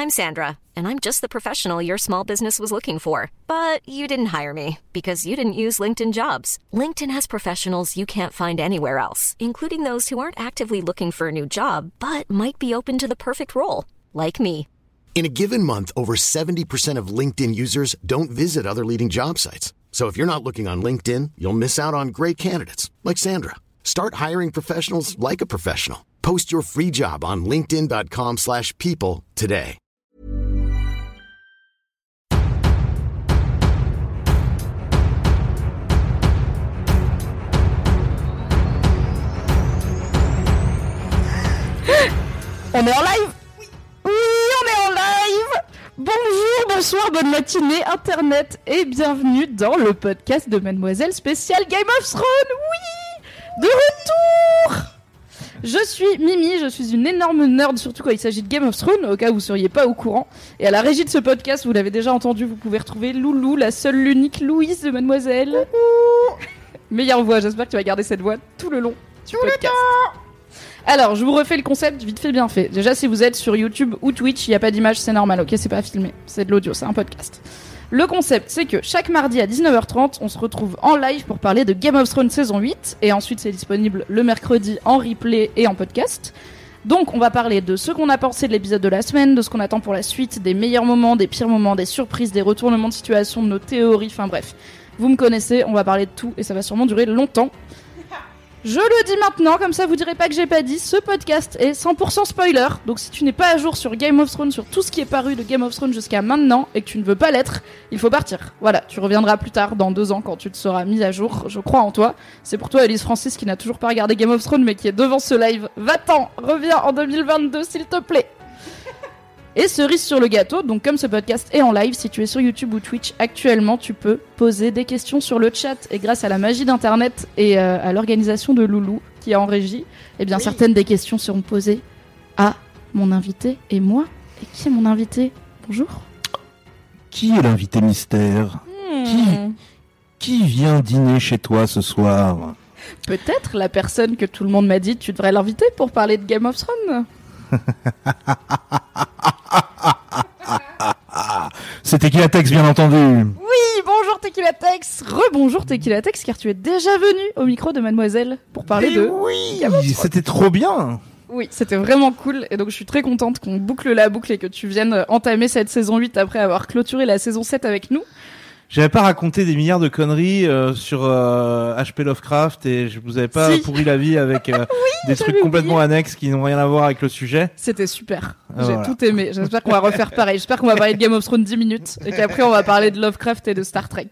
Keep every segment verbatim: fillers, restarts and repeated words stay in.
I'm Sandra, and I'm just the professional your small business was looking for. But you didn't hire me because you didn't use LinkedIn Jobs. LinkedIn has professionals you can't find anywhere else, including those who aren't actively looking for a new job, but might be open to the perfect role, like me. In a given month, over seventy percent of LinkedIn users don't visit other leading job sites. So if you're not looking on LinkedIn, you'll miss out on great candidates like Sandra. Start hiring professionals like a professional. Post your free job on linkedin.com slash people today. On est en live ? Oui. Oui, on est en live. Bonjour, bonsoir, bonne matinée, Internet, et bienvenue dans le podcast de Mademoiselle spécial Game of Thrones. Oui, de retour. Je suis Mimi, je suis une énorme nerd, surtout quand il s'agit de Game of Thrones, au cas où vous seriez pas au courant. Et à la régie de ce podcast, vous l'avez déjà entendu, vous pouvez retrouver Loulou, la seule, l'unique Louise de Mademoiselle. Meilleure voix, j'espère que tu vas garder cette voix tout le long du tout podcast. Alors, je vous refais le concept vite fait bien fait. Déjà, si vous êtes sur YouTube ou Twitch, il n'y a pas d'image, c'est normal, ok, c'est pas filmé, c'est de l'audio, c'est un podcast. Le concept, c'est que chaque mardi à dix-neuf heures trente, on se retrouve en live pour parler de Game of Thrones saison huit, et ensuite c'est disponible le mercredi en replay et en podcast. Donc, on va parler de ce qu'on a pensé de l'épisode de la semaine, de ce qu'on attend pour la suite, des meilleurs moments, des pires moments, des surprises, des retournements de situation, de nos théories, enfin bref. Vous me connaissez, on va parler de tout, et ça va sûrement durer longtemps. Je le dis maintenant, comme ça vous direz pas que j'ai pas dit, ce podcast est cent pour cent spoiler, donc si tu n'es pas à jour sur Game of Thrones, sur tout ce qui est paru de Game of Thrones jusqu'à maintenant, et que tu ne veux pas l'être, il faut partir. Voilà, tu reviendras plus tard, dans deux ans, quand tu te seras mis à jour, je crois en toi. C'est pour toi, Elise Francis, qui n'a toujours pas regardé Game of Thrones, mais qui est devant ce live. Va-t'en, reviens en deux mille vingt-deux, s'il te plaît. Et cerise sur le gâteau, donc comme ce podcast est en live, si tu es sur YouTube ou Twitch actuellement, tu peux poser des questions sur le chat. Et grâce à la magie d'internet et euh, à l'organisation de Loulou qui est en régie, eh bien oui. Certaines des questions seront posées à mon invité et moi. Et qui est mon invité ? Bonjour. Qui est l'invité mystère ? hmm. Qui qui vient dîner chez toi ce soir ? Peut-être la personne que tout le monde m'a dit tu devrais l'inviter pour parler de Game of Thrones. C'est Tequila Tex, bien entendu. Oui, bonjour Tequila Tex. Rebonjour Tequila Tex, car tu es déjà venu au micro de Mademoiselle pour parler Et de... oui, c'était trop bien. Oui, c'était vraiment cool, et donc je suis très contente qu'on boucle la boucle et que tu viennes entamer cette saison huit après avoir clôturé la saison sept avec nous. J'avais pas raconté des milliards de conneries euh, sur euh, H P Lovecraft et je vous avais pas si. pourri la vie avec euh, oui, des trucs complètement oublié. annexes qui n'ont rien à voir avec le sujet. C'était super. Ah, J'ai voilà. tout aimé. J'espère qu'on va refaire pareil. J'espère qu'on va parler de Game of Thrones dix minutes et qu'après on va parler de Lovecraft et de Star Trek.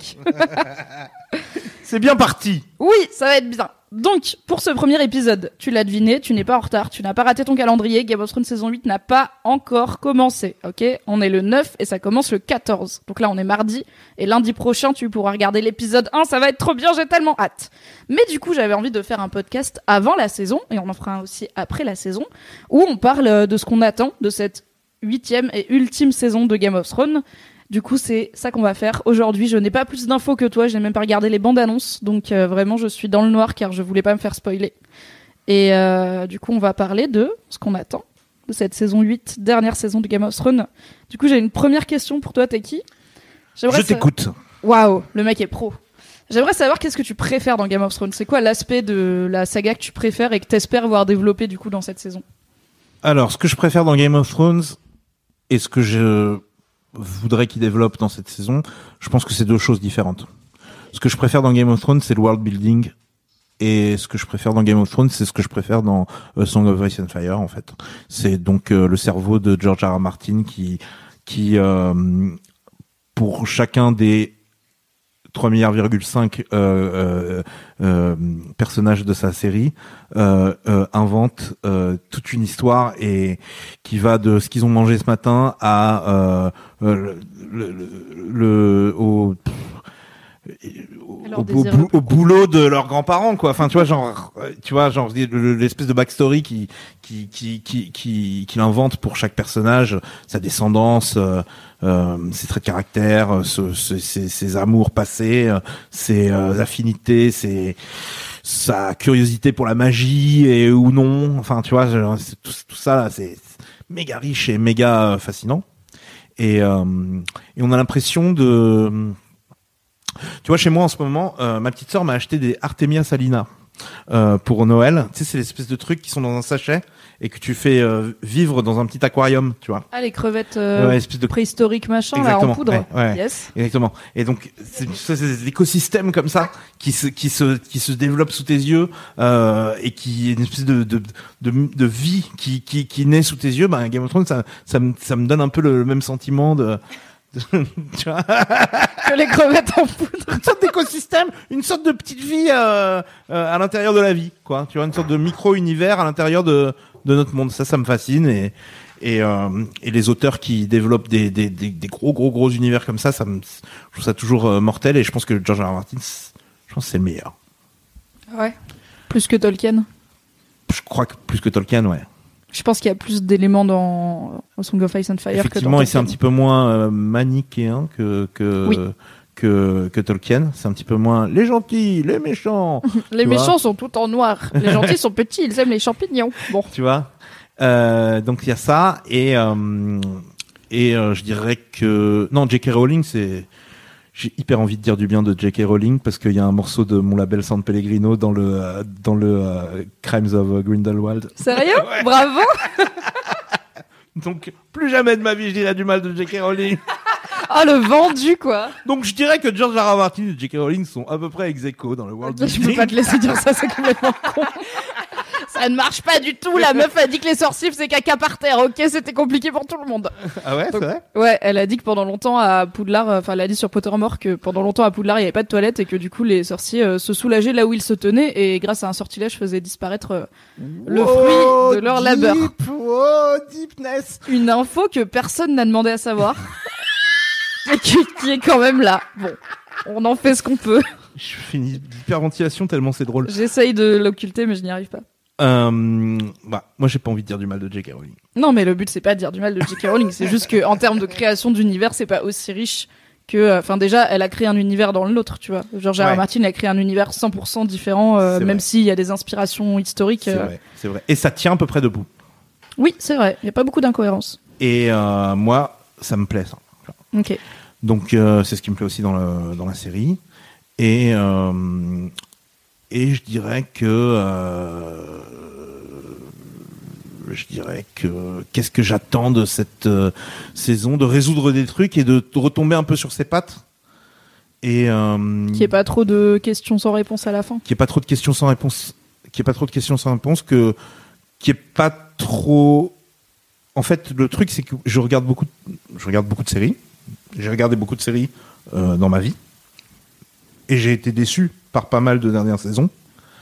C'est bien parti. Oui, ça va être bien. Donc, pour ce premier épisode, tu l'as deviné, tu n'es pas en retard, tu n'as pas raté ton calendrier, Game of Thrones saison huit n'a pas encore commencé, ok ? On est le neuf et ça commence le quatorze. Donc là, on est mardi, et lundi prochain, tu pourras regarder l'épisode un, ça va être trop bien, j'ai tellement hâte. Mais du coup, j'avais envie de faire un podcast avant la saison, et on en fera un aussi après la saison, où on parle de ce qu'on attend de cette huitième et ultime saison de Game of Thrones. Du coup, c'est ça qu'on va faire aujourd'hui. Je n'ai pas plus d'infos que toi, j'ai même pas regardé les bandes annonces, donc euh, vraiment je suis dans le noir car je voulais pas me faire spoiler. Et euh, du coup, on va parler de ce qu'on attend de cette saison huit, dernière saison de Game of Thrones. Du coup, j'ai une première question pour toi, Teki. J'aimerais Je t'écoute. Sa... Waouh, le mec est pro. J'aimerais savoir qu'est-ce que tu préfères dans Game of Thrones. C'est quoi l'aspect de la saga que tu préfères et que t'espères voir développer du coup dans cette saison ? Alors, ce que je préfère dans Game of Thrones et ce que je voudrais qu'il développe dans cette saison, je pense que c'est deux choses différentes. Ce que je préfère dans Game of Thrones, c'est le world building, et ce que je préfère dans Game of Thrones, c'est ce que je préfère dans A Song of Ice and Fire, en fait. C'est donc euh, le cerveau de George R. R. Martin qui, qui euh, pour chacun des trois milliards virgule cinq euh, euh, euh, personnages de sa série euh, euh, invente euh, toute une histoire et qui va de ce qu'ils ont mangé ce matin à euh, euh, le, le, le au Au, au, au, au boulot de leurs grands-parents, quoi. Enfin, tu vois, genre, tu vois, genre l'espèce de backstory qui qui qui qui qui qu'il invente pour chaque personnage, sa descendance, euh, euh, ses traits de caractère, ce, ce, ses, ses amours passés, ses euh, affinités, ses sa curiosité pour la magie et ou non. Enfin, tu vois, genre, tout, tout ça, là, c'est méga riche et méga fascinant. Et, euh, et on a l'impression de... Tu vois, chez moi en ce moment, euh, ma petite sœur m'a acheté des Artemia salina euh, pour Noël. Tu sais, c'est l'espèce de trucs qui sont dans un sachet et que tu fais euh, vivre dans un petit aquarium, tu vois. Ah, les crevettes euh, ouais, espèce de... préhistoriques machin, Exactement, là, en poudre. Ouais, ouais, yes. Exactement. Et donc, c'est, c'est, c'est des écosystèmes comme ça qui se, qui se, qui se développent sous tes yeux euh, et qui est une espèce de, de, de, de vie qui, qui, qui naît sous tes yeux. Bah, Game of Thrones, ça, ça, me, ça me donne un peu le, le même sentiment de... tu vois que les crevettes en poudre. Une sorte d'écosystème, une sorte de petite vie euh, euh, à l'intérieur de la vie, quoi. Tu vois, une sorte de micro-univers à l'intérieur de, de notre monde. Ça, ça me fascine. Et, et, euh, et les auteurs qui développent des, des, des, des gros, gros, gros univers comme ça, ça me, je trouve ça toujours euh, mortel. Et je pense que George R. R. Martin, je pense que c'est le meilleur. Ouais. Plus que Tolkien. Je crois que plus que Tolkien, ouais. Je pense qu'il y a plus d'éléments dans Song of Ice and Fire que dans Tolkien. Effectivement, et c'est un petit peu moins euh, manichéen que que, oui. que que Tolkien. C'est un petit peu moins les gentils, les méchants. Les méchants sont tout en noir. Les gentils sont petits, ils aiment les champignons. Bon. Tu vois. Euh, donc il y a ça et euh, et euh, je dirais que non, J K. Rowling, c'est j'ai hyper envie de dire du bien de J K. Rowling parce qu'il y a un morceau de mon label San Pellegrino dans le euh, dans le euh, Crimes of Grindelwald. Sérieux? Ouais. Bravo. Donc plus jamais de ma vie je dirais du mal de J K. Rowling. Ah, le vendu, quoi. Donc je dirais que George R. R. Martin et J K. Rowling sont à peu près ex aequo dans le world Je building. peux pas te laisser dire ça, c'est complètement con. Ça ne marche pas du tout. La meuf a dit que les sorciers c'est caca par terre. Ok, c'était compliqué pour tout le monde. Ah ouais, Donc, c'est vrai. Ouais, elle a dit que pendant longtemps à Poudlard, enfin elle a dit sur Pottermore que pendant longtemps à Poudlard il y avait pas de toilette et que du coup les sorciers euh, se soulageaient là où ils se tenaient et grâce à un sortilège faisaient disparaître euh, le fruit de leur labeur. Oh, deepness. Une info que personne n'a demandé à savoir et qui, qui est quand même là. Bon, on en fait ce qu'on peut. Je fais une hyperventilation tellement c'est drôle. J'essaye de l'occulter mais je n'y arrive pas. Euh, bah, moi j'ai pas envie de dire du mal de J K. Rowling. Non, mais le but c'est pas de dire du mal de J K. Rowling, c'est juste que en termes de création d'univers, c'est pas aussi riche que. Enfin, déjà, elle a créé un univers dans l'autre, tu vois. George R. R. Ouais. Martin a créé un univers cent pour cent différent, euh, même s'il y a des inspirations historiques. C'est euh... vrai, c'est vrai. Et ça tient à peu près debout. Oui, c'est vrai. Il y a pas beaucoup d'incohérences. Et euh, moi, ça me plaît ça. Ok. Donc euh, c'est ce qui me plaît aussi dans le dans la série. Et euh, et je dirais que euh, je dirais que qu'est-ce que j'attends de cette euh, saison, de résoudre des trucs et de, de retomber un peu sur ses pattes. Et euh, Qu'il n'y ait pas trop de questions sans réponse à la fin. Qu'il n'y ait pas trop de questions sans réponse. Qu'il n'y ait pas trop de questions sans réponse. Que qu'il n'y ait pas trop. En fait, le truc c'est que je regarde beaucoup, de, je regarde beaucoup de séries. J'ai regardé beaucoup de séries euh, dans ma vie. Et j'ai été déçu par pas mal de dernières saisons.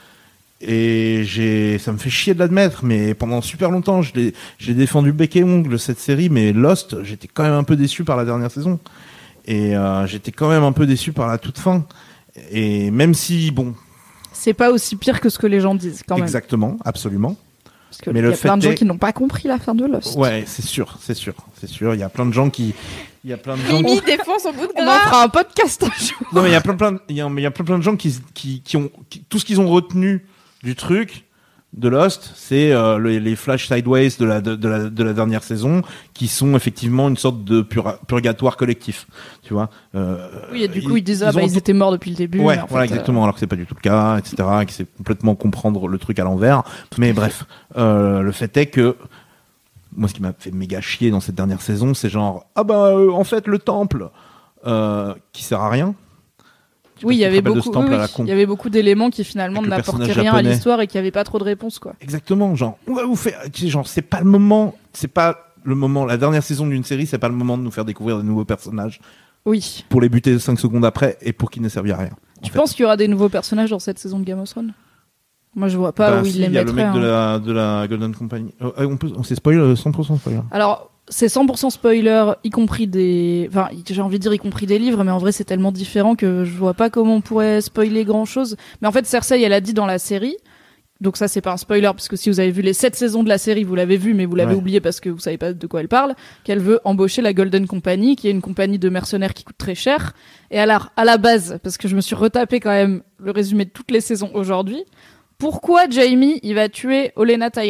Et j'ai, ça me fait chier de l'admettre, mais pendant super longtemps, je l'ai, j'ai défendu bec et ongle cette série, mais Lost, j'étais quand même un peu déçu par la dernière saison. Et euh, j'étais quand même un peu déçu par la toute fin. Et même si, bon. C'est pas aussi pire que ce que les gens disent, quand même. Exactement, absolument. Parce que mais il le y a plein de fait gens est... qui n'ont pas compris la fin de Lost. Ouais, c'est sûr, c'est sûr, c'est sûr. Il y a plein de gens qui, il y a plein de gens. Mimi défend son bout de On en gras. fera un podcast un jour. Non, mais il y a plein, plein, il y a, il y a plein, plein de gens qui, qui, qui ont, qui, tout ce qu'ils ont retenu du truc de Lost, c'est euh, les, les flash sideways de la, de, de la, de la dernière saison, qui sont effectivement une sorte de pur, purgatoire collectif, tu vois. Euh, Oui, et du coup, ils, ils disaient, ah, ils bah, ont ils tout... étaient morts depuis le début. Ouais, en voilà, fait, exactement, euh... alors que c'est pas du tout le cas, et cetera, et que c'est complètement comprendre le truc à l'envers. Mais bref, euh, le fait est que, moi, ce qui m'a fait méga chier dans cette dernière saison, c'est genre, ah bah, euh, en fait, le temple, euh, qui sert à rien. Oui, il y avait beaucoup, oui, oui, il y avait beaucoup d'éléments qui finalement n'apportaient rien japonais. à l'histoire et qui avaient pas trop de réponses, quoi. Exactement, genre, on va vous faire, tu sais, genre, c'est pas le moment, c'est pas le moment, la dernière saison d'une série, c'est pas le moment de nous faire découvrir de nouveaux personnages. Oui. Pour les buter cinq secondes après et pour qu'ils ne servent à rien. Tu penses qu'il y aura des nouveaux personnages dans cette saison de Game of Thrones? Moi, je vois pas bah, où si, ils les mettraient. Il y a le mec hein. de la, de la Golden Company. Euh, on peut, on s'est spoil cent pour cent spoiler. Alors, c'est cent pour cent spoiler, y compris des, enfin, j'ai envie de dire y compris des livres, mais en vrai c'est tellement différent que je vois pas comment on pourrait spoiler grand chose. Mais en fait, Cersei, elle a dit dans la série, donc ça c'est pas un spoiler, parce que si vous avez vu les sept saisons de la série, vous l'avez vu, mais vous l'avez ouais. oublié parce que vous savez pas de quoi elle parle, qu'elle veut embaucher la Golden Company, qui est une compagnie de mercenaires qui coûte très cher. Et alors, à la base, parce que je me suis retapé quand même le résumé de toutes les saisons aujourd'hui, pourquoi Jaime, il va tuer Olenna Tyrell?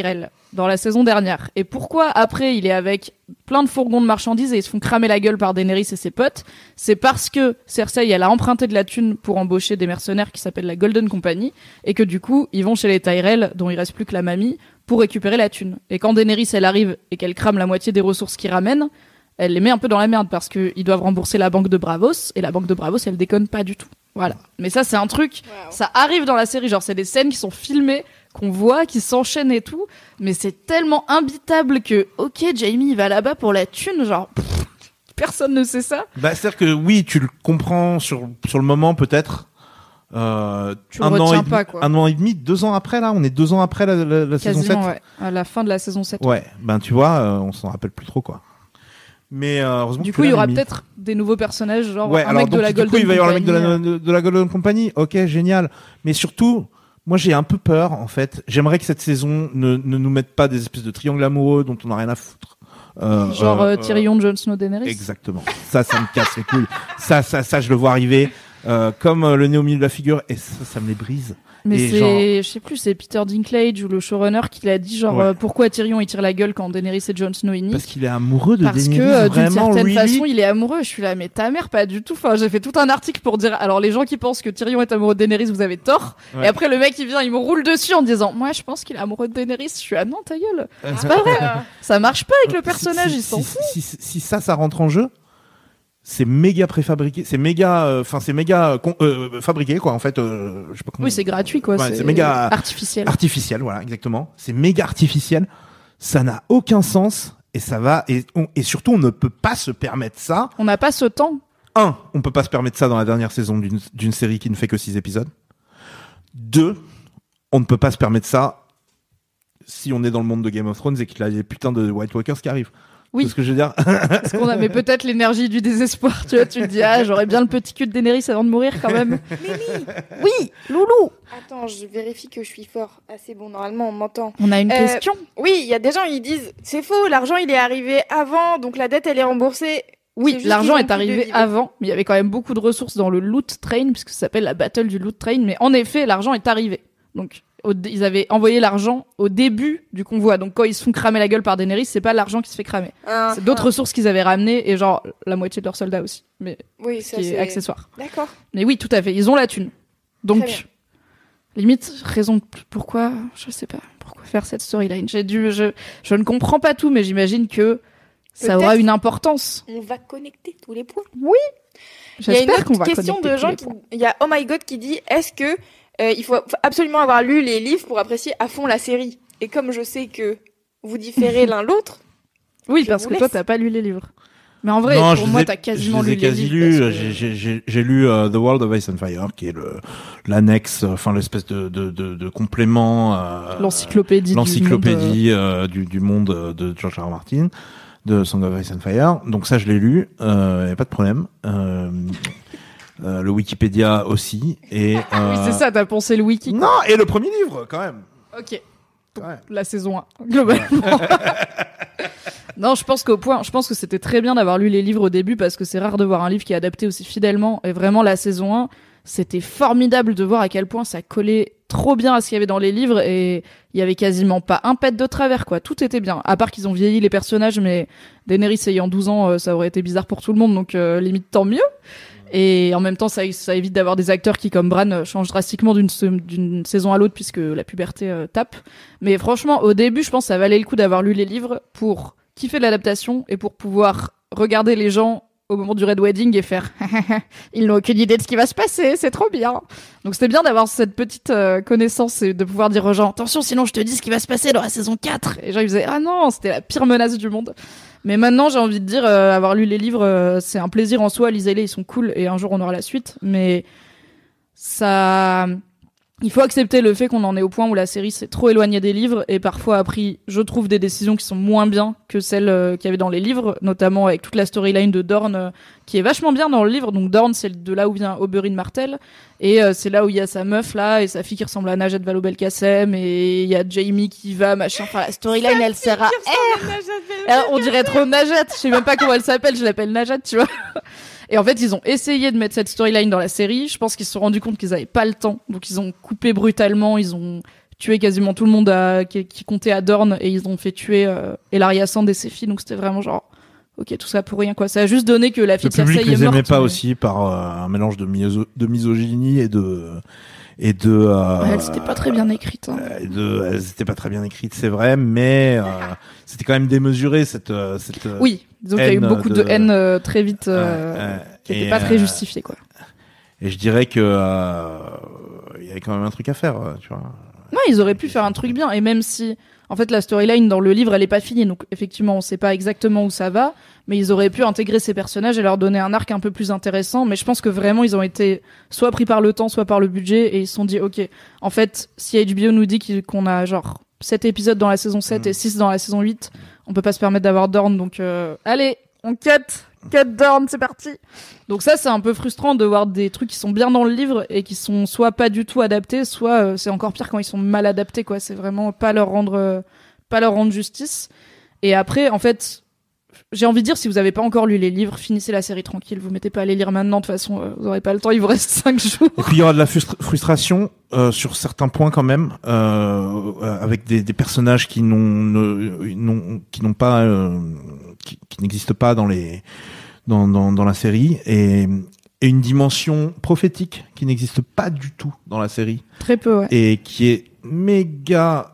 dans la saison dernière. Et pourquoi après il est avec plein de fourgons de marchandises et ils se font cramer la gueule par Daenerys et ses potes? C'est parce que Cersei, elle a emprunté de la thune pour embaucher des mercenaires qui s'appellent la Golden Company et que du coup, ils vont chez les Tyrell, dont il reste plus que la mamie, pour récupérer la thune. Et quand Daenerys, elle arrive et qu'elle crame la moitié des ressources qu'ils ramènent, elle les met un peu dans la merde parce qu'ils doivent rembourser la banque de Bravos et la banque de Bravos, elle déconne pas du tout. Voilà. Mais ça, c'est un truc, wow. Ça arrive dans la série, genre c'est des scènes qui sont filmées, qu'on voit, qui s'enchaînent et tout, mais c'est tellement imbitable que, ok, Jaime, il va là-bas pour la thune, genre, pff, personne ne sait ça. Bah, c'est-à-dire que oui, tu le comprends sur, sur le moment, peut-être. Euh, tu un le an retiens et pas, quoi. Un an et demi, deux ans après, là, on est deux ans après la, la, la saison sept. Ouais, à la fin de la saison sept. Ouais, ben tu vois, euh, on s'en rappelle plus trop, quoi. Mais euh, heureusement du que coup, il y aura mis. peut-être des nouveaux personnages, genre ouais, un alors, mec donc, de la du Golden coup, il va y avoir le mec de la, Company. de, de la Golden Company. Ok, génial. Mais surtout, moi, j'ai un peu peur, en fait. J'aimerais que cette saison ne, ne nous mette pas des espèces de triangles amoureux dont on n'a rien à foutre. Euh, genre euh, Tyrion, euh, Jon Snow, Daenerys. Exactement. Ça, ça me casse les couilles. Ça, ça, ça, je le vois arriver. Euh, comme euh, le nez au milieu de la figure, et ça, ça me les brise. Mais et c'est, genre... je sais plus, c'est Peter Dinklage ou le showrunner qui l'a dit, genre, ouais. euh, pourquoi Tyrion il tire la gueule quand Daenerys et Jon Snow ils niquent. Parce qu'il est amoureux de Parce Daenerys. Parce que, euh, d'une vraiment, certaine really façon, il est amoureux. Je suis là, mais ta mère, pas du tout. Enfin, j'ai fait tout un article pour dire, alors les gens qui pensent que Tyrion est amoureux de Daenerys, vous avez tort. Ouais. Et après, le mec, il vient, il me roule dessus en disant, moi, je pense qu'il est amoureux de Daenerys. Je suis, ah non, ta gueule. C'est pas vrai. Ça marche pas avec le personnage, si, il s'en si, fout. Si, si, si ça, ça rentre en jeu, c'est méga préfabriqué, c'est méga, enfin euh, c'est méga con, euh, fabriqué quoi en fait. Euh, je sais pas comment. Oui, c'est gratuit quoi. Ouais, c'est, c'est méga artificiel. Artificiel, voilà, exactement. C'est méga artificiel. Ça n'a aucun sens et ça va et, on, et surtout on ne peut pas se permettre ça. On n'a pas ce temps. Un, on peut pas se permettre ça dans la dernière saison d'une, d'une série qui ne fait que six épisodes. Deux, on ne peut pas se permettre ça si on est dans le monde de Game of Thrones et qu'il y a les putains de White Walkers qui arrivent. Oui. C'est ce que je veux dire. Parce qu'on avait peut-être l'énergie du désespoir, tu vois. Tu te dis, ah, j'aurais bien le petit cul de Daenerys avant de mourir quand même. Mimi. Oui, Loulou. Attends, je vérifie que je suis fort. Ah, c'est bon, normalement, on m'entend. On a une euh, question. Oui, il y a des gens, ils disent, c'est faux, l'argent, il est arrivé avant, donc la dette, elle est remboursée. Oui, l'argent est arrivé avant, mais il y avait quand même beaucoup de ressources dans le loot train, puisque ça s'appelle la battle du loot train. Mais en effet, l'argent est arrivé. Donc, au, ils avaient envoyé l'argent au début du convoi. Donc, quand ils se font cramer la gueule par Daenerys, c'est pas l'argent qui se fait cramer. Ah, c'est d'autres ah. ressources qu'ils avaient ramenées, et genre, la moitié de leurs soldats aussi. Mais, oui, ce ça, qui c'est est accessoire. D'accord. Mais oui, tout à fait. Ils ont la thune. Donc, limite, raison pourquoi, je sais pas, pourquoi faire cette storyline. J'ai dû, je, je ne comprends pas tout, mais j'imagine que ça Peut-être aura une importance. On va connecter tous les points. Oui. J'espère il y a une autre question de gens qui, il y a Oh My God qui dit, est-ce que euh, il faut absolument avoir lu les livres pour apprécier à fond la série? Et comme je sais que vous différez l'un l'autre. Oui, parce que laisse. Toi, t'as pas lu les livres. Mais en vrai, non, pour moi, ai, t'as quasiment lu les quasi livres. Lu. Que... J'ai, j'ai, j'ai lu uh, The World of Ice and Fire, qui est le, l'annexe, enfin, l'espèce de, de, de, de complément, euh, l'encyclopédie, l'encyclopédie du, monde, euh, du, du monde de George R. R. Martin, de Song of Ice and Fire. Donc ça, je l'ai lu, euh, y a pas de problème. Euh, euh, le Wikipédia aussi. Et, euh... oui, c'est ça, t'as pensé le wiki. Non, et le premier livre, quand même. Ok. Ouais. La saison un, globalement. Non, je pense qu'au point, je pense que c'était très bien d'avoir lu les livres au début parce que c'est rare de voir un livre qui est adapté aussi fidèlement. Et vraiment, la saison un, c'était formidable de voir à quel point ça collait trop bien à ce qu'il y avait dans les livres et il y avait quasiment pas un pet de travers, quoi. Tout était bien. À part qu'ils ont vieilli les personnages, mais Daenerys ayant douze ans, ça aurait été bizarre pour tout le monde, donc euh, limite tant mieux. Et en même temps, ça, ça évite d'avoir des acteurs qui, comme Bran, changent drastiquement d'une, d'une saison à l'autre puisque la puberté euh, tape. Mais franchement, au début, je pense que ça valait le coup d'avoir lu les livres pour kiffer de l'adaptation et pour pouvoir regarder les gens au moment du Red Wedding et faire ils n'ont aucune idée de ce qui va se passer, c'est trop bien. Donc c'était bien d'avoir cette petite euh, connaissance et de pouvoir dire aux gens attention, sinon je te dis ce qui va se passer dans la saison quatre. Et les gens ils faisaient ah non, c'était la pire menace du monde. Mais maintenant, j'ai envie de dire, euh, avoir lu les livres, euh, c'est un plaisir en soi. Lisez-les, ils sont cool. Et un jour, on aura la suite. Mais ça, il faut accepter le fait qu'on en est au point où la série s'est trop éloignée des livres et parfois a pris, je trouve, des décisions qui sont moins bien que celles euh, qu'il y avait dans les livres, notamment avec toute la storyline de Dorne euh, qui est vachement bien dans le livre. Donc Dorne, c'est de là où vient Oberyn Martell et euh, c'est là où il y a sa meuf là et sa fille qui ressemble à Najat Vallaud-Belkacem et il y a Jaime qui va machin. Enfin, la storyline, elle sert à R. On dirait trop Najat. Je sais même pas comment elle s'appelle. Je l'appelle Najat, tu vois. Et en fait, ils ont essayé de mettre cette storyline dans la série. Je pense qu'ils se sont rendus compte qu'ils avaient pas le temps. Donc, ils ont coupé brutalement. Ils ont tué quasiment tout le monde à, qui, qui comptait à Dorne et ils ont fait tuer euh, Ellaria Sand et ses filles, donc c'était vraiment genre ok, tout ça pour rien quoi. Ça a juste donné que la fille de Cersei est morte. Le public les aimait pas mais... aussi par euh, un mélange de, miso- de misogynie et de et de. Euh, ouais, elles étaient pas très bien écrites. Hein. Euh, de, elles étaient pas très bien écrites, c'est vrai, mais euh, c'était quand même démesuré cette cette. Oui, donc il y a eu beaucoup de, de haine euh, très vite, euh, euh, qui était pas très justifiée quoi. Et je dirais que euh, il y avait quand même un truc à faire, tu vois. Ouais, ils auraient pu faire un truc bien, et même si, en fait, la storyline dans le livre, elle est pas finie, donc effectivement, on sait pas exactement où ça va, mais ils auraient pu intégrer ces personnages et leur donner un arc un peu plus intéressant, mais je pense que vraiment, ils ont été soit pris par le temps, soit par le budget, et ils se sont dit, ok, en fait, si H B O nous dit qu'on a genre sept épisodes dans la saison sept mmh. et six dans la saison huit, on peut pas se permettre d'avoir Dorne, donc euh, allez, on cut cut Dorne, c'est parti. Donc ça, c'est un peu frustrant de voir des trucs qui sont bien dans le livre et qui sont soit pas du tout adaptés, soit euh, c'est encore pire quand ils sont mal adaptés, quoi. C'est vraiment pas leur rendre, euh, pas leur rendre justice. Et après, en fait, j'ai envie de dire, si vous avez pas encore lu les livres, finissez la série tranquille. Vous mettez pas à les lire maintenant, de toute façon, euh, vous aurez pas le temps, il vous reste cinq jours. Et puis il y aura de la frustra- frustration euh, sur certains points quand même, euh, avec des, des personnages qui n'ont, ne, n'ont, qui n'ont pas, euh, qui, qui n'existent pas dans les, dans, dans, dans la série, et, et une dimension prophétique qui n'existe pas du tout dans la série. Très peu, ouais. Et qui est méga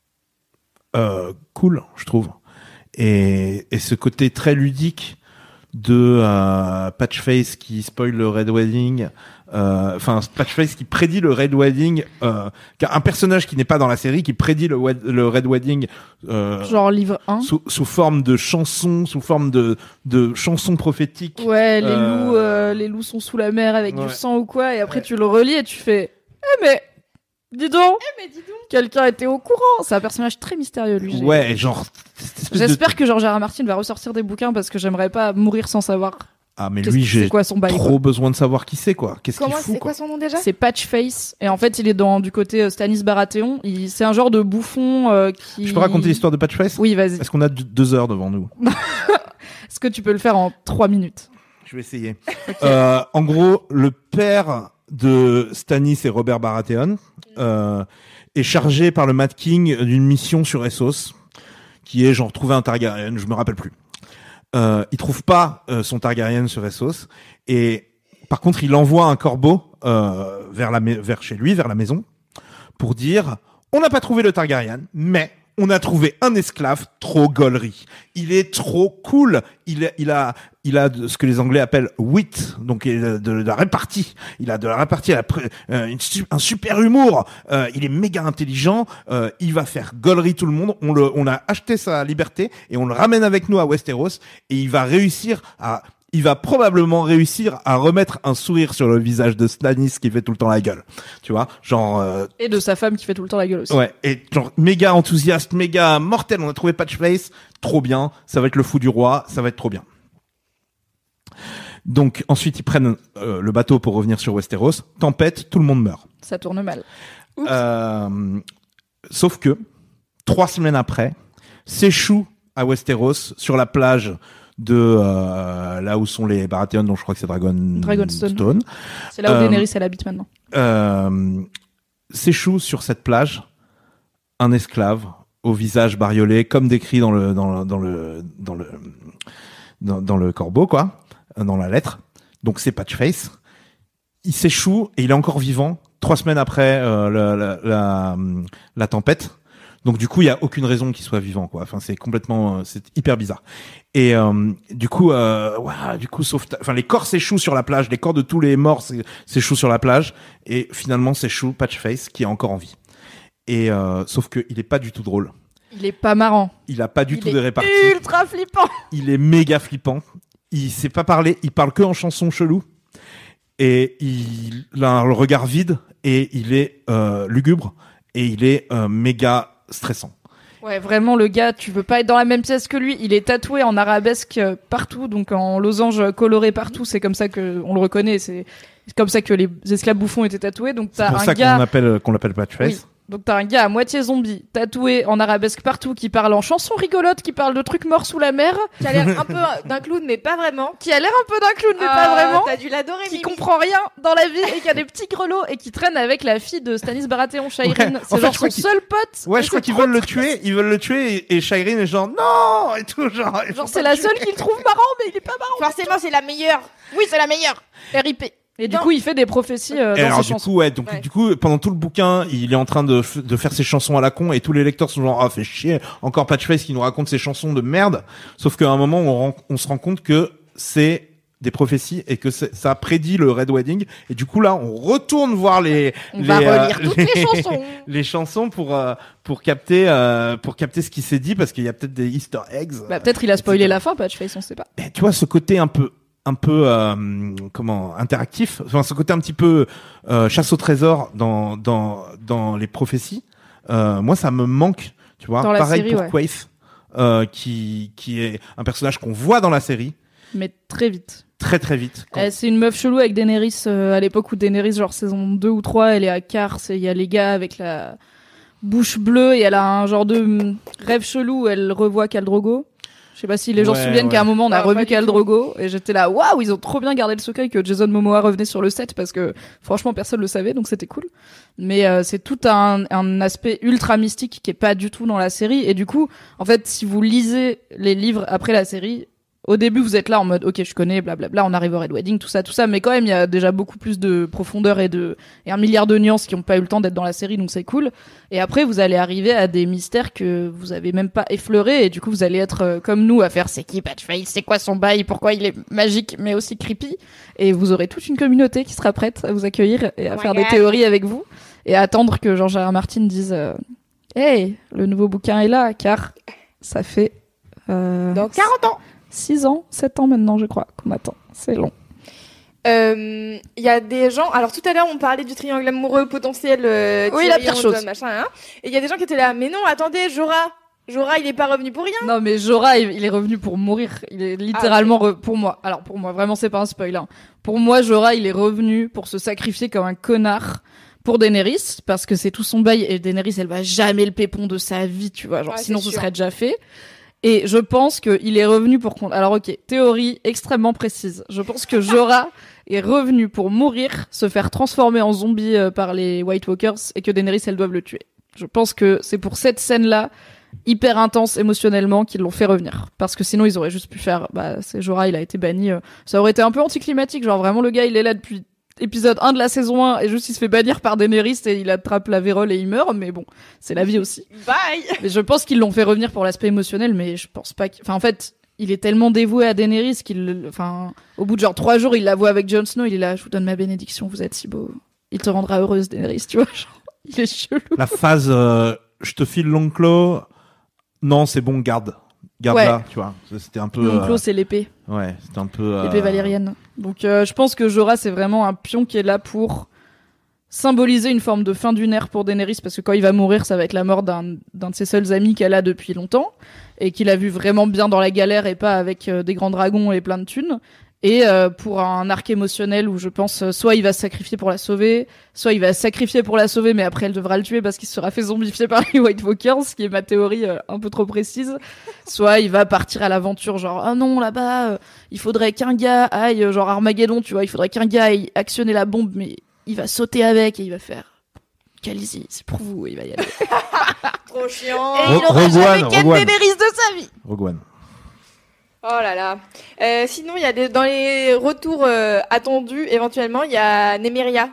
euh, cool, je trouve. Et, et ce côté très ludique de euh, Patchface qui spoil le Red Wedding, enfin euh, Patchface qui prédit le Red Wedding, euh, un personnage qui n'est pas dans la série qui prédit le, wed- le Red Wedding, euh, genre livre un, sous, sous forme de chansons, sous forme de de chansons prophétiques. Ouais, les euh... loups, euh, les loups sont sous la mer avec ouais. du sang ou quoi, et après ouais. tu le relis et tu fais, eh mais dis donc, eh mais dis donc, quelqu'un était au courant. C'est un personnage très mystérieux, lui. J'ai... Ouais, genre. J'espère de... que George R. R. Martin va ressortir des bouquins parce que j'aimerais pas mourir sans savoir. Ah, mais lui, j'ai quoi son bail, trop quoi. besoin de savoir qui c'est, quoi. Qu'est-ce Comment, qu'il fout, c'est quoi, quoi son nom déjà? C'est Patchface. Et en fait, il est dans, du côté Stannis Baratheon. Il, c'est un genre de bouffon euh, qui... Je peux raconter l'histoire de Patchface? Oui, vas-y. Est-ce qu'on a deux heures devant nous? Est-ce que tu peux le faire en trois minutes? Je vais essayer. Okay. Euh, en gros, le père de Stannis et Robert Baratheon euh, est chargé par le Mad King d'une mission sur Essos, qui est genre trouver un Targaryen, je me rappelle plus. Euh, il trouve pas euh, son Targaryen sur Essos, et par contre il envoie un corbeau euh, vers la ma- vers chez lui, vers la maison, pour dire on n'a pas trouvé le Targaryen, mais on a trouvé un esclave trop gaulerie. Il est trop cool. Il, il a, il a de, ce que les Anglais appellent wit, donc de, de, de la répartie. Il a de la répartie, il a euh, une, un super humour. Euh, il est méga intelligent. Euh, il va faire gaulerie tout le monde. On le, on a acheté sa liberté et on le ramène avec nous à Westeros, et il va réussir à il va probablement réussir à remettre un sourire sur le visage de Stannis qui fait tout le temps la gueule. Tu vois, genre... Euh... Et de sa femme qui fait tout le temps la gueule aussi. Ouais, et genre méga enthousiaste, méga mortel. On a trouvé Patchface, trop bien. Ça va être le fou du roi, ça va être trop bien. Donc ensuite, ils prennent euh, le bateau pour revenir sur Westeros. Tempête, tout le monde meurt. Ça tourne mal. Euh, sauf que, trois semaines après, s'échoue à Westeros, sur la plage de euh, là où sont les Baratheons, dont je crois que c'est Dragon... Dragonstone. C'est là où euh, Daenerys elle habite maintenant. Euh, s'échoue sur cette plage un esclave au visage bariolé, comme décrit dans le dans, dans le dans le dans, dans le corbeau, quoi, dans la lettre. Donc c'est Patchface. Il s'échoue et il est encore vivant trois semaines après euh, la, la, la, la tempête. Donc du coup, il y a aucune raison qu'il soit vivant, quoi. Enfin, c'est complètement, c'est hyper bizarre. Et euh, du coup, euh, ouais, du coup, sauf, enfin, les corps s'échouent sur la plage, les corps de tous les morts s'échouent sur la plage, et finalement s'échoue Patchface qui est encore en vie. Et euh, sauf que il est pas du tout drôle. Il est pas marrant. Il a pas du il tout de répartie. Ultra flippant. Il est méga flippant. Il sait pas parler. Il parle que en chansons cheloues. Et il, il a le regard vide, et il est euh, lugubre, et il est euh, méga stressant. Ouais, vraiment, le gars, tu veux pas être dans la même pièce que lui. Il est tatoué en arabesque partout, donc en losange coloré partout. C'est comme ça que on le reconnaît. C'est comme ça que les esclaves bouffons étaient tatoués. Donc t'as c'est pour un ça gars... qu'on appelle qu'on l'appelle Patchface. Oui. Donc t'as un gars à moitié zombie, tatoué en arabesque partout, qui parle en chanson rigolote, qui parle de trucs morts sous la mer, qui a l'air un peu d'un clown mais pas vraiment, qui a l'air un peu d'un clown mais euh, pas vraiment, t'as dû l'adorer, qui Mimi. comprend rien dans la vie et qui a des petits grelots et qui traîne avec la fille de Stanis Baratheon, Shireen. Ouais. C'est En genre fait, son qu'il... seul pote. Ouais, je crois qu'ils veulent le tuer, ils veulent le tuer et, et Shireen est genre non et tout genre. Genre c'est la seule qu'il trouve marrant mais il est pas marrant. Forcément c'est la meilleure. Oui c'est la meilleure. R I P. Et du Non. coup, il fait des prophéties euh, dans alors, ses du chansons. coup, ouais, donc, Ouais. du coup, pendant tout le bouquin, il est en train de, f- de faire ses chansons à la con et tous les lecteurs sont genre, ah, fait chier, encore Patchface qui nous raconte ses chansons de merde. Sauf qu'à un moment, on, rend- on se rend compte que c'est des prophéties et que c'est- ça prédit le Red Wedding. Et du coup, là, on retourne voir les, On les, va euh, relire toutes les chansons. les chansons pour, euh, pour capter, euh, pour capter ce qui s'est dit parce qu'il y a peut-être des Easter eggs. Bah, peut-être il a spoilé la fin, Patchface, on sait pas. Et tu vois, ce côté un peu, un peu euh, comment interactif, enfin ce côté un petit peu euh, chasse au trésor dans dans dans les prophéties. Euh, moi, ça me manque, tu vois. Dans la Pareil série, pour ouais. Quaithe, euh, qui qui est un personnage qu'on voit dans la série Mais très vite. très très vite. Quand... Euh, c'est une meuf chelou avec Daenerys euh, à l'époque où Daenerys, genre saison deux ou trois, elle est à Kars et il y a les gars avec la bouche bleue et elle a un genre de hum, rêve chelou où elle revoit Khal Drogo. Je sais pas si les gens Ouais, se souviennent ouais. qu'à un moment on a Ah, pas revu du Khal tout. Drogo et j'étais là waouh, ils ont trop bien gardé le secret que Jason Momoa revenait sur le set parce que franchement personne le savait donc c'était cool. Mais euh, c'est tout un, un aspect ultra mystique qui est pas du tout dans la série et du coup en fait si vous lisez les livres après la série, au début vous êtes là en mode ok je connais blablabla, on arrive au Red Wedding tout ça tout ça mais quand même il y a déjà beaucoup plus de profondeur et de et un milliard de nuances qui ont pas eu le temps d'être dans la série donc c'est cool. Et après vous allez arriver à des mystères que vous avez même pas effleurés et du coup vous allez être euh, comme nous à faire c'est qui Patchface, c'est quoi son bail, pourquoi il est magique mais aussi creepy et vous aurez toute une communauté qui sera prête à vous accueillir et à Oh my faire God. des théories avec vous et à attendre que George R. R. Martin dise euh, hey le nouveau bouquin est là car ça fait euh, Dans quarante ans. six ans, sept ans maintenant, je crois, qu'on attend. C'est long. Il euh, y a des gens. Alors tout à l'heure, on parlait du triangle amoureux potentiel. Euh, Oui, la Tyrion, pire chose. Jon, machin, hein. Et il y a des gens qui étaient là. Mais non, attendez, Jorah. Jorah, il est pas revenu pour rien. Non, mais Jorah, il il est revenu pour mourir. Il est littéralement re- pour moi. Alors pour moi, vraiment, c'est pas un spoil. Hein. Pour moi, Jorah, il est revenu pour se sacrifier comme un connard pour Daenerys parce que c'est tout son bail et Daenerys, elle va jamais le pépon de sa vie, tu vois. Genre Ouais, sinon, c'est ce sûr. serait déjà fait. Et je pense qu'il est revenu pour qu'on... Alors ok, théorie extrêmement précise. Je pense que Jorah est revenu pour mourir, se faire transformer en zombie euh, par les White Walkers et que Daenerys, elle doive le tuer. Je pense que c'est pour cette scène-là, hyper intense émotionnellement, qu'ils l'ont fait revenir. Parce que sinon, ils auraient juste pu faire... Bah, c'est Jorah, il a été banni. euh, Ça aurait été un peu anticlimatique. Genre vraiment, le gars, il est là depuis épisode un de la saison un et juste il se fait bannir par Daenerys et il attrape la vérole et il meurt. Mais bon, c'est la vie aussi. Bye. Mais je pense qu'ils l'ont fait revenir pour l'aspect émotionnel, mais je pense pas. Qu'... Enfin, en fait, il est tellement dévoué à Daenerys qu'il, le- enfin, au bout de genre trois jours, il la voit avec Jon Snow. Il est là, je vous donne ma bénédiction, vous êtes si beau. Il te rendra heureuse, Daenerys, tu vois. Genre, il est chelou. La phase, euh, je te file l'onclo. Non, c'est bon, garde, garde Ouais. là, tu vois. C'était un peu. L'onclo, euh, c'est l'épée, Ouais, c'était un peu. euh, l'épée valérienne. Donc, euh, je pense que Jorah, c'est vraiment un pion qui est là pour symboliser une forme de fin d'une ère pour Daenerys, parce que quand il va mourir, ça va être la mort d'un, d'un de ses seuls amis qu'elle a depuis longtemps, et qu'il a vu vraiment bien dans la galère et pas avec euh, des grands dragons et plein de thunes. Et euh, pour un arc émotionnel où je pense euh, soit il va se sacrifier pour la sauver, soit il va se sacrifier pour la sauver mais après elle devra le tuer parce qu'il sera fait zombifier par les White Walkers, ce qui est ma théorie euh, un peu trop précise. Soit il va partir à l'aventure genre ah non là-bas euh, il faudrait qu'un gars aille euh, genre Armageddon, tu vois, il faudrait qu'un gars aille actionner la bombe mais il va sauter avec et il va faire Khaleesi, c'est pour vous, et il va y aller. Trop chiant. Et Ro- il aura Rogue jamais One, ken Rogue One. Daenerys de sa vie. Rogue One. Oh là là. Euh, sinon, il y a des dans les retours euh, attendus éventuellement, il y a Nymeria.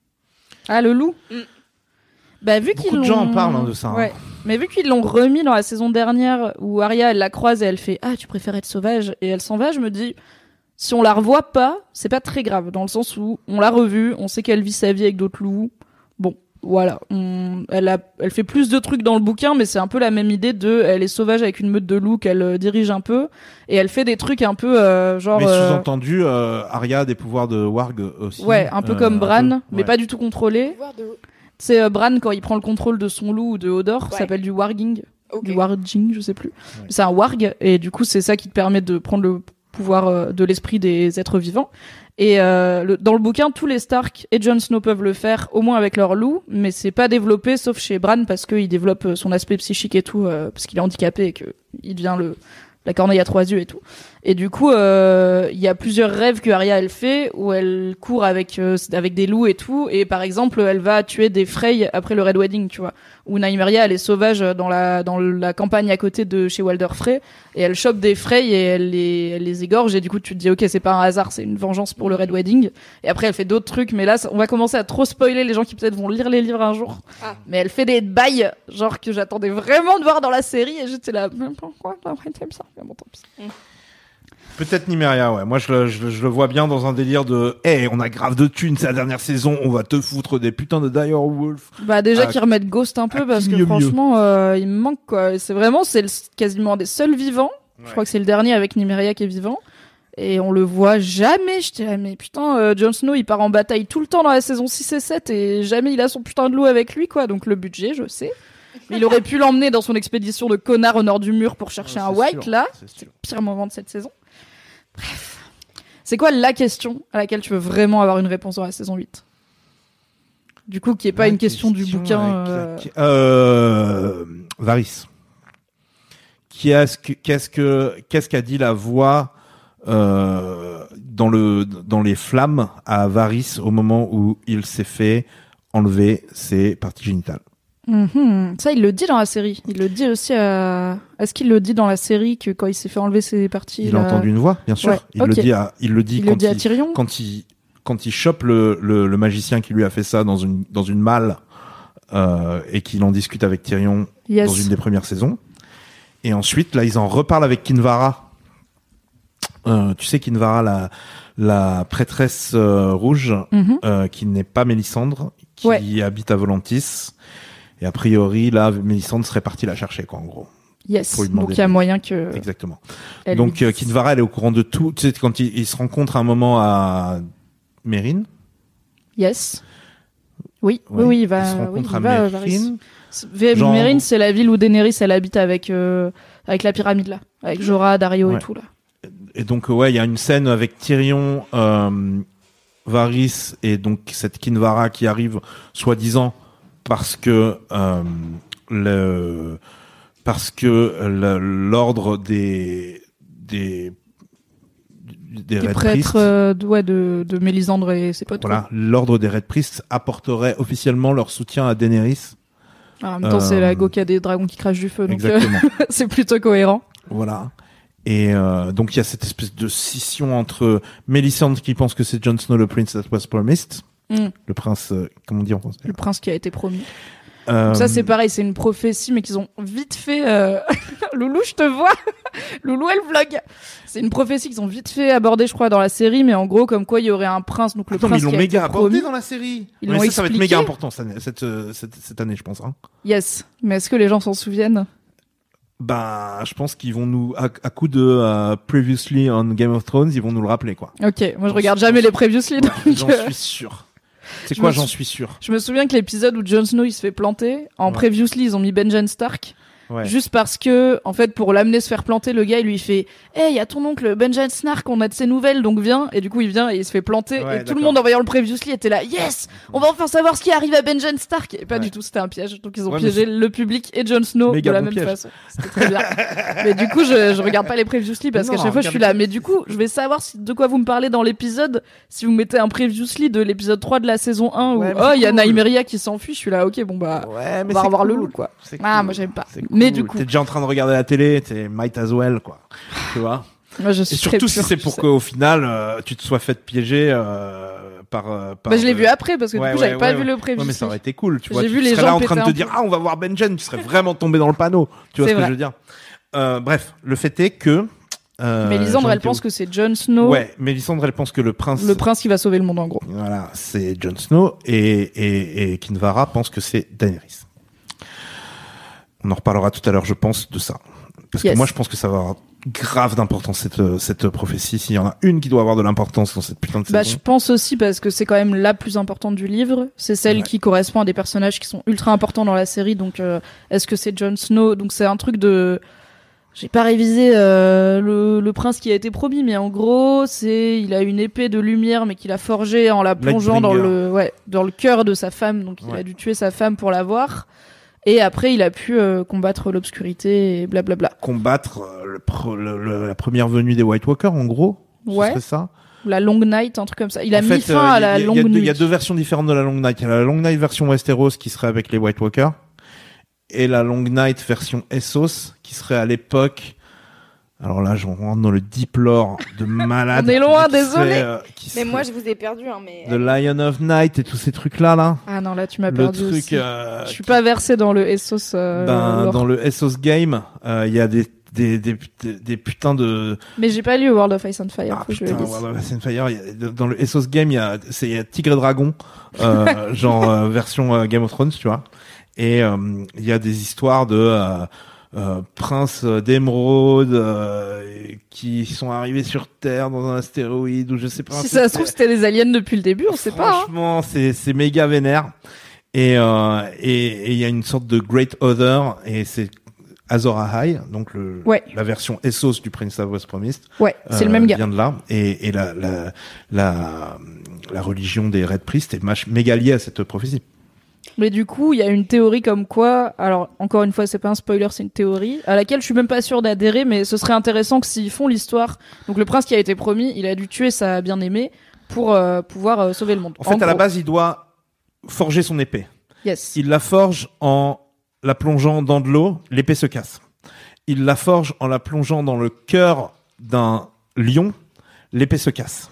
Ah le loup. Mm. Bah vu Beaucoup qu'ils de l'ont... gens en parlent, hein, de ça, hein. Ouais. Mais vu qu'ils l'ont remis dans la saison dernière où Arya elle la croise et elle fait ah tu préfères être sauvage et elle s'en va, je me dis si on la revoit pas c'est pas très grave dans le sens où on l'a revue, on sait qu'elle vit sa vie avec d'autres loups. Bon voilà, on... elle a elle fait plus de trucs dans le bouquin mais c'est un peu la même idée de elle est sauvage avec une meute de loups qu'elle euh, dirige un peu et elle fait des trucs un peu euh, genre Mais euh, sous-entendu, euh, Arya a des pouvoirs de Warg aussi. ouais un peu Euh, comme un Bran peu, mais ouais. pas du tout contrôlé. Pouvoir de... C'est euh, Bran quand il prend le contrôle de son loup ou de Hodor, ça Ouais. s'appelle du warging, Ok. du warging, je sais plus. Ouais. C'est un warg et du coup c'est ça qui te permet de prendre le pouvoir euh, de l'esprit des êtres vivants. Et euh, le, dans le bouquin, tous les Stark et Jon Snow peuvent le faire, au moins avec leur loup, mais c'est pas développé, sauf chez Bran, parce qu'il développe son aspect psychique et tout, euh, parce qu'il est handicapé et qu'il devient le la corneille à trois yeux et tout. Et du coup, il euh, y a plusieurs rêves que Arya elle fait où elle court avec euh, avec des loups et tout. Et par exemple, elle va tuer des Frey après le Red Wedding, tu vois. Où Nymeria elle est sauvage dans la dans la campagne à côté de chez Walder Frey et elle chope des Frey et elle les elle les égorge. Et du coup, tu te dis ok, c'est pas un hasard, c'est une vengeance pour le Red Wedding. Et après, elle fait d'autres trucs, mais là, on va commencer à trop spoiler les gens qui peut-être vont lire les livres un jour. Ah. Mais elle fait des bails, genre que j'attendais vraiment de voir dans la série et j'étais là, mais pourquoi t'aimes ça? Bon, tant pis. Mm. Peut-être Nymeria, ouais. Moi, je le, je, je le vois bien dans un délire de « Hey, on a grave de thunes, c'est la dernière saison, on va te foutre des putains de Dire Wolf. » Bah déjà qu'ils remettent Ghost un peu, parce que mieux, franchement, euh, il me manque, quoi. C'est vraiment, c'est le, quasiment des seuls vivants. Ouais. Je crois que c'est le dernier avec Nymeria qui est vivant. Et on le voit jamais. J'étais là, mais putain, euh, Jon Snow, il part en bataille tout le temps dans la saison six et sept, et jamais il a son putain de loup avec lui, quoi. Donc le budget, je sais. Il aurait pu l'emmener dans son expédition de connard au nord du mur pour chercher ouais, un White, sûr, là. C'est, c'est le pire moment de cette saison. Bref. C'est quoi la question à laquelle tu veux vraiment avoir une réponse dans la saison huit? Du coup, qui est pas la une question, question du bouquin. Euh... La... Euh... Varys. Qui est-ce que, qu'est-ce que, qu'est-ce qu'a dit la voix euh, dans le dans les flammes à Varys au moment où il s'est fait enlever ses parties génitales? Mmh. Ça, il le dit dans la série. Il le dit aussi à... Est-ce qu'il le dit dans la série que quand il s'est fait enlever ses parties? Il là... a entendu une voix, bien sûr. Ouais. Il, okay. le dit à... il le dit il quand le dit il... à Tyrion. Quand il quand il chope le, le le magicien qui lui a fait ça dans une dans une malle euh, et qu'il en discute avec Tyrion yes. dans une des premières saisons. Et ensuite, là, ils en reparlent avec Kinvara. Euh, tu sais, Kinvara, la la prêtresse euh, rouge, mmh. euh, qui n'est pas Mélisandre, qui ouais. habite à Volantis. Et a priori, là, Mélisandre serait partie la chercher, quoi, en gros. Yes. Donc il y a moyen que. Exactement. Donc euh, Kinvara, elle est au courant de tout. Tu sais, quand ils il se rencontrent un moment à Meereen. Yes. Oui, ouais. oui, oui, il va. Ils se rencontrent oui, à Meereen. Genre... Meereen, c'est la ville où Daenerys, elle habite avec euh, avec la pyramide là, avec Jorah, Daario ouais. et tout là. Et donc ouais, il y a une scène avec Tyrion, euh, Varys et donc cette Kinvara qui arrive, soi-disant. Parce que euh, le parce que le, l'ordre des des des, des Red prêtres Priests, euh, ouais, de de Mélisandre et ses potes. Voilà, l'ordre des Red Priests apporterait officiellement leur soutien à Daenerys. Ah, en même temps, euh, c'est la Goka des dragons qui crachent du feu, donc euh, c'est plutôt cohérent. Voilà. Et euh, donc il y a cette espèce de scission entre Mélisandre qui pense que c'est Jon Snow le Prince that was promised. Mm. Le prince, euh, comment on dit en français? Le prince qui a été promis. Euh... Donc ça c'est pareil, c'est une prophétie, mais qu'ils ont vite fait. Euh... Loulou, je te vois. Loulou, elle vlog. C'est une prophétie qu'ils ont vite fait aborder, je crois, dans la série, mais en gros, comme quoi il y aurait un prince. Donc le Attends, prince mais ils l'ont qui a méga été abordé dans la série. Ils mais l'ont ça, expliqué. ça va être méga important cette, cette, cette, cette année, je pense. Hein. Yes, mais est-ce que les gens s'en souviennent? Bah, je pense qu'ils vont nous, à, à coup de uh, Previously on Game of Thrones, ils vont nous le rappeler, quoi. Ok, moi je regarde jamais les Previously, donc. J'en suis sûr. C'est quoi, j'en suis sûr. Je me souviens que l'épisode où Jon Snow il se fait planter, en ouais. Previously ils ont mis Benjen Stark. Ouais. Juste parce que, en fait, pour l'amener se faire planter, le gars, il lui fait « Hey, il y a ton oncle Benjen Stark, on a de ses nouvelles, donc viens !» Et du coup, il vient et il se fait planter. Ouais, et tout le monde, en voyant le Previously, était là « Yes, on va enfin savoir ce qui arrive à Benjen Stark !» Et pas ouais. du tout, c'était un piège. Donc ils ont ouais, piégé le public et Jon Snow de la bon même piège. façon. C'était très bien. Mais du coup, je, je regarde pas les Previously parce non, qu'à chaque fois, je suis là. Mais du coup, je vais savoir si, de quoi vous me parlez dans l'épisode. Si vous mettez un Previously de l'épisode trois de la saison un où, oh, il y a Nymeria qui s'enfuit, je suis là, ok, bon bah, on va revoir le loup, quoi. Ah, moi, j'aime pas. Mais du coup. De regarder la télé, t'es might as well, quoi. Tu vois. Moi, je suis et surtout si c'est pour qu'au final, euh, tu te sois fait piéger euh, par. Euh, par bah, je l'ai euh... vu après parce que ouais, du coup, ouais, j'avais pas ouais, vu ouais. le prévu. Ouais, mais ça aurait été cool, tu J'ai vois. Vu tu les serais gens là en train de te dire, peu. ah, on va voir Benjen, tu serais vraiment tombé dans le panneau. Tu vois c'est ce vrai. que je veux dire. Euh, bref, le fait est que. Euh, Mélisandre, elle pense que c'est Jon Snow. Ouais, Mélisandre, elle pense que le prince. Le prince qui va sauver le monde, en gros. Voilà, c'est Jon Snow et, et, et Kinvara pense que c'est Daenerys. On en reparlera tout à l'heure, je pense, de ça. Parce yes. que moi, je pense que ça va avoir grave d'importance, cette, cette prophétie. S'il y en a une qui doit avoir de l'importance dans cette putain de saison. Bah, je pense aussi parce que c'est quand même la plus importante du livre. C'est celle ouais. qui correspond à des personnages qui sont ultra importants dans la série. Donc, euh, est-ce que c'est Jon Snow? Donc, c'est un truc de... J'ai pas révisé euh, le, le prince qui a été promis, mais en gros, c'est il a une épée de lumière, mais qu'il a forgée en la plongeant dans le ouais dans le cœur de sa femme. Donc il ouais. a dû tuer sa femme pour l'avoir. Et après, il a pu euh, combattre l'obscurité et blablabla. Combattre euh, le pre- le, le, la première venue des White Walkers, en gros. Ouais. Ce serait ça. La Long Night, un truc comme ça. Il en a fait, mis fin euh, à la y a, Longue y a deux, Nuit. Il y a deux versions différentes de la Long Night. Il y a la Long Night version Westeros qui serait avec les White Walkers et la Long Night version Essos qui serait à l'époque. Alors là, j'en rentre dans le deep lore de malade. On est loin, désolé. Serait, euh, mais moi, je vous ai perdu, hein, mais. The Lion of Night et tous ces trucs-là, là. Ah non, là, tu m'as perdu. Le truc. Aussi. Euh, je suis pas versé dans le Essos. Euh, ben, dans le Essos game, il euh, y a des, des, des, des, des putains de. Mais j'ai pas lu World of Ice and Fire. Ah putain, World of Ice and Fire. Y a, dans le Essos game, il y a, c'est, y a Tigre et Dragon, euh, genre euh, version euh, Game of Thrones, tu vois. Et il euh, y a des histoires de. Euh, Euh, prince d'émeraude euh, qui sont arrivés sur Terre dans un astéroïde ou je sais pas. Si ça se trouve c'était des aliens depuis le début, on sait pas. Franchement, hein. c'est c'est méga vénère et euh, et il y a une sorte de Great Other et c'est Azor Ahai, donc le ouais. la version Essos du Prince of West Promised. Ouais, c'est euh, le même gars. Vient de là et et la la la la religion des Red Priests est méga liée à cette prophétie. Mais du coup, il y a une théorie comme quoi, alors encore une fois, c'est pas un spoiler, c'est une théorie, à laquelle je suis même pas sûre d'adhérer, mais ce serait intéressant que s'ils font l'histoire, donc le prince qui a été promis, il a dû tuer sa bien-aimée pour euh, pouvoir euh, sauver le monde. En fait, en à gros. la base, il doit forger son épée. Yes. Il la forge en la plongeant dans de l'eau, l'épée se casse. Il la forge en la plongeant dans le cœur d'un lion, l'épée se casse.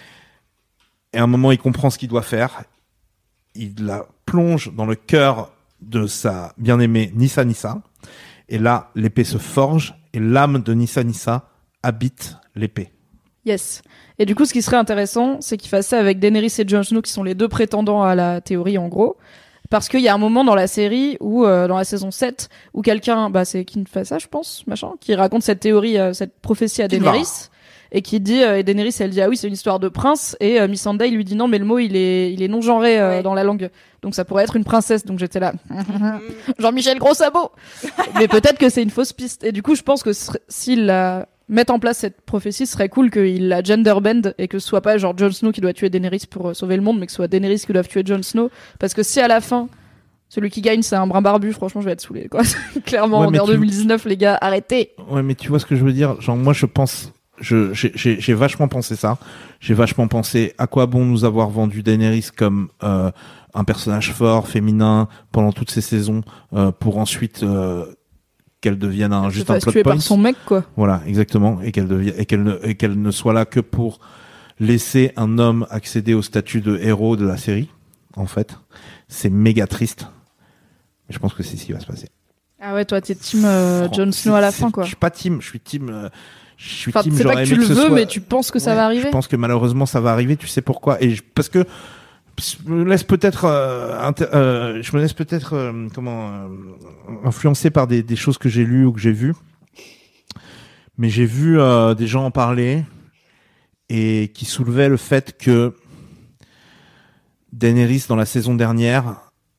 Et à un moment, il comprend ce qu'il doit faire. Il la plonge dans le cœur de sa bien-aimée Nissa Nissa. Et là, l'épée se forge et l'âme de Nissa Nissa habite l'épée. Yes. Et du coup, ce qui serait intéressant, c'est qu'il fasse ça avec Daenerys et Jon Snow, qui sont les deux prétendants à la théorie, en gros. Parce qu'il y a un moment dans la série, où euh, dans la saison sept, où quelqu'un, bah c'est qui fait ça, je pense, machin, qui raconte cette théorie, euh, cette prophétie à Daenerys. Et qui dit, euh, et Daenerys, elle dit, ah oui, c'est une histoire de prince, et euh, Missandei lui dit, non, mais le mot, il est, il est non genré euh, ouais. dans la langue, donc ça pourrait être une princesse, donc j'étais là, Jean-Michel Gros Sabot. Mais peut-être que c'est une fausse piste, et du coup, je pense que s'ils la mettent en place cette prophétie, ce serait cool qu'ils la gender bend, et que ce soit pas genre Jon Snow qui doit tuer Daenerys pour euh, sauver le monde, mais que ce soit Daenerys qui doit tuer Jon Snow, parce que si à la fin, celui qui gagne, c'est un brin barbu, franchement, je vais être saoulé, quoi. Clairement, ouais, on est en tu... deux mille dix-neuf, les gars, arrêtez. Ouais, mais tu vois ce que je veux dire, genre, moi, je pense... Je, j'ai, j'ai, j'ai vachement pensé ça. J'ai vachement pensé à quoi bon nous avoir vendu Daenerys comme euh, un personnage fort, féminin, pendant toutes ces saisons, euh, pour ensuite euh, qu'elle devienne un, juste un plot point. Par son mec, quoi. Voilà, exactement, et qu'elle devienne, et qu'elle ne, et qu'elle ne soit là que pour laisser un homme accéder au statut de héros de la série. En fait, c'est méga triste. Mais je pense que c'est ce qui va se passer. Ah ouais, toi, t'es team euh, Jon Snow à la fin, quoi. Je suis pas team, je suis team. Euh, Je suis enfin, team, c'est pas que tu le que veux, soit... mais tu penses que ça ouais, va arriver. Je pense que malheureusement ça va arriver. Tu sais pourquoi? Et je... parce que je me laisse peut-être, euh, inter... euh, je me laisse peut-être euh, comment euh, influencé par des, des choses que j'ai lues ou que j'ai vues. Mais j'ai vu euh, des gens en parler et qui soulevaient le fait que Daenerys dans la saison dernière,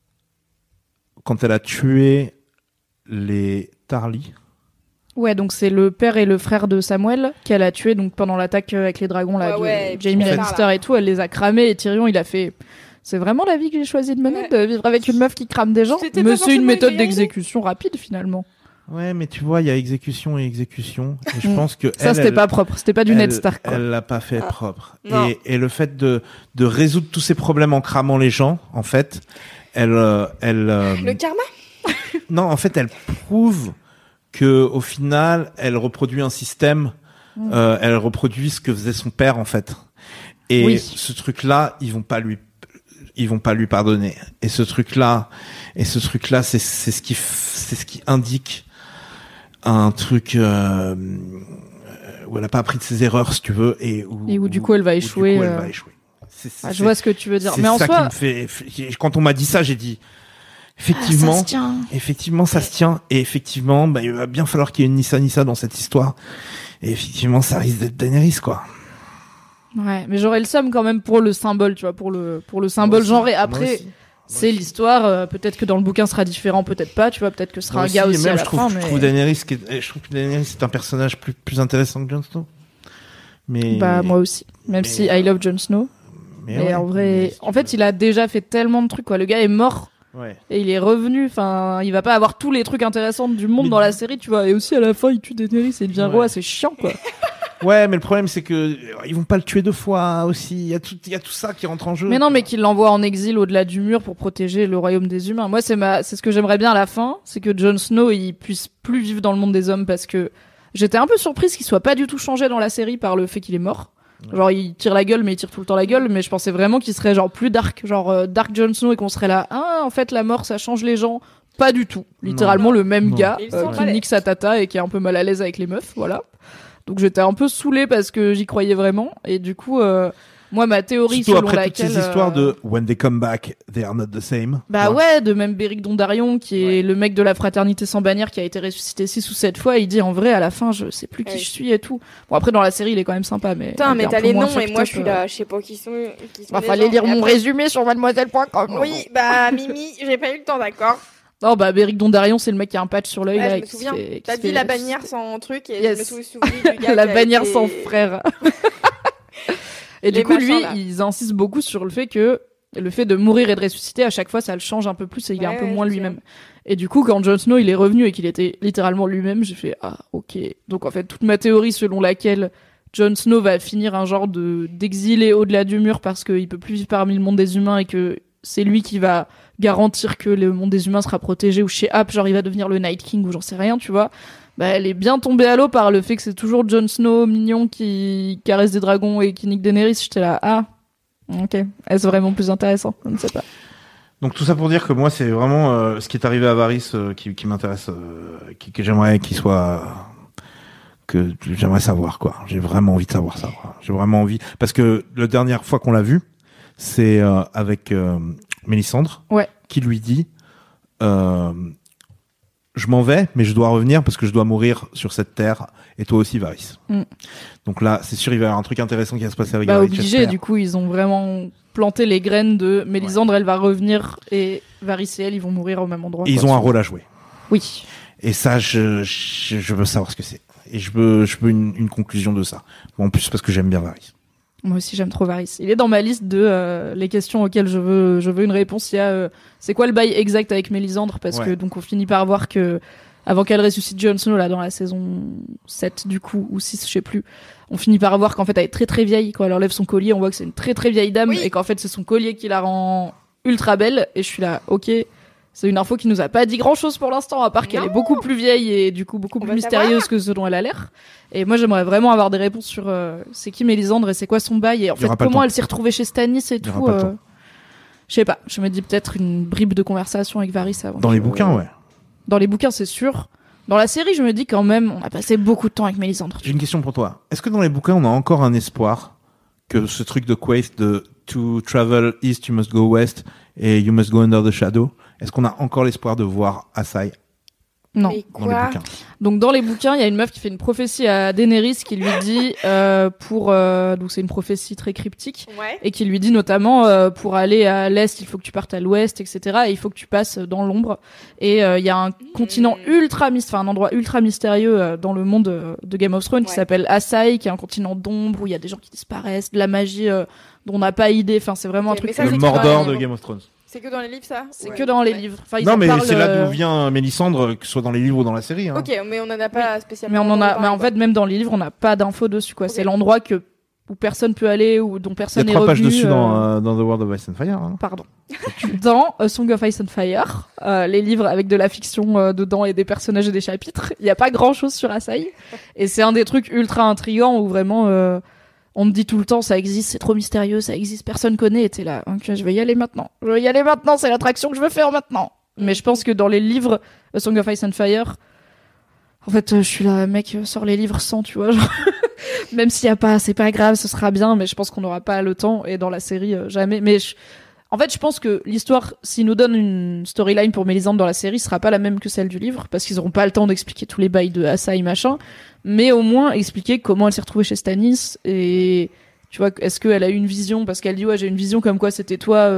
quand elle a tué les Tarly. Ouais, donc c'est le père et le frère de Samuel qu'elle a tué donc pendant l'attaque avec les dragons là, ouais, de ouais, Jaime Lannister et tout, elle les a cramés et Tyrion il a fait c'est vraiment la vie que j'ai choisi de mener, ouais. de vivre avec une meuf qui crame des gens. C'était mais c'est une méthode d'exécution rapide finalement. Ouais, mais tu vois, il y a exécution et exécution. Et je pense que ça elle, c'était elle, pas propre, c'était pas du elle, Ned Stark. Quoi. Elle l'a pas fait ah. propre. Et, et le fait de de résoudre tous ces problèmes en cramant les gens, en fait, elle euh, elle. Euh, le karma. Non, en fait, elle prouve que au final, elle reproduit un système, mmh. euh, elle reproduit ce que faisait son père en fait. Et oui. ce truc-là, ils vont pas lui, ils vont pas lui pardonner. Et ce truc-là, et ce truc-là, c'est c'est ce qui, c'est ce qui indique un truc euh, où elle a pas appris de ses erreurs, si tu veux, et où, et où du coup elle va échouer. Du coup, euh... elle va échouer. C'est, c'est, ah, je vois ce que tu veux dire. C'est mais en ça soi, qui me fait. Quand on m'a dit ça, j'ai dit. Effectivement, ah, ça se tient. effectivement, ça se tient. Et effectivement, bah, il va bien falloir qu'il y ait une Nissa Nissa dans cette histoire. Et effectivement, ça risque d'être Daenerys, quoi. Ouais, mais j'aurais le seum quand même pour le symbole, tu vois, pour le, pour le symbole genre. Et après, c'est l'histoire. Euh, peut-être que dans le bouquin sera différent, peut-être pas. Tu vois, peut-être que ce sera moi un gars aussi, aussi à la je trouve, fin. Je mais... trouve Daenerys, qui est, je trouve que Daenerys c'est un personnage plus plus intéressant que Jon Snow. Mais bah moi aussi. Même mais... si I love Jon Snow. Mais, mais ouais, en vrai, mais en fait, il a déjà fait tellement de trucs. Quoi. Le gars est mort. Ouais. Et il est revenu, enfin, il va pas avoir tous les trucs intéressants du monde mais dans la série, tu vois. Et aussi à la fin, il tue Daenerys et il devient ouais. roi, c'est chiant, quoi. Ouais, mais le problème c'est que ils vont pas le tuer deux fois aussi. Il y a tout, il y a tout ça qui rentre en jeu. Mais non, mais qu'il l'envoie en exil au-delà du mur pour protéger le royaume des humains. Moi, c'est ma, c'est ce que j'aimerais bien à la fin, c'est que Jon Snow il puisse plus vivre dans le monde des hommes parce que j'étais un peu surprise qu'il soit pas du tout changé dans la série par le fait qu'il est mort. Genre il tire la gueule mais il tire tout le temps la gueule, mais je pensais vraiment qu'il serait genre plus dark, genre euh, dark Jon Snow, et qu'on serait là ah en fait la mort ça change les gens. Pas du tout, littéralement non. le même non. gars euh, qui nique sa tata et qui est un peu mal à l'aise avec les meufs, voilà. Donc j'étais un peu saoulée parce que j'y croyais vraiment, et du coup euh, moi ma théorie surtout selon après laquelle toutes ces histoires de when they come back they are not the same. Bah ouais, ouais de même Beric Dondarrion qui est ouais. le mec de la fraternité sans bannière qui a été ressuscité six ou sept fois, il dit en vrai à la fin je sais plus qui ouais. je suis et tout. Bon après dans la série il est quand même sympa, mais putain mais t'as les noms et moi je suis là, je sais pas qui sont qui sont bah, fallait lire mon après... résumé sur mademoiselle point com. Oui bah Mimi j'ai pas eu le temps, d'accord. Non, bah, Beric Dondarrion, c'est le mec qui a un patch sur l'œil, ouais, là. Je me souviens. Fait, T'as dit fait... la bannière sans truc, et yes. je me suis souvenu du gars. La qui bannière été... sans frère. Et les du coup, machins, lui, là. Ils insistent beaucoup sur le fait que le fait de mourir et de ressusciter, à chaque fois, ça le change un peu plus et il ouais, est un peu ouais, moins lui-même. Et du coup, quand Jon Snow, il est revenu et qu'il était littéralement lui-même, j'ai fait, ah, ok. Donc, en fait, toute ma théorie selon laquelle Jon Snow va finir un genre de, d'exilé au-delà du mur parce qu'il peut plus vivre parmi le monde des humains et que c'est lui qui va garantir que le monde des humains sera protégé, ou chez App, genre il va devenir le Night King ou j'en sais rien, tu vois. Bah, elle est bien tombée à l'eau par le fait que c'est toujours Jon Snow mignon qui caresse des dragons et qui nique Daenerys. J'étais là, ah, ok. Est-ce vraiment plus intéressant? Je ne sais pas. Donc tout ça pour dire que moi c'est vraiment euh, ce qui est arrivé à Varys euh, qui, qui m'intéresse, euh, qui, que j'aimerais qu'il soit, que j'aimerais savoir quoi. J'ai vraiment envie de savoir ça. Quoi. J'ai vraiment envie parce que la dernière fois qu'on l'a vu, c'est euh, avec euh, Mélisandre, ouais. qui lui dit euh, je m'en vais, mais je dois revenir parce que je dois mourir sur cette terre, et toi aussi, Varys. Mm. Donc là, c'est sûr, il va y avoir un truc intéressant qui va se passer avec bah, Varys. Obligé, j'espère. Du coup, ils ont vraiment planté les graines de Mélisandre, ouais. elle va revenir, et Varys et elle, ils vont mourir au même endroit. Et ils ont un rôle à jouer. Oui. Et ça, je, je, je veux savoir ce que c'est. Et je veux, je veux une, une conclusion de ça. Bon, en plus, parce que j'aime bien Varys. Moi aussi, j'aime trop Varys. Il est dans ma liste de euh, les questions auxquelles je veux, je veux une réponse. Il y a, euh, c'est quoi le bail exact avec Mélisandre? Parce ouais. que donc on finit par voir que avant qu'elle ressuscite Jon Snow là dans la saison sept du coup ou six, je sais plus. On finit par voir qu'en fait elle est très très vieille. Quand elle enlève son collier, on voit que c'est une très très vieille dame oui. et qu'en fait c'est son collier qui la rend ultra belle. Et je suis là, ok. C'est une info qui nous a pas dit grand chose pour l'instant, à part qu'elle non. est beaucoup plus vieille et du coup beaucoup on plus mystérieuse savoir. Que ce dont elle a l'air. Et moi j'aimerais vraiment avoir des réponses sur euh, c'est qui Mélisandre et c'est quoi son bail et en fait comment elle s'est retrouvée chez Stannis et tout. Euh... Je sais pas, je me dis peut-être une bribe de conversation avec Varys avant. Dans les euh... bouquins, ouais. Dans les bouquins, c'est sûr. Dans la série, je me dis quand même, on a passé beaucoup de temps avec Mélisandre. J'ai une question pour toi. Est-ce que dans les bouquins, on a encore un espoir que ce truc de Quaithe de to travel east, you must go west et you must go under the shadow, est-ce qu'on a encore l'espoir de voir Asai? Non. Dans les bouquins. Donc dans les bouquins, il y a une meuf qui fait une prophétie à Daenerys qui lui dit euh, pour euh, donc c'est une prophétie très cryptique ouais. et qui lui dit notamment euh, pour aller à l'est, il faut que tu partes à l'ouest, et cetera. Et il faut que tu passes dans l'ombre. Et il euh, y a un mmh. continent ultra mystérieux, enfin un endroit ultra mystérieux euh, dans le monde euh, de Game of Thrones ouais. qui s'appelle Asai, qui est un continent d'ombre où il y a des gens qui disparaissent, de la magie euh, dont on n'a pas idée. Enfin c'est vraiment okay, un truc. Ça, le Mordor de Game of Thrones. C'est que dans les livres, ça? C'est ouais. que dans les ouais. livres. Enfin, ils non, mais parlent, c'est là euh... d'où vient Mélisandre, que ce soit dans les livres ou dans la série. Hein. Ok, mais on en a pas oui. spécialement. Mais on en a. Mais en fait, même dans les livres, on n'a pas d'infos dessus. Quoi. Okay. C'est l'endroit que où personne peut aller ou dont personne n'est revenu. Il y a trois pages dessus euh... dans, euh, dans The World of Ice and Fire. Hein. Pardon. Dans A Song of Ice and Fire, euh, les livres avec de la fiction euh, dedans et des personnages et des chapitres, il y a pas grand-chose sur Asai. Et c'est un des trucs ultra intrigants où vraiment. Euh, On me dit tout le temps, ça existe, c'est trop mystérieux, ça existe, personne connaît. Et t'es là, ok, je vais y aller maintenant. Je vais y aller maintenant, c'est l'attraction que je veux faire maintenant. Mais je pense que dans les livres, A Song of Ice and Fire, en fait, je suis là, mec, sors les livres sans, tu vois. Genre même s'il y a pas, c'est pas grave, ce sera bien, mais je pense qu'on n'aura pas le temps. Et dans la série, euh, jamais. Mais je... en fait, je pense que l'histoire, s'ils nous donnent une storyline pour Mélisandre dans la série, sera pas la même que celle du livre, parce qu'ils auront pas le temps d'expliquer tous les bails de Asai machin. Mais au moins expliquer comment elle s'est retrouvée chez Stannis et tu vois est-ce qu'elle a eu une vision parce qu'elle dit ouais j'ai une vision comme quoi c'était toi euh,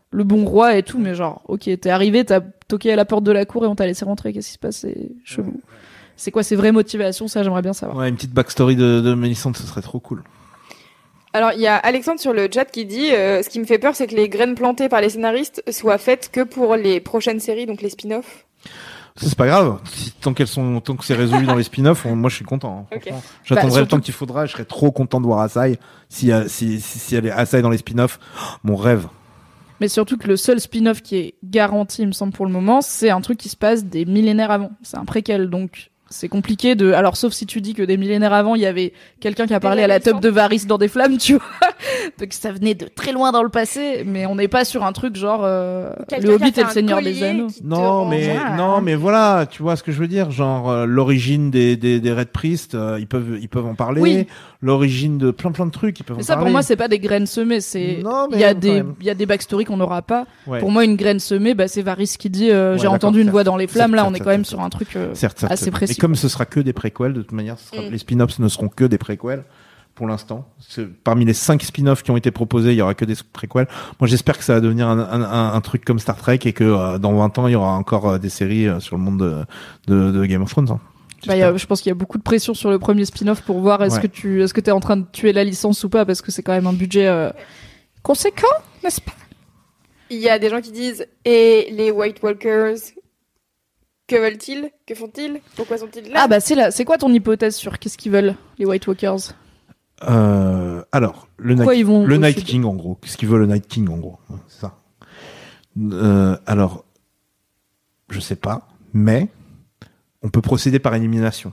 le bon roi et tout, mais genre, ok, t'es arrivé, t'as toqué à la porte de la cour et on t'a laissé rentrer, qu'est-ce qui se passe? C'est chelou. C'est quoi ses vraies motivations? Ça, j'aimerais bien savoir. Ouais, une petite backstory de, de Mélissandre, ce serait trop cool. Alors, il y a Alexandre sur le chat qui dit euh, ce qui me fait peur, c'est que les graines plantées par les scénaristes soient faites que pour les prochaines séries, donc les spin-offs. Ça, c'est pas grave. Si, tant qu'elles sont, tant que c'est résolu dans les spin-offs, on, moi, je suis content. Hein, okay. J'attendrai bah, surtout... le temps qu'il faudra. Je serais trop content de voir Asai. Si, si, si, si elle est Asai dans les spin-offs, oh, mon rêve. Mais surtout que le seul spin-off qui est garanti, il me semble pour le moment, c'est un truc qui se passe des millénaires avant. C'est un préquel, donc. C'est compliqué de... Alors, sauf si tu dis que des millénaires avant, il y avait quelqu'un qui a parlé à la teub de Varys dans des flammes, tu vois. Donc, ça venait de très loin dans le passé, mais on n'est pas sur un truc genre euh, le Hobbit et le Seigneur des Anneaux. Non, mais ah. non, mais voilà, tu vois ce que je veux dire, genre euh, l'origine des des des Red Priest, euh, ils peuvent ils peuvent en parler. Oui. L'origine de plein plein de trucs, ils peuvent mais en ça, parler. Pour moi, c'est pas des graines semées, c'est il y a des il y a des backstories qu'on n'aura pas. Ouais. Pour moi, une graine semée, bah c'est Varys qui dit euh, ouais, j'ai entendu une voix dans les flammes. Certes, là, certes, on est quand même certes, sur un truc euh, certes, certes, assez précis. Et comme ce sera que des préquels, de toute manière, ce sera, mm. les spin-offs ne seront que des préquels pour l'instant. C'est, parmi les cinq spin-offs qui ont été proposés, il y aura que des préquels. Moi, j'espère que ça va devenir un, un, un, un truc comme Star Trek et que euh, dans vingt ans, il y aura encore euh, des séries euh, sur le monde de, de, de Game of Thrones. Hein. Bah, y a, je pense qu'il y a beaucoup de pression sur le premier spin-off pour voir est-ce ouais. que tu est-ce que t'es en train de tuer la licence ou pas, parce que c'est quand même un budget euh, conséquent, n'est-ce pas? Il y a des gens qui disent et les White Walkers, que veulent-ils? Que font-ils? Pourquoi sont-ils là? Ah bah c'est là, c'est quoi ton hypothèse sur qu'est-ce qu'ils veulent les White Walkers? Euh, alors le Night, ils vont le Night King en gros, qu'est-ce qu'il veut le Night King en gros, c'est ça. Euh, alors je sais pas, mais on peut procéder par élimination.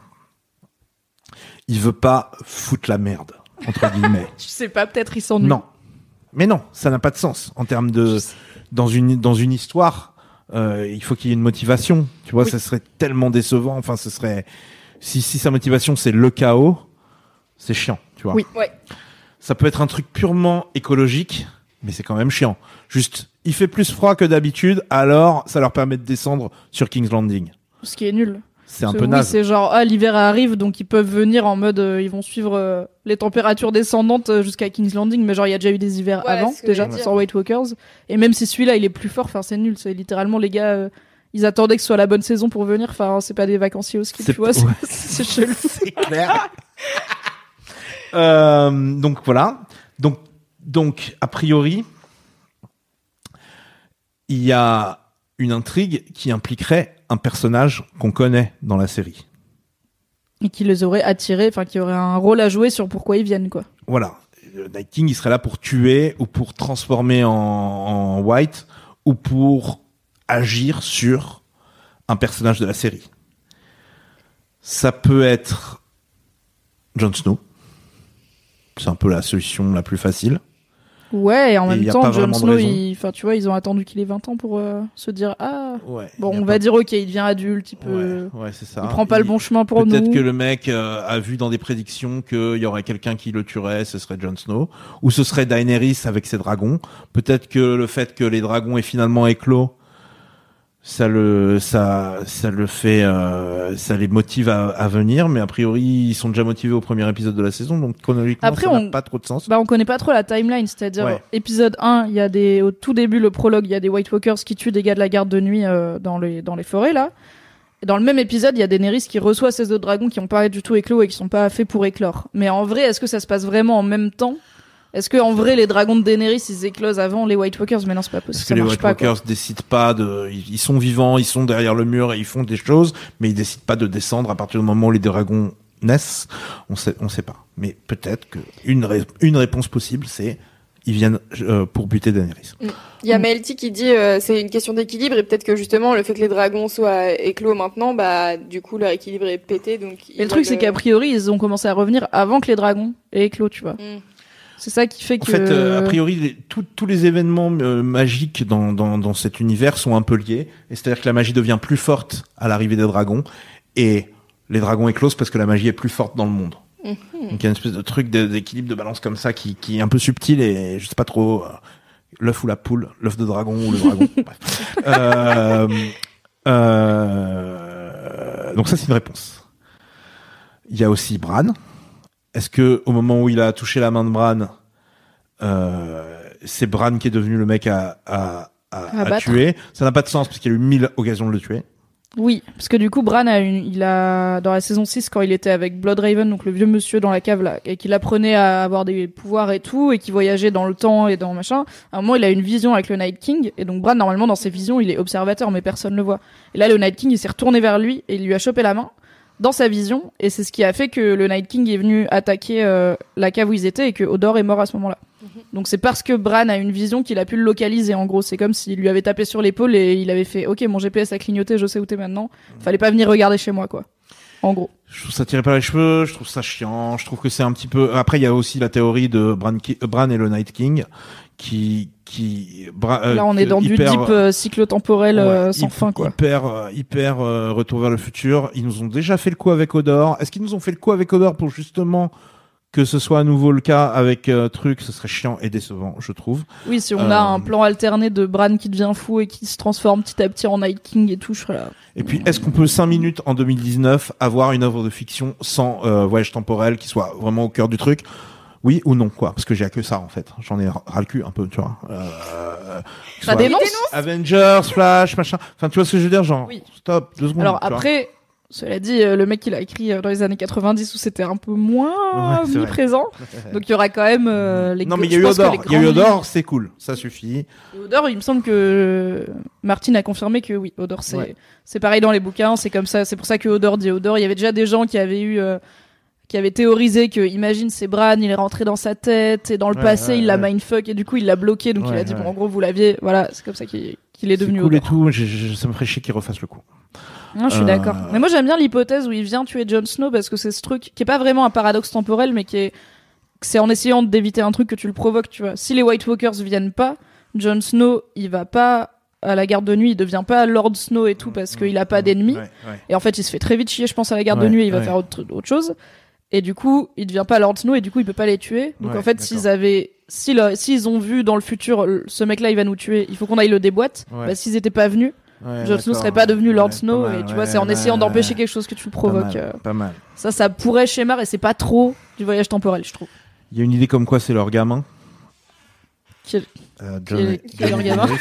Il veut pas foutre la merde, entre guillemets. Je sais pas, peut-être il s'ennuie. Non. Mais non, ça n'a pas de sens. En termes de, dans une, dans une histoire, euh, il faut qu'il y ait une motivation. Tu vois, oui. Ça serait tellement décevant. Enfin, ce serait, si, si sa motivation c'est le chaos, c'est chiant, tu vois. Oui, ouais. Ça peut être un truc purement écologique, mais c'est quand même chiant. Juste, il fait plus froid que d'habitude, alors ça leur permet de descendre sur King's Landing. Ce qui est nul. C'est un oui, peu naze. C'est genre, ah, l'hiver arrive, donc ils peuvent venir en mode, euh, ils vont suivre euh, les températures descendantes euh, jusqu'à King's Landing, mais genre, il y a déjà eu des hivers voilà, avant, déjà, sans White Walkers. Et même si celui-là, il est plus fort, enfin, c'est nul. C'est littéralement, les gars, euh, ils attendaient que ce soit la bonne saison pour venir. Enfin, c'est pas des vacanciers au ski, c'est tu vois, ouais. c'est, c'est chelou. C'est clair. euh, donc, voilà. Donc, donc, a priori, il y a une intrigue qui impliquerait un personnage qu'on connaît dans la série. Et qui les aurait attirés, enfin qui aurait un rôle à jouer sur pourquoi ils viennent, quoi. Voilà. Le Night King, il serait là pour tuer ou pour transformer en, en White ou pour agir sur un personnage de la série. Ça peut être Jon Snow. C'est un peu la solution la plus facile. Ouais, et en même et temps, Jon Snow, enfin, tu vois, ils ont attendu qu'il ait vingt ans pour euh, se dire ah, ouais, bon, on va pas... dire ok, il devient adulte, il peut, ouais, ouais, c'est ça. Il prend pas il... le bon chemin pour Peut-être nous. Peut-être que le mec euh, a vu dans des prédictions qu'il y aurait quelqu'un qui le tuerait, ce serait Jon Snow, ou ce serait Daenerys avec ses dragons. Peut-être que le fait que les dragons aient finalement éclos, ça le, ça, ça le fait, euh, ça les motive à, à venir, mais a priori ils sont déjà motivés au premier épisode de la saison, donc chronologiquement après, ça on... n'a pas trop de sens. Bah on connaît pas trop la timeline, c'est-à-dire ouais. épisode un, il y a des, au tout début le prologue, il y a des White Walkers qui tuent des gars de la garde de nuit euh, dans les dans les forêts là. Et dans le même épisode, il y a Daenerys qui reçoit ces autres dragons qui ont pas du tout éclos et qui sont pas faits pour éclore. Mais en vrai, est-ce que ça se passe vraiment en même temps? Est-ce que en vrai les dragons de Daenerys ils éclosent avant les White Walkers? Mais non, c'est pas possible. Parce que les White pas, Walkers quoi. décident pas de, ils sont vivants, ils sont derrière le mur et ils font des choses, mais ils décident pas de descendre à partir du moment où les dragons naissent. On sait, on sait pas. Mais peut-être que une ré... une réponse possible, c'est ils viennent euh, pour buter Daenerys. Il y a Melty qui dit euh, c'est une question d'équilibre et peut-être que justement le fait que les dragons soient éclos maintenant, bah du coup leur équilibre est pété. Donc. Et le truc le... c'est qu'a priori ils ont commencé à revenir avant que les dragons aient éclos, tu vois. Mm. C'est ça qui fait que... En fait, euh, a priori, les, tout, tous les événements euh, magiques dans, dans, dans cet univers sont un peu liés. Et c'est-à-dire que la magie devient plus forte à l'arrivée des dragons. Et les dragons éclosent parce que la magie est plus forte dans le monde. Mm-hmm. Donc il y a une espèce de truc d'équilibre, de balance comme ça qui, qui est un peu subtil et je sais pas trop... Euh, l'œuf ou la poule, l'œuf de dragon ou le dragon. Bref. Euh, euh, donc ça, c'est une réponse. Il y a aussi Bran. Est-ce que au moment où il a touché la main de Bran, euh, c'est Bran qui est devenu le mec à, à, à, à, à tuer. Ça n'a pas de sens parce qu'il y a eu mille occasions de le tuer. Oui, parce que du coup, Bran a une, il a, dans la saison six, quand il était avec Bloodraven, donc le vieux monsieur dans la cave là, et qu'il apprenait à avoir des pouvoirs et tout, et qui voyageait dans le temps et dans machin, à un moment, il a une vision avec le Night King, et donc Bran, normalement, dans ses visions, il est observateur, mais personne le voit. Et là, le Night King, il s'est retourné vers lui, et il lui a chopé la main, dans sa vision, et c'est ce qui a fait que le Night King est venu attaquer euh, la cave où ils étaient, et que Hodor est mort à ce moment-là. Donc c'est parce que Bran a une vision qu'il a pu le localiser. En gros, c'est comme s'il lui avait tapé sur l'épaule et il avait fait « Ok, mon G P S a clignoté, je sais où t'es maintenant. Fallait pas venir regarder chez moi, quoi. » En gros. Je trouve ça tiré par les cheveux, je trouve ça chiant, je trouve que c'est un petit peu... Après, il y a aussi la théorie de Bran, Ki... Bran et le Night King qui... qui... Bra... Là, on est dans hyper... du deep euh, cycle temporel euh, ouais, sans hyper, fin, quoi. Hyper, euh, hyper euh, retour vers le futur. Ils nous ont déjà fait le coup avec Hodor. Est-ce qu'ils nous ont fait le coup avec Hodor pour justement... que ce soit à nouveau le cas avec euh, truc, ce serait chiant et décevant, je trouve. Oui, si on euh... a un plan alterné de Bran qui devient fou et qui se transforme petit à petit en Night King et tout, je serais là. Et puis, est-ce qu'on peut cinq minutes en deux mille dix-neuf avoir une œuvre de fiction sans euh, voyage temporel qui soit vraiment au cœur du truc? Oui ou non, quoi? Parce que j'ai que ça, en fait. J'en ai ras le cul un peu, tu vois. Euh, ça dénonce? Avengers, Flash, machin. Enfin, tu vois ce que je veux dire? Genre, oui. Stop, deux secondes. Alors après... Cela dit, le mec il a écrit dans les années quatre-vingt-dix où c'était un peu moins ouais, présent. Donc il y aura quand même euh, les. Non mais il y a eu Hodor. Il y a eu Hodor, c'est cool, ça suffit. Et Hodor, il me semble que Martin a confirmé que oui, Hodor c'est ouais. c'est pareil dans les bouquins, c'est comme ça. C'est pour ça que Hodor dit Hodor. Il y avait déjà des gens qui avaient eu euh, qui avaient théorisé que imagine c'est Bran, il est rentré dans sa tête et dans le ouais, passé ouais, il l'a ouais. mindfuck et du coup il l'a bloqué. Donc ouais, il a dit ouais. bon en gros vous l'aviez. Voilà, c'est comme ça qu'il, qu'il est devenu. C'est cool Hodor. et tout. Je, je, ça me ferait chier qu'il refasse le coup. Non, je suis euh... d'accord. Mais moi, j'aime bien l'hypothèse où il vient tuer Jon Snow parce que c'est ce truc qui est pas vraiment un paradoxe temporel, mais qui est, c'est en essayant d'éviter un truc que tu le provoques, tu vois. Si les White Walkers viennent pas, Jon Snow, il va pas à la garde de nuit, il devient pas Lord Snow et tout parce qu'il a pas d'ennemis. Ouais, ouais. Et en fait, il se fait très vite chier, je pense, à la garde ouais, de nuit et il va ouais. faire autre, autre chose. Et du coup, il devient pas Lord Snow et du coup, il peut pas les tuer. Donc ouais, en fait, d'accord. s'ils avaient, si le, s'ils ont vu dans le futur, ce mec-là, il va nous tuer, il faut qu'on aille le déboîte. Ouais. Bah, s'ils étaient pas venus, Ouais, Jon Snow serait pas devenu Lord ouais, Snow mal, et tu ouais, vois c'est en ouais, essayant ouais, d'empêcher ouais. quelque chose que tu le provoques. Pas mal, pas mal. Ça ça pourrait schémar et c'est pas trop du voyage temporel je trouve. Il y a une idée comme quoi c'est leur gamin. Qui est, euh, qui est, qui est leur gamin.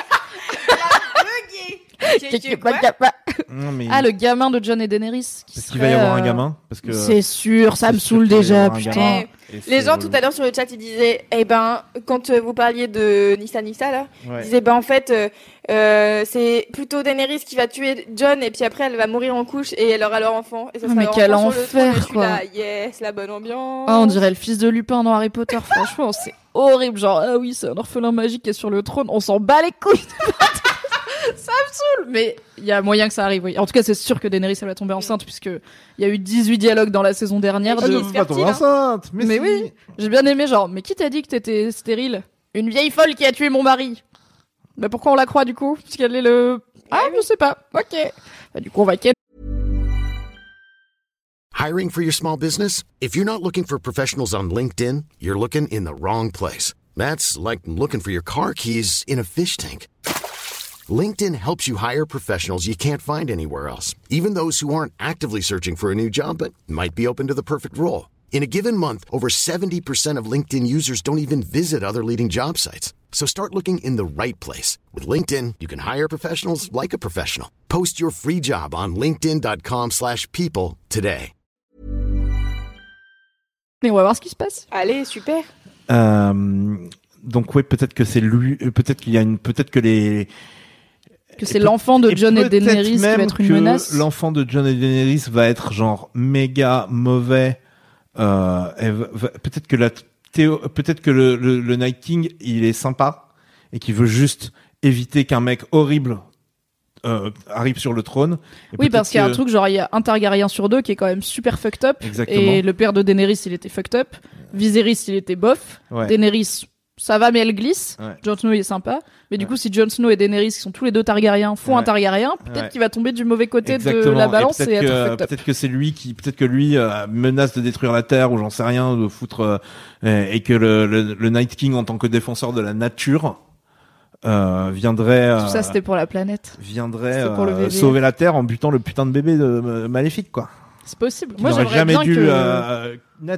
Non, mais... Ah le gamin de Jon et Daenerys. Qui Parce serait, qu'il va y avoir euh... un gamin. Parce que c'est sûr, ça me saoule déjà putain. Les gens tout à l'heure sur le chat ils disaient eh ben quand euh, vous parliez de Nissa Nissa là ouais. ils disaient ben en fait euh, euh, c'est plutôt Daenerys qui va tuer Jon et puis après elle va mourir en couche et elle aura leur enfant et ça sera mais quel enfer trône, quoi là, yes la bonne ambiance. Ah on dirait le fils de Lupin dans Harry Potter franchement c'est horrible genre ah oui c'est un orphelin magique qui est sur le trône on s'en bat les couilles. Ça me saoule, mais il y a moyen que ça arrive. Oui. En tout cas, c'est sûr que Daenerys elle va tomber enceinte puisque il y a eu dix-huit dialogues dans la saison dernière. Elle de... ne pas tomber enceinte. Mais, mais si. oui, j'ai bien aimé genre. Mais qui t'a dit que t'étais stérile? Une vieille folle qui a tué mon mari. Mais pourquoi on la croit du coup? Parce qu'elle est le. Ah, je sais pas. Ok. Bah, du coup, on va ken. Hiring for your small business? If you're not looking for professionals on LinkedIn, you're looking in the wrong place. That's like looking for your car keys in a fish tank. LinkedIn helps you hire professionals you can't find anywhere else, even those who aren't actively searching for a new job but might be open to the perfect role. In a given month, over seventy percent of LinkedIn users don't even visit other leading job sites. So start looking in the right place. With LinkedIn, you can hire professionals like a professional. Post your free job on linkedin.com slash people today. Mais on va voir ce qui se passe. Allez, super. Euh, donc oui, peut-être que c'est lui, peut-être qu'il y a une, peut-être que les que c'est l'enfant de Jon et Daenerys qui va être une menace. L'enfant de Jon et Daenerys va être genre méga mauvais. Euh, va, peut-être que la théo, peut-être que le, le, le Night King il est sympa et qu'il veut juste éviter qu'un mec horrible euh, arrive sur le trône. Et oui, parce qu'il y a que... un truc genre il y a un Targaryen sur deux qui est quand même super fucked up. Exactement. Et le père de Daenerys il était fucked up. Viserys il était bof. Ouais. Daenerys ça va mais elle glisse. Ouais. Jon Snow il est sympa. Mais du ouais. coup si Jon Snow et Daenerys qui sont tous les deux Targaryens font ouais. un Targaryen, peut-être ouais. qu'il va tomber du mauvais côté Exactement. de la balance et, et être que, fucked up. Peut-être que c'est lui qui, peut-être que lui euh, menace de détruire la Terre ou j'en sais rien, de foutre euh, et que le, le, le Night King en tant que défenseur de la nature euh, viendrait. Euh, Tout ça c'était pour la planète. Viendrait euh, sauver la Terre en butant le putain de bébé de, euh, maléfique quoi. C'est possible. Qui Moi n'aurait j'aimerais jamais bien dû que... euh, naître.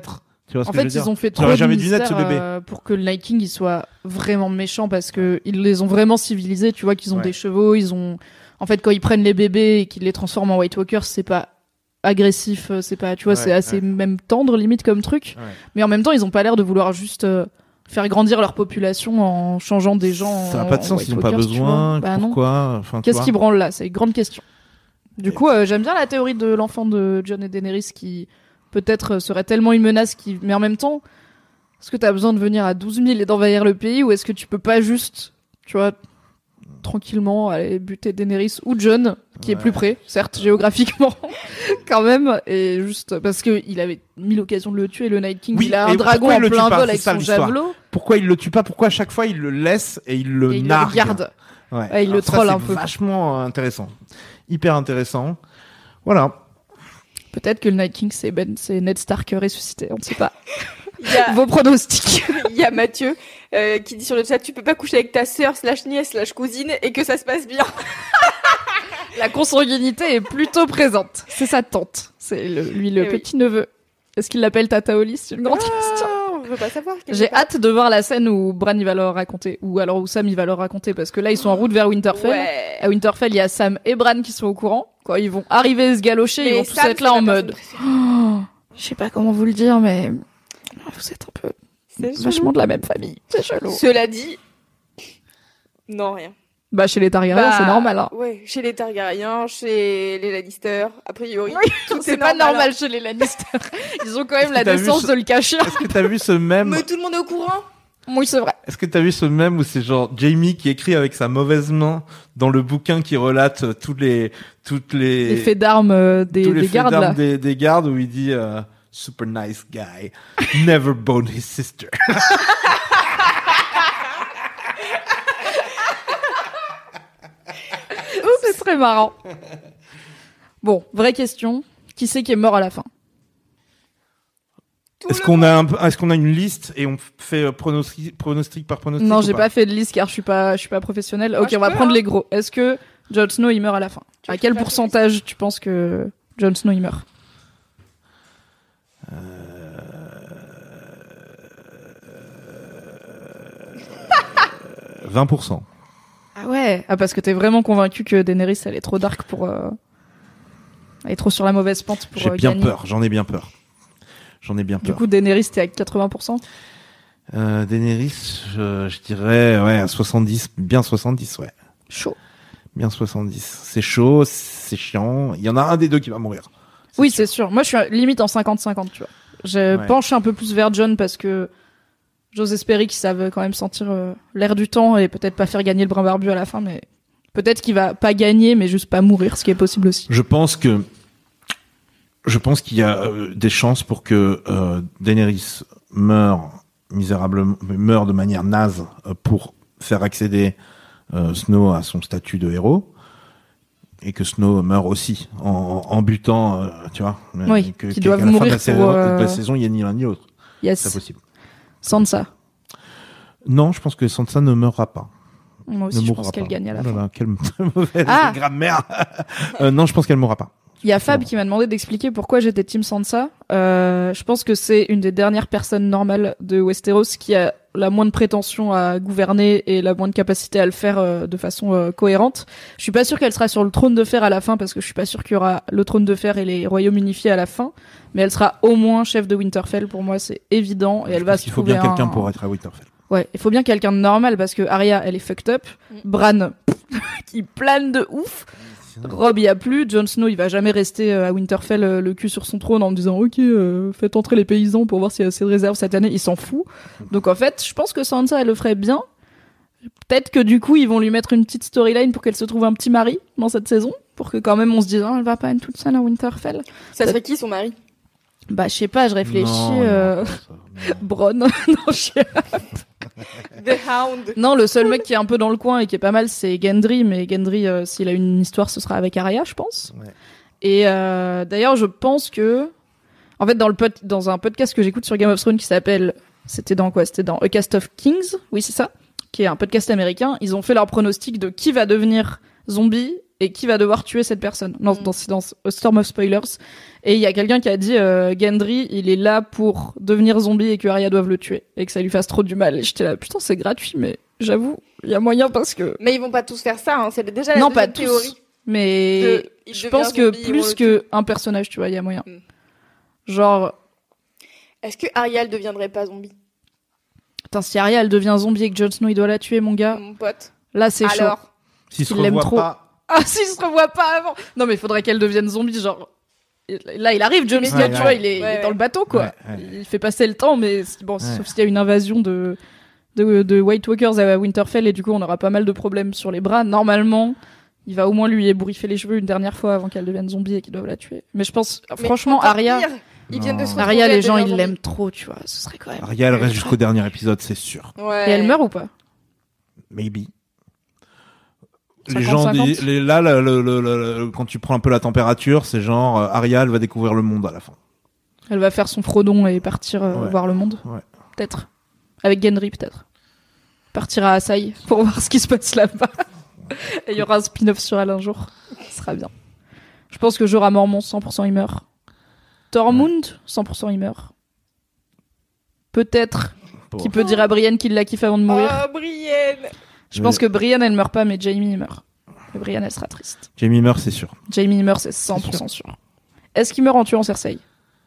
Tu vois ce En que je fait, veux dire ils ont fait trop J'aurais de jamais dû naître, mystère ce bébé. euh, pour que le Night King il soit vraiment méchant parce que ils les ont vraiment civilisés. Tu vois qu'ils ont Ouais. des chevaux, ils ont. En fait, quand ils prennent les bébés et qu'ils les transforment en White Walkers, c'est pas agressif, c'est pas. Tu vois, Ouais, c'est assez ouais. même tendre limite comme truc. Ouais. Mais en même temps, ils ont pas l'air de vouloir juste euh, faire grandir leur population en changeant des gens. Ça n'a en- pas de en sens, White ils n'ont pas Walkers, tu besoin. vois. Bah non. Pourquoi enfin, tu Qu'est-ce vois. qui branle là? C'est une grande question. Du Et- coup, euh, j'aime bien la théorie de l'enfant de Jon et Daenerys qui peut-être euh, serait tellement une menace qui, mais en même temps, est-ce que t'as besoin de venir à douze mille et d'envahir le pays ou est-ce que tu peux pas juste, tu vois, tranquillement aller buter Daenerys ou Jon qui est Ouais. plus près, certes géographiquement, quand même, et juste parce que il avait mis l'occasion de le tuer, le Night King, Oui, il a et un dragon pourquoi en il le tue plein pas vol C'est avec ça, son l'histoire. javelot Pourquoi il le tue pas Pourquoi à chaque fois il le laisse et il le et il le nargue regarde. Ouais. Ouais, il le Alors ça, troll c'est un peu. Vachement intéressant, hyper intéressant. Voilà. Peut-être que le Night King c'est Ben, c'est Ned Stark ressuscité, on ne sait pas. Il y a, Vos pronostics. il y a Mathieu euh, qui dit sur le chat, tu peux pas coucher avec ta sœur slash nièce slash cousine et que ça se passe bien. La consanguinité est plutôt présente. C'est sa tante. C'est le- lui le Eh oui. petit neveu. Est-ce qu'il l'appelle Tata Oli? C'est une grande question. Ah, on veut pas savoir. quelque J'ai part. hâte de voir la scène où Bran il va leur raconter, ou alors où Sam il va leur raconter, parce que là ils sont en route vers Winterfell. Ouais. À Winterfell, il y a Sam et Bran qui sont au courant. Quand ils vont arriver se galocher, ils Mais vont tous Sam, être là c'est en ma mode. personne préférée. Oh, je sais pas comment vous le dire, mais vous êtes un peu C'est chelou. vachement de la même famille. C'est chelou. Cela dit, non rien. Bah chez les Targaryens, Bah, c'est normal. Hein. Ouais, chez les Targaryens, chez les Lannister, a priori. Oui, tout c'est est pas normal, normal hein. chez les Lannister. Ils ont quand même Est-ce la que t'as vu décence ce- de le cacher. Est-ce que t'as vu ce même Mais tout le monde est au courant. Oui, c'est vrai. Est-ce que t'as vu ce même où c'est genre Jamie qui écrit avec sa mauvaise main dans le bouquin qui relate euh, toutes les toutes les, Les faits d'armes euh, des, tous les des faits gardes d'armes là. des, des gardes où il dit euh, super nice guy never boned his sister. C'est très marrant. Bon, vraie question. Qui c'est qui est mort à la fin? Tout Est-ce le qu'on a un, peu- est-ce qu'on a une liste et on fait euh, pronostic, pronostic par pronostic Non, ou j'ai pas fait de liste car je suis pas, je suis pas professionnelle. Moi, Ok, je on va peux, prendre hein. les gros. Est-ce que Jon Snow il meurt à la fin? Tu À veux quel faire pourcentage tu penses que Jon Snow il meurt? vingt pour cent. Ah ouais. Ah parce que t'es vraiment convaincu que Daenerys elle est trop dark pour, euh... elle est trop sur la mauvaise pente pour J'ai euh, bien gagner. peur, j'en ai bien peur. J'en ai bien Du peur. coup, Daenerys t'es à quatre-vingts pour cent. Euh, Daenerys, je, je dirais ouais à soixante-dix, bien soixante-dix, ouais. Chaud. Bien soixante-dix. C'est chaud, c'est chiant. Il y en a un des deux qui va mourir. Oui, c'est sûr. Moi, je suis limite en cinquante cinquante, tu vois. Je Ouais. penche un peu plus vers Jon parce que j'ose espérer qu'ils savent quand même sentir euh, l'air du temps et peut-être pas faire gagner le brin barbu à la fin, mais peut-être qu'il va pas gagner, mais juste pas mourir, ce qui est possible aussi. Je pense que je pense qu'il y a euh, des chances pour que euh, Daenerys meure misérablement, meure de manière naze euh, pour faire accéder euh, Snow à son statut de héros. Et que Snow meurt aussi en, en, en butant, euh, tu vois. Oui, que, qu'ils qu'à doivent la fin mourir de la, saison, pour, euh, de la saison, il y a ni l'un ni l'autre. C'est Yes. possible. Sansa. Non, je pense que Sansa ne meurra pas. Moi ne aussi, je mourra pense qu'elle pas. gagne à la Oh là fin. là, quelle mauvaise Ah. grammaire. euh, non, je pense qu'elle mourra pas. Il y a Fab qui m'a demandé d'expliquer pourquoi j'étais Team Sansa. Euh, je pense que c'est une des dernières personnes normales de Westeros qui a la moins de prétention à gouverner et la moins de capacité à le faire euh, de façon euh, cohérente. Je suis pas sûre qu'elle sera sur le trône de fer à la fin parce que je suis pas sûre qu'il y aura le trône de fer et les royaumes unifiés à la fin. Mais elle sera au moins chef de Winterfell. Pour moi, c'est évident. Et Je elle va pense se qu'il faut trouver bien quelqu'un un- pour être à Winterfell. Ouais, il faut bien quelqu'un de normal parce que Arya, elle est fucked up. Bran, qui plane de ouf. Rob y a plus, Jon Snow il va jamais rester euh, à Winterfell euh, le cul sur son trône en me disant ok euh, faites entrer les paysans pour voir s'il y a assez de réserves cette année, il s'en fout. Donc en fait je pense que Sansa elle le ferait bien. Peut-être que du coup ils vont lui mettre une petite storyline pour qu'elle se trouve un petit mari dans cette saison, pour que quand même on se dise ah, elle va pas être toute seule à Winterfell. Ça serait qui son mari? Bah je sais pas, je réfléchis. Non, euh... non, pas ça, non. Bronn, non je sais pas. The Hound. Non, le seul mec qui est un peu dans le coin et qui est pas mal, c'est Gendry. Mais Gendry, euh, s'il a une histoire, ce sera avec Arya, je pense. Ouais. Et euh, d'ailleurs, je pense que, en fait, dans le pod... dans un podcast que j'écoute sur Game of Thrones qui s'appelle, c'était dans quoi? C'était dans A Cast of Kings. Oui, c'est ça. Qui est un podcast américain. Ils ont fait leur pronostic de qui va devenir zombie et qui va devoir tuer cette personne dans, mm. dans, dans, dans Storm of Spoilers. Et il y a quelqu'un qui a dit euh, Gendry, il est là pour devenir zombie et que Arya doive le tuer et que ça lui fasse trop du mal. Et j'étais là, putain, c'est gratuit, mais j'avoue, il y a moyen parce que. Mais ils vont pas tous faire ça, hein. C'est déjà la non, deuxième pas théorie. Tous, mais de, je pense que plus que un personnage, tu vois, il y a moyen. Mm. Genre. Est-ce que Arya elle deviendrait pas zombie? Putain, si Arya elle devient zombie et que Jon Snow il doit la tuer, mon gars. Mon pote. Là, c'est Alors, chaud. S'il se l'aime revoit trop. pas. Ah, s'il se revoit pas avant. Non, mais il faudrait qu'elle devienne zombie, genre. Là, il arrive, Jon Snow, ouais, tu ouais. vois, il est, Ouais, il est dans ouais. le bateau, quoi. Ouais, ouais. Il fait passer le temps, mais bon, Ouais. sauf s'il y a une invasion de, de, de White Walkers à Winterfell, et du coup, on aura pas mal de problèmes sur les bras. Normalement, il va au moins lui ébouriffer les cheveux une dernière fois avant qu'elle devienne zombie et qu'ils doivent la tuer. Mais je pense, mais franchement, encore Arya, pire, ils viennent de se retrouver Arya, à les gens, devenir ils zombie. l'aiment trop, tu vois. Ce serait quand même. Arya, elle reste jusqu'au dernier épisode, c'est sûr. Ouais. Et elle meurt ou pas? Maybe. cinquante Les gens cinquante. disent, les, là, le, le, le, le- quand tu prends un peu la température, c'est genre, euh, Arya, elle va découvrir le monde à la fin. Elle va faire son Frodon et partir euh, Ouais. voir le monde. Ouais. Peut-être. Avec Gendry, peut-être. Partira à Asai pour voir ce qui se passe là-bas. Et il y aura un spin-off sur elle un jour. Ce sera bien. Je pense que Jorah Mormont, cent pour cent il meurt. Tormund, cent pour cent il meurt. Peut-être Bon. qu'il peut dire à Brienne qu'il la kiffe avant de mourir. Oh, Brienne. Je pense que Brienne, elle meurt pas, mais Jaime, il meurt. Et Brienne, elle sera triste. Jaime meurt, c'est sûr. Jaime, il meurt, c'est cent pour cent sûr. Est-ce qu'il meurt en tuant Cersei?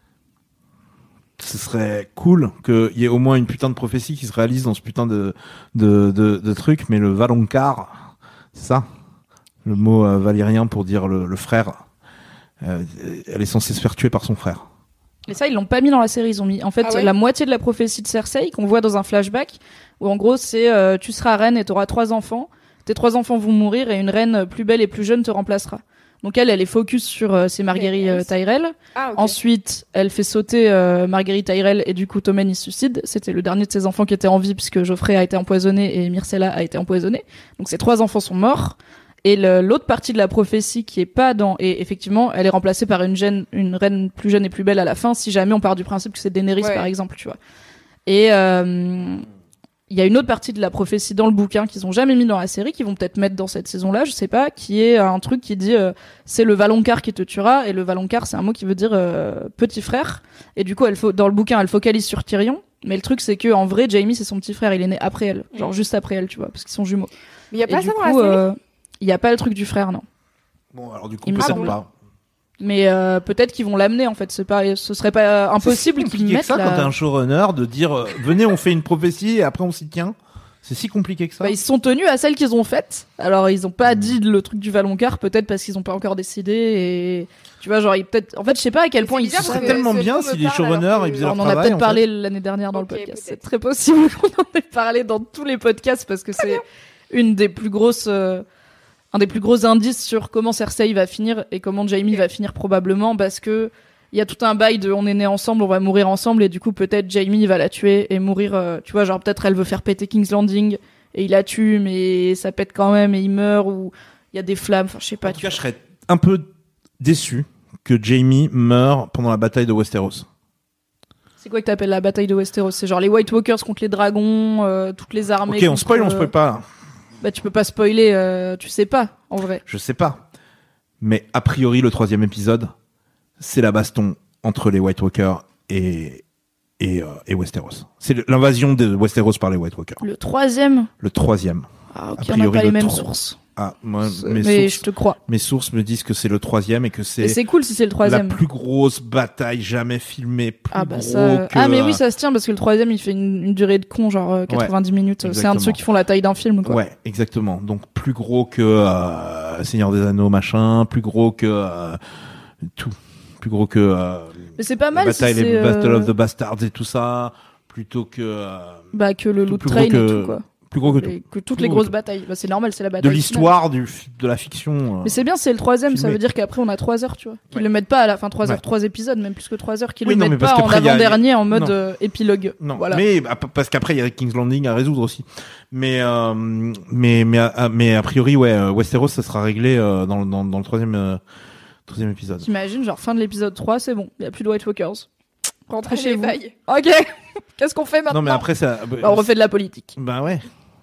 Ce serait cool qu'il y ait au moins une putain de prophétie qui se réalise dans ce putain de, de, de, de truc, mais le Valonqar, c'est ça? Le mot euh, valyrien pour dire le, le frère. Euh, elle est censée se faire tuer par son frère. Et ça, ils l'ont pas mis dans la série. Ils ont mis, en fait, Ah ouais la moitié de la prophétie de Cersei qu'on voit dans un flashback, où en gros, c'est euh, tu seras reine et t'auras trois enfants. Tes trois enfants vont mourir et une reine plus belle et plus jeune te remplacera. Donc elle, elle est focus sur euh, c'est Marguerite euh, Tyrell. Ah, ok. Ensuite, elle fait sauter euh, Marguerite Tyrell et du coup, Tommen il se suicide. C'était le dernier de ses enfants qui était en vie puisque Geoffrey a été empoisonné et Myrcella a été empoisonnée. Donc ses trois enfants sont morts. Et le, l'autre partie de la prophétie qui est pas dans, et effectivement, elle est remplacée par une, jeune, une reine plus jeune et plus belle à la fin, si jamais on part du principe que c'est Daenerys, Ouais. par exemple, tu vois. Et il euh, y a une autre partie de la prophétie dans le bouquin qu'ils ont jamais mis dans la série, qu'ils vont peut-être mettre dans cette saison-là, je sais pas, qui est un truc qui dit euh, c'est le Valonqar qui te tuera, et le Valonqar c'est un mot qui veut dire euh, petit frère. Et du coup, elle fo- dans le bouquin, elle focalise sur Tyrion. Mais le truc, c'est que en vrai, Jaime c'est son petit frère, il est né après elle, genre Mm. juste après elle, tu vois, parce qu'ils sont jumeaux. Mais il y a Et pas du ça dans coup, la série. euh, il y a pas le truc du frère, non. Bon, alors du coup, Il me peut-être semble. pas. Mais euh, peut-être qu'ils vont l'amener en fait. C'est pas, ce serait pas impossible C'est si qu'ils compliqué que mettent ça la... quand t'es un showrunner de dire euh, venez, on fait une prophétie et après on s'y tient. C'est si compliqué que ça. Bah, ils se sont tenus à celle qu'ils ont faite. Alors ils ont pas dit le truc du Valonqar, peut-être parce qu'ils ont pas encore décidé. Et tu vois, genre ils peut-être. En fait, je sais pas à quel Mais point c'est ils bizarre sont. Ce parce serait que tellement ce bien mot si me les parle showrunners alors que- ils faisaient On leur en a travail. peut-être en parlé fait. l'année dernière dans Ok, le podcast. peut-être. C'est très possible qu'on en ait parlé dans tous les podcasts parce que c'est une des plus grosses, euh, un des plus gros indices sur comment Cersei va finir et comment Jaime va finir probablement parce que il y a tout un bail de on est nés ensemble, on va mourir ensemble et du coup peut-être Jaime va la tuer et mourir. euh, tu vois, genre peut-être elle veut faire péter King's Landing et il la tue mais ça pète quand même et il meurt ou il y a des flammes. Enfin, je sais pas. En tout tu cas, je serais un peu déçu que Jaime meure pendant la bataille de Westeros. C'est quoi que t'appelles la bataille de Westeros? C'est genre les White Walkers contre les dragons, euh, toutes les armées. Ok, on contre, spoil, on euh, spoil pas. Bah tu peux pas spoiler, euh, tu sais pas en vrai. Je sais pas. Mais a priori, le troisième épisode, c'est la baston entre les White Walkers et et, euh, et Westeros. C'est le- l'invasion de Westeros par les White Walkers. Le troisième. Le troisième. Ah ok, A on n'a priori, pas les le mêmes tro- sources. Ah, moi, C'est- mes mais sources, je te crois. mes sources me disent que c'est le troisième et que Et c'est c'est cool si c'est le la troisième. plus grosse bataille jamais filmée, plus Ah bah gros ça. que. Ah mais euh, oui, ça se tient parce que le troisième il fait une, une durée de con genre euh, quatre-vingt-dix minutes. C'est un de exactement. ceux qui font la taille d'un film quoi. Ouais, exactement. Donc plus gros que euh, Seigneur des Anneaux, machin, plus gros que euh, tout, plus gros que euh, Mais c'est pas la mal bataille, si les c'est Battle euh, of the Bastards et tout ça, plutôt que euh, bah que le tout Loot plus Train gros que- et tout quoi. plus gros que tout. Et que toutes Plus les gros grosses que tout. batailles. Bah c'est normal, c'est la De bataille. finale. l'histoire, du fi- de la fiction. euh. Mais c'est bien, c'est le troisième, ça filmé. veut dire qu'après on a trois heures, tu vois. Qu'ils Ouais. le mettent pas à la fin, trois Ouais. heures, trois épisodes, même plus que trois heures, qu'ils Oui, le non, mettent mais parce pas en qu'après, il y a- avant-dernier en mode non. euh, épilogue. Non, Voilà. mais bah, p- parce qu'après il y a King's Landing à résoudre aussi. Mais euh, mais mais a- mais a priori ouais, euh, Westeros ça sera réglé euh, dans, dans dans le troisième euh, troisième épisode. T'imagines, genre fin de l'épisode trois, c'est bon, il y a plus de White Walkers. Rentrez chez Les vous. bails. Ok. Qu'est-ce qu'on fait maintenant? Non mais après ça. Bah, on refait de la politique. Bah ouais.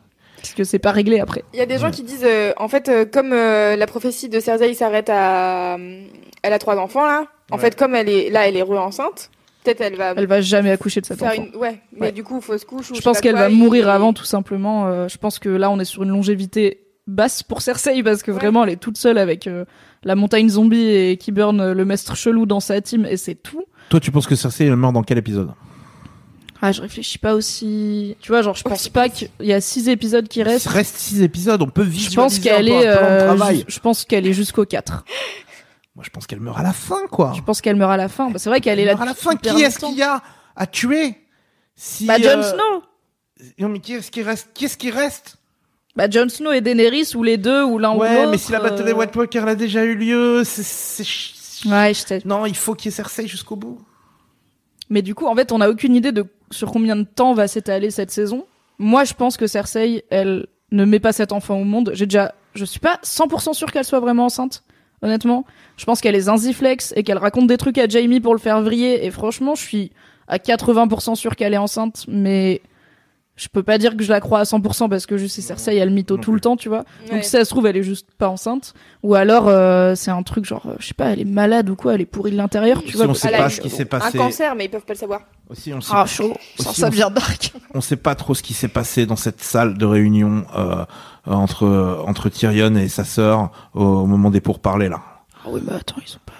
puisque c'est pas réglé après. Il y a des gens qui disent, euh, en fait, euh, comme euh, la prophétie de Cersei s'arrête à, euh, elle a trois enfants là. En Ouais. fait, comme elle est là, elle est re-enceinte. Peut-être elle va. Elle va jamais accoucher de cet faire enfant. une... Ouais, mais Ouais. du coup, fausse couche. Ou Je je pense sais qu'elle pas va quoi, mourir il- avant, tout simplement. Euh, je pense que là, on est sur une longévité basse pour Cersei parce que Ouais. vraiment, elle est toute seule avec euh, la montagne zombie et qui burn euh, le maître chelou dans sa team et c'est tout. Toi, tu penses que Cersei elle meurt dans quel épisode? Ah, je réfléchis pas aussi. Tu vois, genre, je pense pas qu'il y a six épisodes qui Il restent. reste six épisodes, on peut Je visualiser pense qu'elle un peu est. un plan de euh, travail. ju- je pense qu'elle est jusqu'au quatre. Moi, je pense qu'elle meurt à la fin, quoi. Je pense qu'elle meurt à la fin. Bah, c'est vrai qu'elle est là. meurt à la fin. hyper Qui est-ce longtemps. qu'il y a à tuer? Si, Bah, Jon euh, Snow. Non, mais qui est-ce qui reste? Qui est-ce qui reste? Bah, Jon Snow et Daenerys ou les deux ou l'un ou l'autre. Ouais, mais si la bataille des euh, White Walkers elle a déjà eu lieu, c'est, c'est ch- Ouais, je sais. non, il faut qu'il y ait Cersei jusqu'au bout. Mais du coup, en fait, on n'a aucune idée de sur combien de temps va s'étaler cette saison. Moi, je pense que Cersei, elle ne met pas cet enfant au monde. J'ai déjà, je suis pas cent pour cent sûre qu'elle soit vraiment enceinte. Honnêtement, je pense qu'elle est zinziflex et qu'elle raconte des trucs à Jaime pour le faire vriller. Et franchement, je suis à quatre-vingts pour cent sûre qu'elle est enceinte, mais je peux pas dire que je la crois à cent pour cent parce que je sais Cersei, elle mytho Non tout plus. le temps, tu vois. Ouais. Donc si ça se trouve, elle est juste pas enceinte. Ou alors, euh, c'est un truc genre, euh, je sais pas, elle est malade ou quoi, elle est pourrie de l'intérieur, tu Si vois. on parce sait Elle que- a pas eu ce qui s'est Un passé. cancer, mais ils peuvent pas le savoir. Aussi, on sait, Ah, chaud. Ça, Aussi, ça on devient dark. on sait pas trop ce qui s'est passé dans cette salle de réunion euh, entre entre Tyrion et sa sœur au, au moment des pourparlers là. Ah oui, mais attends, ils sont pas...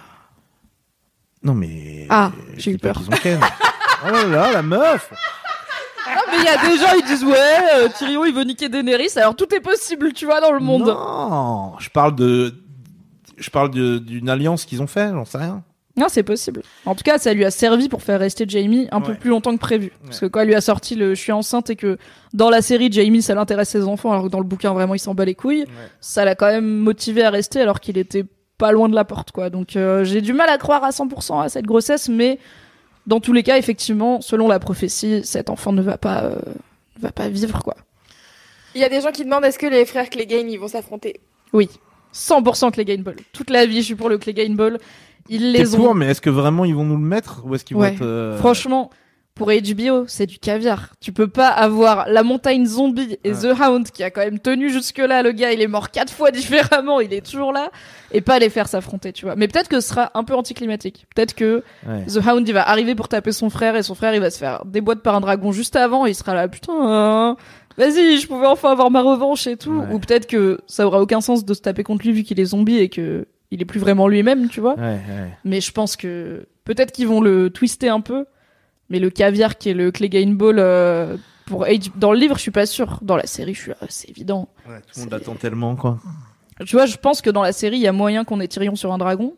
Non mais. Ah, je j'ai eu dis pas peur. qu'ils ont ken. Oh là là, la meuf. Ah, mais il y a des gens, ils disent, ouais, euh, Tyrion, il veut niquer Daenerys, alors tout est possible, tu vois, dans le monde. Non, je parle de, je parle de- d'une alliance qu'ils ont fait, j'en sais rien. Non, c'est possible. En tout cas, ça lui a servi pour faire rester Jaime un peu Ouais. plus longtemps que prévu. Parce que quand elle lui a sorti le « je suis enceinte » et que dans la série, Jaime, ça l'intéresse ses enfants, alors que dans le bouquin, vraiment, il s'en bat les couilles, ça l'a quand même motivé à rester alors qu'il était pas loin de la porte, quoi. Donc, euh, j'ai du mal à croire à cent pour cent à cette grossesse, mais dans tous les cas, effectivement, selon la prophétie, cet enfant ne va pas, euh, ne va pas vivre, quoi. Il y a des gens qui demandent est-ce que les frères Clegane ils vont s'affronter. Oui. cent pour cent Clegane Ball. Toute la vie, je suis pour le Clegane Ball. Ils T'es les ont. pour, mais est-ce que vraiment ils vont nous le mettre ou est-ce qu'ils Ouais. vont être euh, Franchement, pour H B O, c'est du caviar. Tu peux pas avoir la montagne zombie et Ouais. The Hound qui a quand même tenu jusque-là. Le gars, il est mort quatre fois différemment, il est toujours là, et pas les faire s'affronter, tu vois. Mais peut-être que ce sera un peu anticlimatique. Peut-être que ouais. The Hound, il va arriver pour taper son frère et son frère, il va se faire déboîter par un dragon juste avant et il sera là, putain, euh, vas-y, je pouvais enfin avoir ma revanche et tout. Ouais. Ou peut-être que ça aura aucun sens de se taper contre lui vu qu'il est zombie et que il est plus vraiment lui-même, tu vois. Ouais, ouais. Mais je pense que peut-être qu'ils vont le twister un peu. Mais le caviar qui est le Clegane Ball euh, pour H... dans le livre, je suis pas sûre. Dans la série, je suis ah, c'est évident. Ouais, tout le monde C'est- attend tellement quoi. Tu vois, je pense que dans la série, il y a moyen qu'on ait Tyrion sur un dragon.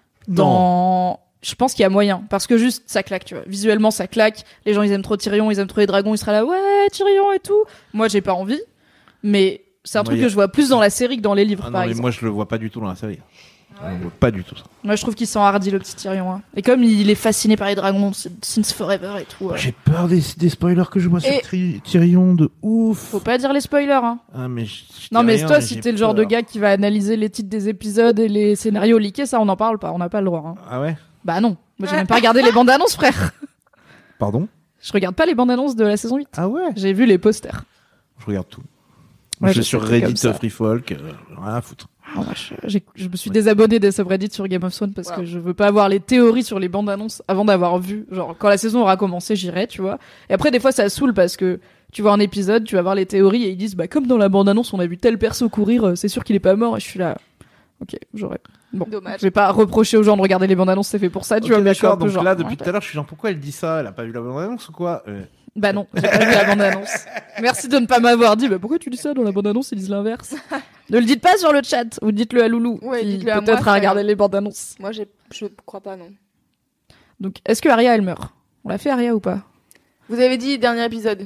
Dans je pense qu'il y a moyen parce que juste ça claque, tu vois. Visuellement, ça claque. Les gens ils aiment trop Tyrion, ils aiment trop les dragons, ils seraient là ouais, Tyrion et tout. Moi, j'ai pas envie. Mais c'est un Moi, truc y a- que je vois plus dans la série que dans les livres Ah non, par mais exemple. moi je le vois pas du tout dans la série. Je le vois pas du tout ça. Moi, je trouve qu'il s'enhardit le petit Tyrion. Hein. Et comme il est fasciné par les dragons c'est- since forever et tout. euh, J'ai peur des, des spoilers que je vois sur Et- Tri- Tyrion de ouf. Faut pas dire les spoilers, hein. Ah mais je- je Non, dis mais rien, toi, si j'ai t'es le genre de peur. gars qui va analyser les titres des épisodes et les scénarios leakés, ça, on n'en parle pas. On n'a pas le droit. Hein. Ah ouais. Bah non. Moi, j'ai même pas regardé les bandes annonces, frère. Pardon. Je regarde pas les bandes annonces de la saison huit. Ah ouais. J'ai vu les posters. Je regarde tout. Ouais, Moi, je je suis sur sais, c'est comme Reddit ça. Free Folk, euh, rien à foutre. Ah, moi, je, j'ai- je me suis désabonné des subreddits sur Game of Thrones parce Wow. que je veux pas avoir les théories sur les bandes annonces avant d'avoir vu. Genre, quand la saison aura commencé, j'irai, tu vois. Et après, des fois, ça saoule parce que tu vois un épisode, tu vas voir les théories et ils disent, bah, comme dans la bande annonce, on a vu tel perso courir, euh, c'est sûr qu'il est pas mort. Et je suis là. Ok, j'aurais. Bon. Dommage. Je vais pas reprocher aux gens de regarder les bandes annonces, c'est fait pour ça, tu Ok, vois. Mais je suis un d'accord. peu Donc genre, là, depuis ouais, tout à l'heure, je suis genre pourquoi elle dit ça? Elle a pas vu la bande annonce ou quoi? Euh, Bah non, j'ai pas vu la bande-annonce. Merci de ne pas m'avoir dit, bah pourquoi tu dis ça dans la bande-annonce, ils disent l'inverse. Ne le dites pas sur le chat, ou dites-le à Loulou, Ouais, qui dites-le à peut-être moi, a regardé frère. les bandes-annonces. Moi, j'ai- je crois pas, non. Donc, est-ce que Arya, elle meurt? On l'a fait Arya ou pas? Vous avez dit dernier épisode.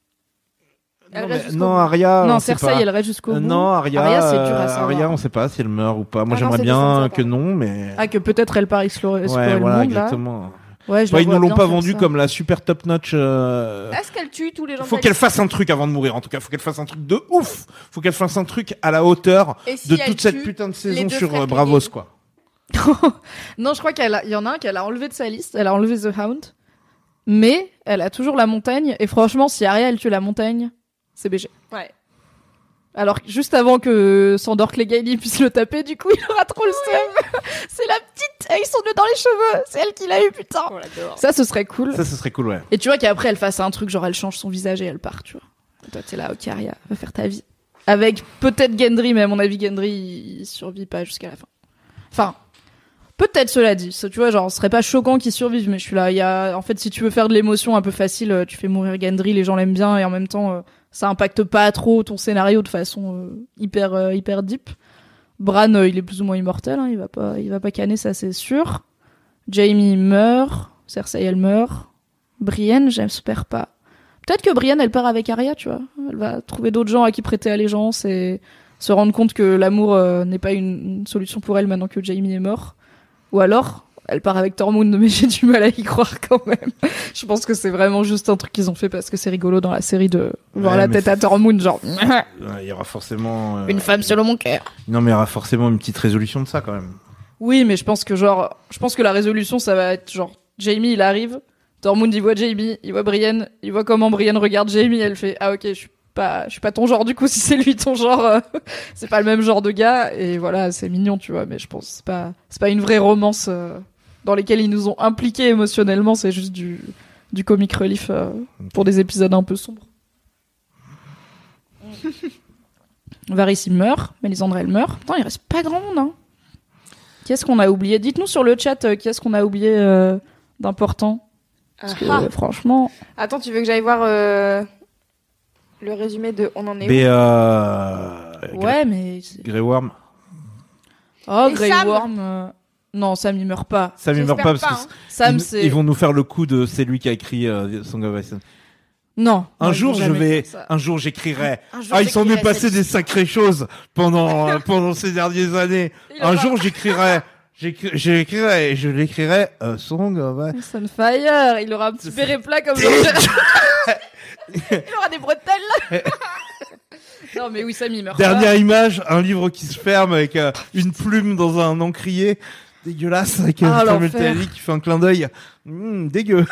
Elle Non, reste mais- jusqu'au non, bout. Aria. Non, on sait Cersei, pas. elle reste jusqu'au Euh, bout. non, Aria. Arya, c'est dur à euh, savoir. Aria, on sait pas si elle meurt ou pas. Moi, Ah non, j'aimerais c'est bien descendu, que pardon. non, mais. Ah, que peut-être elle part explorer, explorer ouais, le voilà, monde, là. exactement. Ouais, je Ouais, la ils vois nous l'ont bien pas faire vendu ça. comme la super top notch. Euh... Est-ce qu'elle tue tous les gens Faut de qu'elle sa fasse un truc avant de mourir. En tout cas, faut qu'elle fasse un truc de ouf. Faut qu'elle fasse un truc à la hauteur vie. Et si de elle toute cette tue putain de les saison deux sur frères euh, Bravos, Clegane. quoi. Non, je crois qu'elle a... il y en a un qu'elle a enlevé de sa liste. Elle a enlevé The Hound. Mais elle a toujours la montagne. Et franchement, si Arya, elle tue la montagne, c'est B G. Ouais. Alors juste avant que Sandor Clegane puisse le taper, du coup il aura trop le seum. C'est la petite, ils sont deux dans les cheveux, c'est elle qui l'a eu, putain. On l'adore. Ça ce serait cool. Ça, ce serait cool, ouais. Et tu vois qu'après elle fasse un truc genre elle change son visage et elle part, tu vois. Et toi t'es là, ok Arya, va faire ta vie. Avec peut-être Gendry, mais à mon avis Gendry il survit pas jusqu'à la fin. Enfin, peut-être cela dit, tu vois, genre ce serait pas choquant qu'il survive, mais je suis là, il y a, en fait si tu veux faire de l'émotion un peu facile, tu fais mourir Gendry, les gens l'aiment bien et en même temps... Euh, ça impacte pas trop ton scénario de façon euh, hyper euh, hyper deep. Bran, euh, il est plus ou moins immortel, hein, il va pas il va pas canner, ça c'est sûr. Jaime meurt, Cersei elle meurt. Brienne, j'espère pas. Peut-être que Brienne elle part avec Arya, tu vois. Elle va trouver d'autres gens à qui prêter allégeance et se rendre compte que l'amour euh, n'est pas une, une solution pour elle maintenant que Jaime est mort. Ou alors elle part avec Tormund, mais j'ai du mal à y croire quand même. Je pense que c'est vraiment juste un truc qu'ils ont fait parce que c'est rigolo dans la série de voir ouais, la tête à Tormund, genre. Il y aura forcément... Euh... Une femme selon mon cœur. Non, mais il y aura forcément une petite résolution de ça, quand même. Oui, mais je pense que genre... Je pense que la résolution, ça va être genre... Jaime, il arrive, Tormund, il voit Jaime, il voit Brienne, il voit comment Brienne regarde Jaime, elle fait « Ah ok, je suis pas, je suis pas ton genre, du coup, si c'est lui ton genre, euh, c'est pas le même genre de gars. » Et voilà, c'est mignon, tu vois, mais je pense que c'est pas, c'est pas une vraie romance... Euh... dans lesquels ils nous ont impliqués émotionnellement, c'est juste du, du comic relief euh, pour des épisodes un peu sombres. Varys, il meurt, Mélisandre, elle meurt. Attends, il reste pas grand monde, hein. Qui est-ce qu'on a oublié ? Dites-nous sur le chat euh, qui est-ce qu'on a oublié euh, d'important. Parce que, euh, franchement... Attends, tu veux que j'aille voir euh, le résumé de On en est où ? Mais euh... Ouais, mais... Grey Worm. Oh, Et Grey Sam Worm... Euh... Non, Sam il meurt pas. Sam il meurt pas parce pas, que hein. Sam ils, c'est. ils vont nous faire le coup de c'est lui qui a écrit euh, Song of Ice and... Non. Un non, jour ils vont je jamais vais, faire ça. un jour j'écrirai. Un jour, Ah il s'en est j'écrirai passé cette- des sacrées choses pendant euh, pendant ces dernières années. Il Un aura- jour j'écrirai, j'écri- j'écrirai et je l'écrirai euh, Song of Ice. Sunfire, il aura un petit béret plat comme Jean Il aura des bretelles. Non mais oui, Sam il meurt Dernière pas. image, un livre qui se ferme avec euh, une plume dans un encrier. Dégueulasse, avec Ah, un Samuel l'enfer. Talley qui fait un clin d'œil. Mmh, dégueu.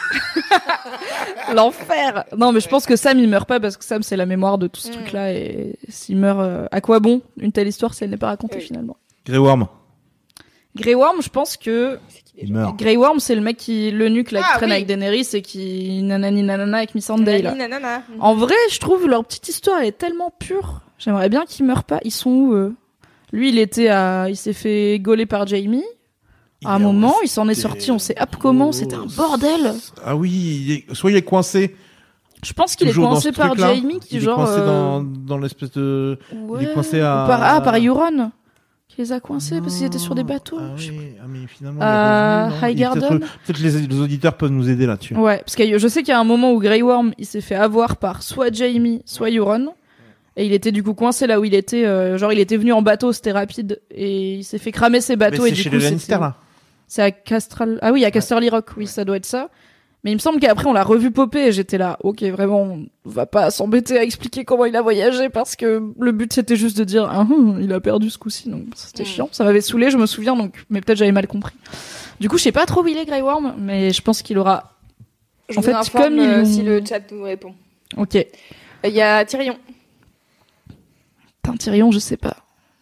L'enfer. Non mais je pense que Sam il meurt pas parce que Sam c'est la mémoire de tout ce Mm. truc là et s'il meurt, euh, à quoi bon une telle histoire si elle n'est pas racontée Oui. finalement. Grey Worm. Grey Worm, je pense que Il meurt. Grey Worm c'est le mec qui le nuque là qui Ah, traîne oui. avec Daenerys et qui nanani nanana avec Missandei là. Nanani, nanana. En vrai, je trouve leur petite histoire elle est tellement pure. J'aimerais bien qu'ils meurent pas. Ils sont où eux ? Lui, il était à, il s'est fait gauler par Jaime. À un Il est moment, resté il s'en est sorti. On sait hop comment. C'était un bordel. Ah oui, il est- soit il est coincé. Je pense qu'il est toujours dans coincé ce par truc-là. Jaime, qui il genre. est coincé euh, dans, dans l'espèce de... ouais, il est coincé à- ou Par, ah, par Euron, qui les a coincés parce qu'ils étaient sur des bateaux. Ah Je sais oui, ah, mais finalement, À il est revenu, non Il- Highgarden. Peut-être peut-être les, les auditeurs peuvent nous aider là-dessus. Ouais, parce que je sais qu'il y a un moment où Grey Worm, il s'est fait avoir par soit Jaime, soit Euron. Et il était du coup coincé là où il était. euh, genre, il était venu en bateau, c'était rapide. Et il s'est fait cramer ses Mais bateaux. et c'est du chez coup, les Lannister c'était- là. C'est à Castral. Ah oui, à Casterly Rock, oui, ça doit être ça. Mais il me semble qu'après on l'a revu popper et j'étais là, ok, vraiment, on va pas s'embêter à expliquer comment il a voyagé parce que le but c'était juste de dire, ah, hum, il a perdu ce coup-ci, donc c'était Mm. chiant. Ça m'avait saoulé, je me souviens, donc, mais peut-être j'avais mal compris. Du coup, je sais pas trop où il est, Grey Worm, mais je pense qu'il aura. Je En vous fait, informe, comme ils euh, l'ont- si le chat nous répond. Ok. Il y a Tyrion. Putain, Tyrion, je sais pas.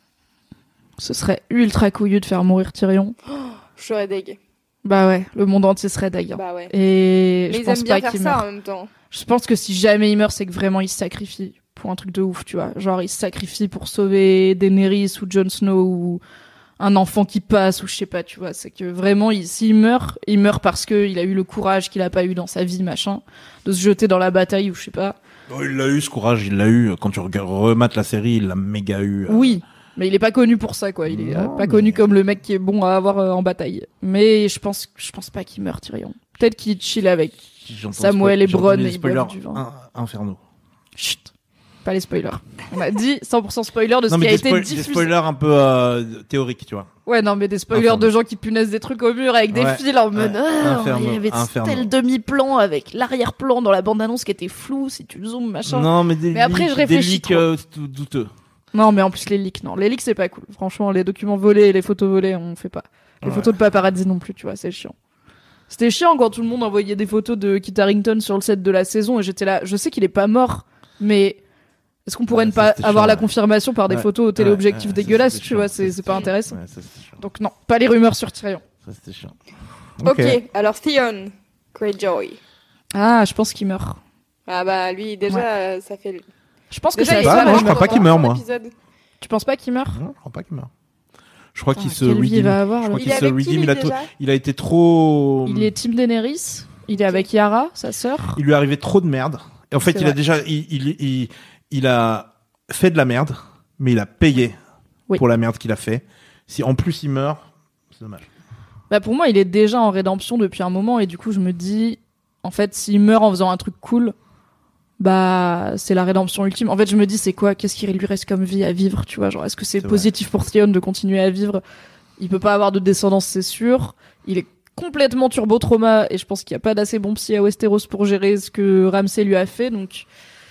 Ce serait ultra couillu de faire mourir Tyrion. Je serais deg. Bah ouais, le monde entier serait dingue. Bah ouais. Et Mais je ils pense aiment bien pas faire qu'il ça meurt. en même temps. Je pense que si jamais il meurt, c'est que vraiment il se sacrifie pour un truc de ouf, tu vois. Genre, il se sacrifie pour sauver Daenerys ou Jon Snow ou un enfant qui passe ou je sais pas, tu vois. C'est que vraiment, il, s'il meurt, il meurt parce que il a eu le courage qu'il a pas eu dans sa vie, machin, de se jeter dans la bataille ou je sais pas. Oh, il l'a eu ce courage, il l'a eu. Quand tu regardes, remates la série, il l'a méga eu. Oui, mais il est pas connu pour ça, quoi. Il est euh, Non, pas mais- connu comme le mec qui est bon à avoir euh, en bataille. Mais je pense, je pense pas qu'il meurt, Tyrion. Peut-être qu'il chill avec. J'entends Samuel spo- et j'entends Bronn, des ils spoilers boivent du vin. in- infernaux. Chut, pas les spoilers. On a dit cent pour cent spoiler de ce Non qui mais a des, été spoil- des diffusé. spoilers un peu euh, théoriques, tu vois. Ouais, non, mais des spoilers Infernal. de gens qui punaisent des trucs au mur avec des Ouais. fils en mode Ouais. ah, Infernal. il y avait Infernal. tel demi-plan avec l'arrière-plan dans la bande-annonce qui était flou si tu zoomes, machin. Non. Non mais des Mais après, leaks- je réfléchis des leaks trop. euh, tout- douteux. mais en plus, les leaks, non. Les leaks, c'est pas cool. Franchement, les documents volés et les photos volées, on fait pas. Les Ouais. photos de paparazzi non plus, tu vois, c'est chiant. C'était chiant quand tout le monde envoyait des photos de Kit Harington sur le set de la saison et j'étais là, je sais qu'il est pas mort, mais Est-ce qu'on pourrait Ouais, ne ça, pas c'était avoir chiant, la ouais. confirmation par des Ouais. photos au téléobjectif Ouais, ouais, ça, dégueulasses, c'était tu vois, chiant, c'est ça, c'est pas c'était intéressant. Ouais, ça, c'était chiant. Donc non, pas les rumeurs sur Tyrion. Ça, c'était chiant. Ok, alors Theon Greyjoy. Ah, je pense qu'il meurt. Ah bah lui déjà euh, ça fait. Je pense que Déjà, ça il pas, est va. moi, pas je crois dans pas qu'il un meurt, moi. épisode. Tu penses pas qu'il meurt? Non, je crois pas qu'il meurt. Je crois qu'il Putain, se quelle vie il redeem. va avoir, Je là. crois Il qu'il est se avec qui, redeem. lui, Il a, trop- déjà il a été trop. Il est team Daenerys. Il est avec Yara, sa sœur. Il lui est arrivé trop de merde. Et en fait, C'est il vrai. a déjà, il, il, il, il a fait de la merde, mais il a payé Oui. pour la merde qu'il a fait. Si en plus il meurt, c'est dommage. Bah pour moi, il est déjà en rédemption depuis un moment et du coup, je me dis, en fait, s'il meurt en faisant un truc cool, bah c'est la rédemption ultime. En fait, je me dis, c'est quoi? Qu'est-ce qu'il lui reste comme vie à vivre, tu vois? Genre, est-ce que c'est, C'est positif pour Theon de continuer à vivre? Il peut pas avoir de descendance, c'est sûr. Il est complètement turbo trauma et je pense qu'il y a pas d'assez bon psy à Westeros pour gérer ce que Ramsay lui a fait, donc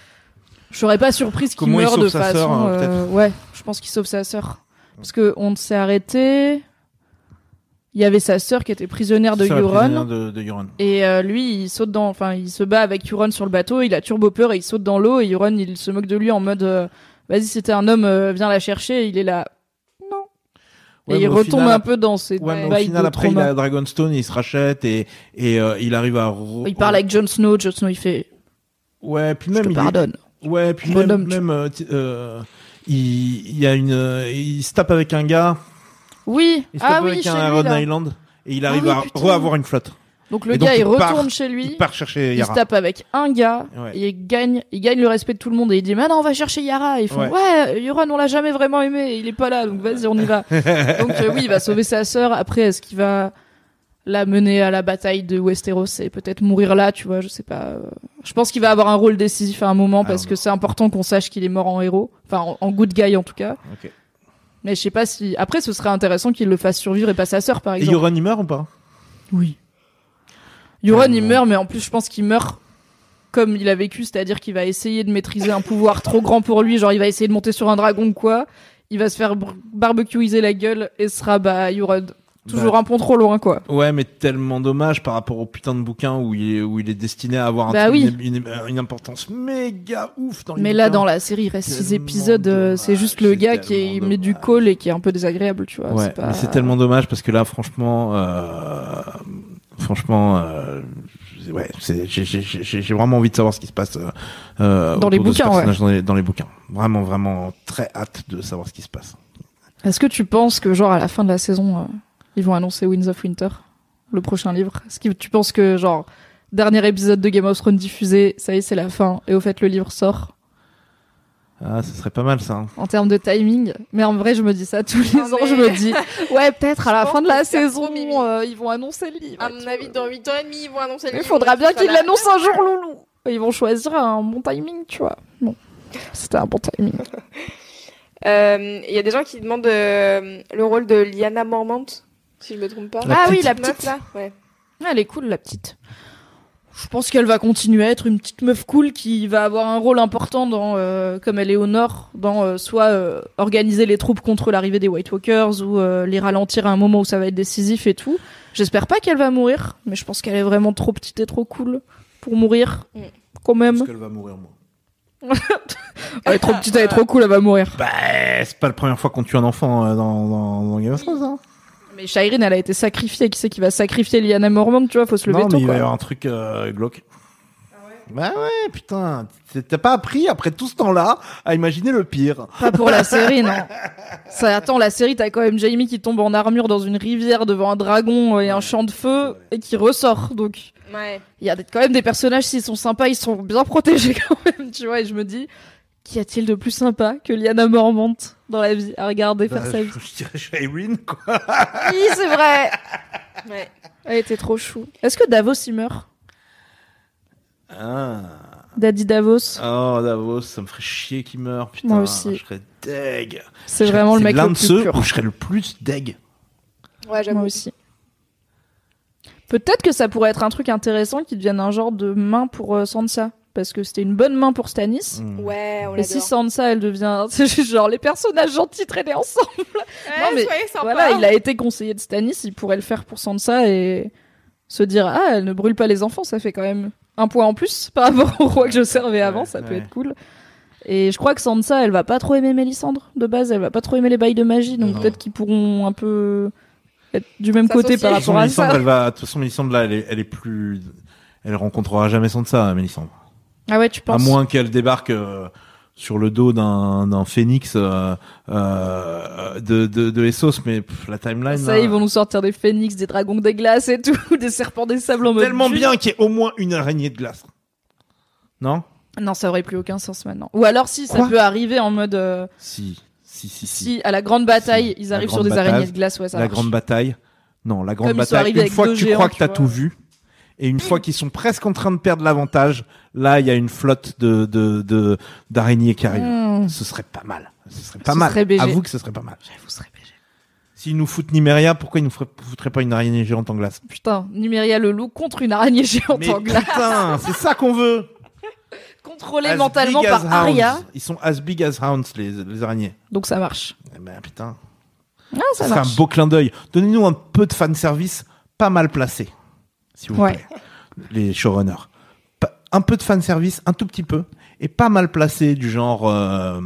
je serais pas surprise qu'il Comment il meure sauve de sa façon. sœur, hein, euh, peut-être. ouais, je pense qu'il sauve sa sœur parce que on s'est arrêté. Il y avait sa sœur qui était prisonnière de C'est la Euron. prisonnière de, de Euron. Et euh, lui, il saute dans, enfin, il se bat avec Euron sur le bateau. Il a turbo peur et il saute dans l'eau. Et Euron, il se moque de lui en mode, euh, vas-y, si t'es un homme, euh, viens la chercher. Et il est là, non. Ouais, et mais il au retombe final, un peu dans ses Ouais, mais au bails final, de après, il trauma. a Dragonstone, il se rachète et, et euh, il arrive à. re- Il parle avec Jon Snow. Jon Snow, il fait, Ouais, puis je même. te il est- pardonne. Ouais, puis Bon même, homme, tu même euh, t- euh, il, il y a une, euh, il se tape avec un gars. Oui. Il se tape Ah oui, avec chez un lui, Rhode là. Island et il arrive oui, à putain. re-avoir une flotte. Donc le Et donc, gars, il il part- retourne chez lui. Il part chercher Il se Yara. tape avec un gars Ouais. et il gagne, il gagne le respect de tout le monde et il dit maintenant on va chercher Yara. Et ils font Ouais. ouais, Euron on l'a jamais vraiment aimé, il est pas là donc vas-y on y va. Donc euh, oui il va sauver sa sœur. Après est-ce qu'il va la mener à la bataille de Westeros et peut-être mourir là, tu vois, je sais pas. euh. Je pense qu'il va avoir un rôle décisif à un moment Ah, parce ouais. que c'est important qu'on sache qu'il est mort en héros, enfin en, en good guy en tout cas. Ok. Mais je sais pas si après ce serait intéressant qu'il le fasse survivre et pas sa sœur par Et exemple. Euron, il meurt ou pas? Oui. Euron, Euh, il meurt, mais en plus, je pense qu'il meurt comme il a vécu, c'est-à-dire qu'il va essayer de maîtriser un pouvoir trop grand pour lui, genre il va essayer de monter sur un dragon ou quoi, il va se faire br- barbecuiser la gueule et ce sera, bah, Euron. Toujours Bah, un pont trop loin, quoi. Ouais, mais tellement dommage par rapport au putain de bouquin où il est, où il est destiné à avoir un Bah truc- oui. une, une, une importance méga ouf dans les Mais là, bouquins. dans la série, il reste six Tellement épisodes, euh, c'est dommage, juste le c'est gars qui est- tellement met du dommage. call et qui est un peu désagréable, tu vois. Ouais, c'est pas... mais c'est tellement dommage parce que là, franchement, euh, franchement, euh, ouais, c'est, j'ai, j'ai, j'ai, j'ai vraiment envie de savoir ce qui se passe euh, Dans les autour de ce bouquins, ouais. personnage dans, les, dans les bouquins. Vraiment, vraiment très hâte de savoir ce qui se passe. Est-ce que tu penses que, genre, à la fin de la saison, euh, ils vont annoncer Winds of Winter, le prochain livre? Est-ce que tu penses que, genre, dernier épisode de Game of Thrones diffusé, ça y est, c'est la fin, et au fait, le livre sort? Ah, ce serait pas mal ça. hein. En termes de timing, mais en vrai je me dis ça tous les Non, ans, mais- je me dis ouais peut-être à Je la pense fin de que la c'est saison trop mimi. euh, ils vont annoncer le livre. À mon avis, dans huit ans et demi, ils vont annoncer le Il livre. faudra bien Ça qu'ils va. l'annoncent un jour loulou. Ils vont choisir un bon timing, tu vois. Bon, c'était un bon timing. Euh, Il y a des gens qui demandent euh, le rôle de Lyanna Mormont, si je me trompe pas. La Ah oui, petite la Meuf, petite. là, ouais. Ah, elle est cool la petite. Je pense qu'elle va continuer à être une petite meuf cool qui va avoir un rôle important dans, euh, comme elle est au nord, dans euh, soit euh, organiser les troupes contre l'arrivée des White Walkers ou euh, les ralentir à un moment où ça va être décisif et tout. J'espère pas qu'elle va mourir, mais je pense qu'elle est vraiment trop petite et trop cool pour mourir, Mm. quand même. qu'elle va mourir, moi. Elle est trop petite, elle est trop cool, elle va mourir. Bah, c'est pas la première fois qu'on tue un enfant euh, dans, dans, dans Game of Thrones, hein. Mais Shireen, elle a été sacrifiée. Qui c'est qui va sacrifier Lyanna Mormont, tu vois? Faut se lever Non, tôt, mais il va quoi. y avoir un truc euh, glauque. Bah ouais, putain, t'as pas appris après tout ce temps-là à imaginer le pire. Pas pour la série, non. Ça, attends, la série, t'as quand même Jaime qui tombe en armure dans une rivière devant un dragon et un champ de feu et qui ressort. Donc, Ouais. il y a des- quand même des personnages, s'ils sont sympas, ils sont bien protégés quand même, tu vois. Et je me dis, qu'y a-t-il de plus sympa que Lyanna Mormont dans la vie à regarder faire Bah, sa vie? je, je dirais Shireen, quoi. Oui, c'est vrai. Ouais. Elle était trop chou. Est-ce que Davos il meurt? Ah. Daddy Davos. Oh, Davos, ça me ferait chier qu'il meure, putain. Moi aussi. Je serais deg. C'est Je serais- vraiment le mec l'un le de plus ceux pur. où je serais le plus deg. Ouais, j'avoue. Moi aussi. Peut-être que ça pourrait être un truc intéressant qui devienne un genre de main pour euh, Sansa. Parce que c'était une bonne main pour Stannis. Mm. Ouais, on Et si l'adore. Sansa, elle devient... C'est juste genre les personnages gentils traînés ensemble. Ouais, Non, mais soyez sympa. Voilà, il a été conseiller de Stannis, il pourrait le faire pour Sansa et se dire « Ah, elle ne brûle pas les enfants, ça fait quand même un point en plus par rapport au roi que je servais avant, ça peut ouais. être cool. » Et je crois que Sansa, elle va pas trop aimer Mélisandre de base, elle va pas trop aimer les bails de magie, donc non. peut-être qu'ils pourront un peu être du même ça côté par rapport à ça. Elle va, de toute façon, Mélisandre là, elle est, elle est plus, elle rencontrera jamais Sansa, Mélisandre. Ah ouais, tu penses? À moins qu'elle débarque euh, sur le dos d'un, d'un phénix euh, euh, de, de, de Essos, mais pff, la timeline. Ça, là... ils vont nous sortir des phénix, des dragons des glaces et tout, des serpents des sables en mode. Tellement bien qu'il y ait au moins une araignée de glace. Non? Non, ça aurait plus aucun sens maintenant. Ou alors si, ça Quoi peut arriver en mode. Euh... Si, si, si, si. Si, à la grande bataille, si. ils arrivent sur des bataille, araignées de glace, ouais, ça La marche. grande bataille. Non, la grande Comme bataille. Une fois que tu géants, crois que tu t'as vois. tout vu, et une fois qu'ils sont presque en train de perdre l'avantage, là, il y a une flotte de, de, de, d'araignées qui arrive. Mmh. Ce serait pas mal. Ce serait pas ce mal. Serait B G. Avoue que ce serait pas mal. J'avoue, ce serait B G. S'ils nous foutent Nymeria, pourquoi ils nous foutraient pas une araignée géante en glace? Putain, Nymeria le loup contre une araignée géante Mais en glace. Putain, c'est ça qu'on veut. Contrôlé mentalement par Arya. Ils sont as big as hounds, les, les araignées. Donc ça marche. Eh ben putain. Ah, ça c'est un beau clin d'œil. Donnez-nous un peu de fanservice pas mal placé, s'il vous ouais. plaît, les showrunners. Pa- un peu de fanservice, un tout petit peu, et pas mal placé, du genre... Euh,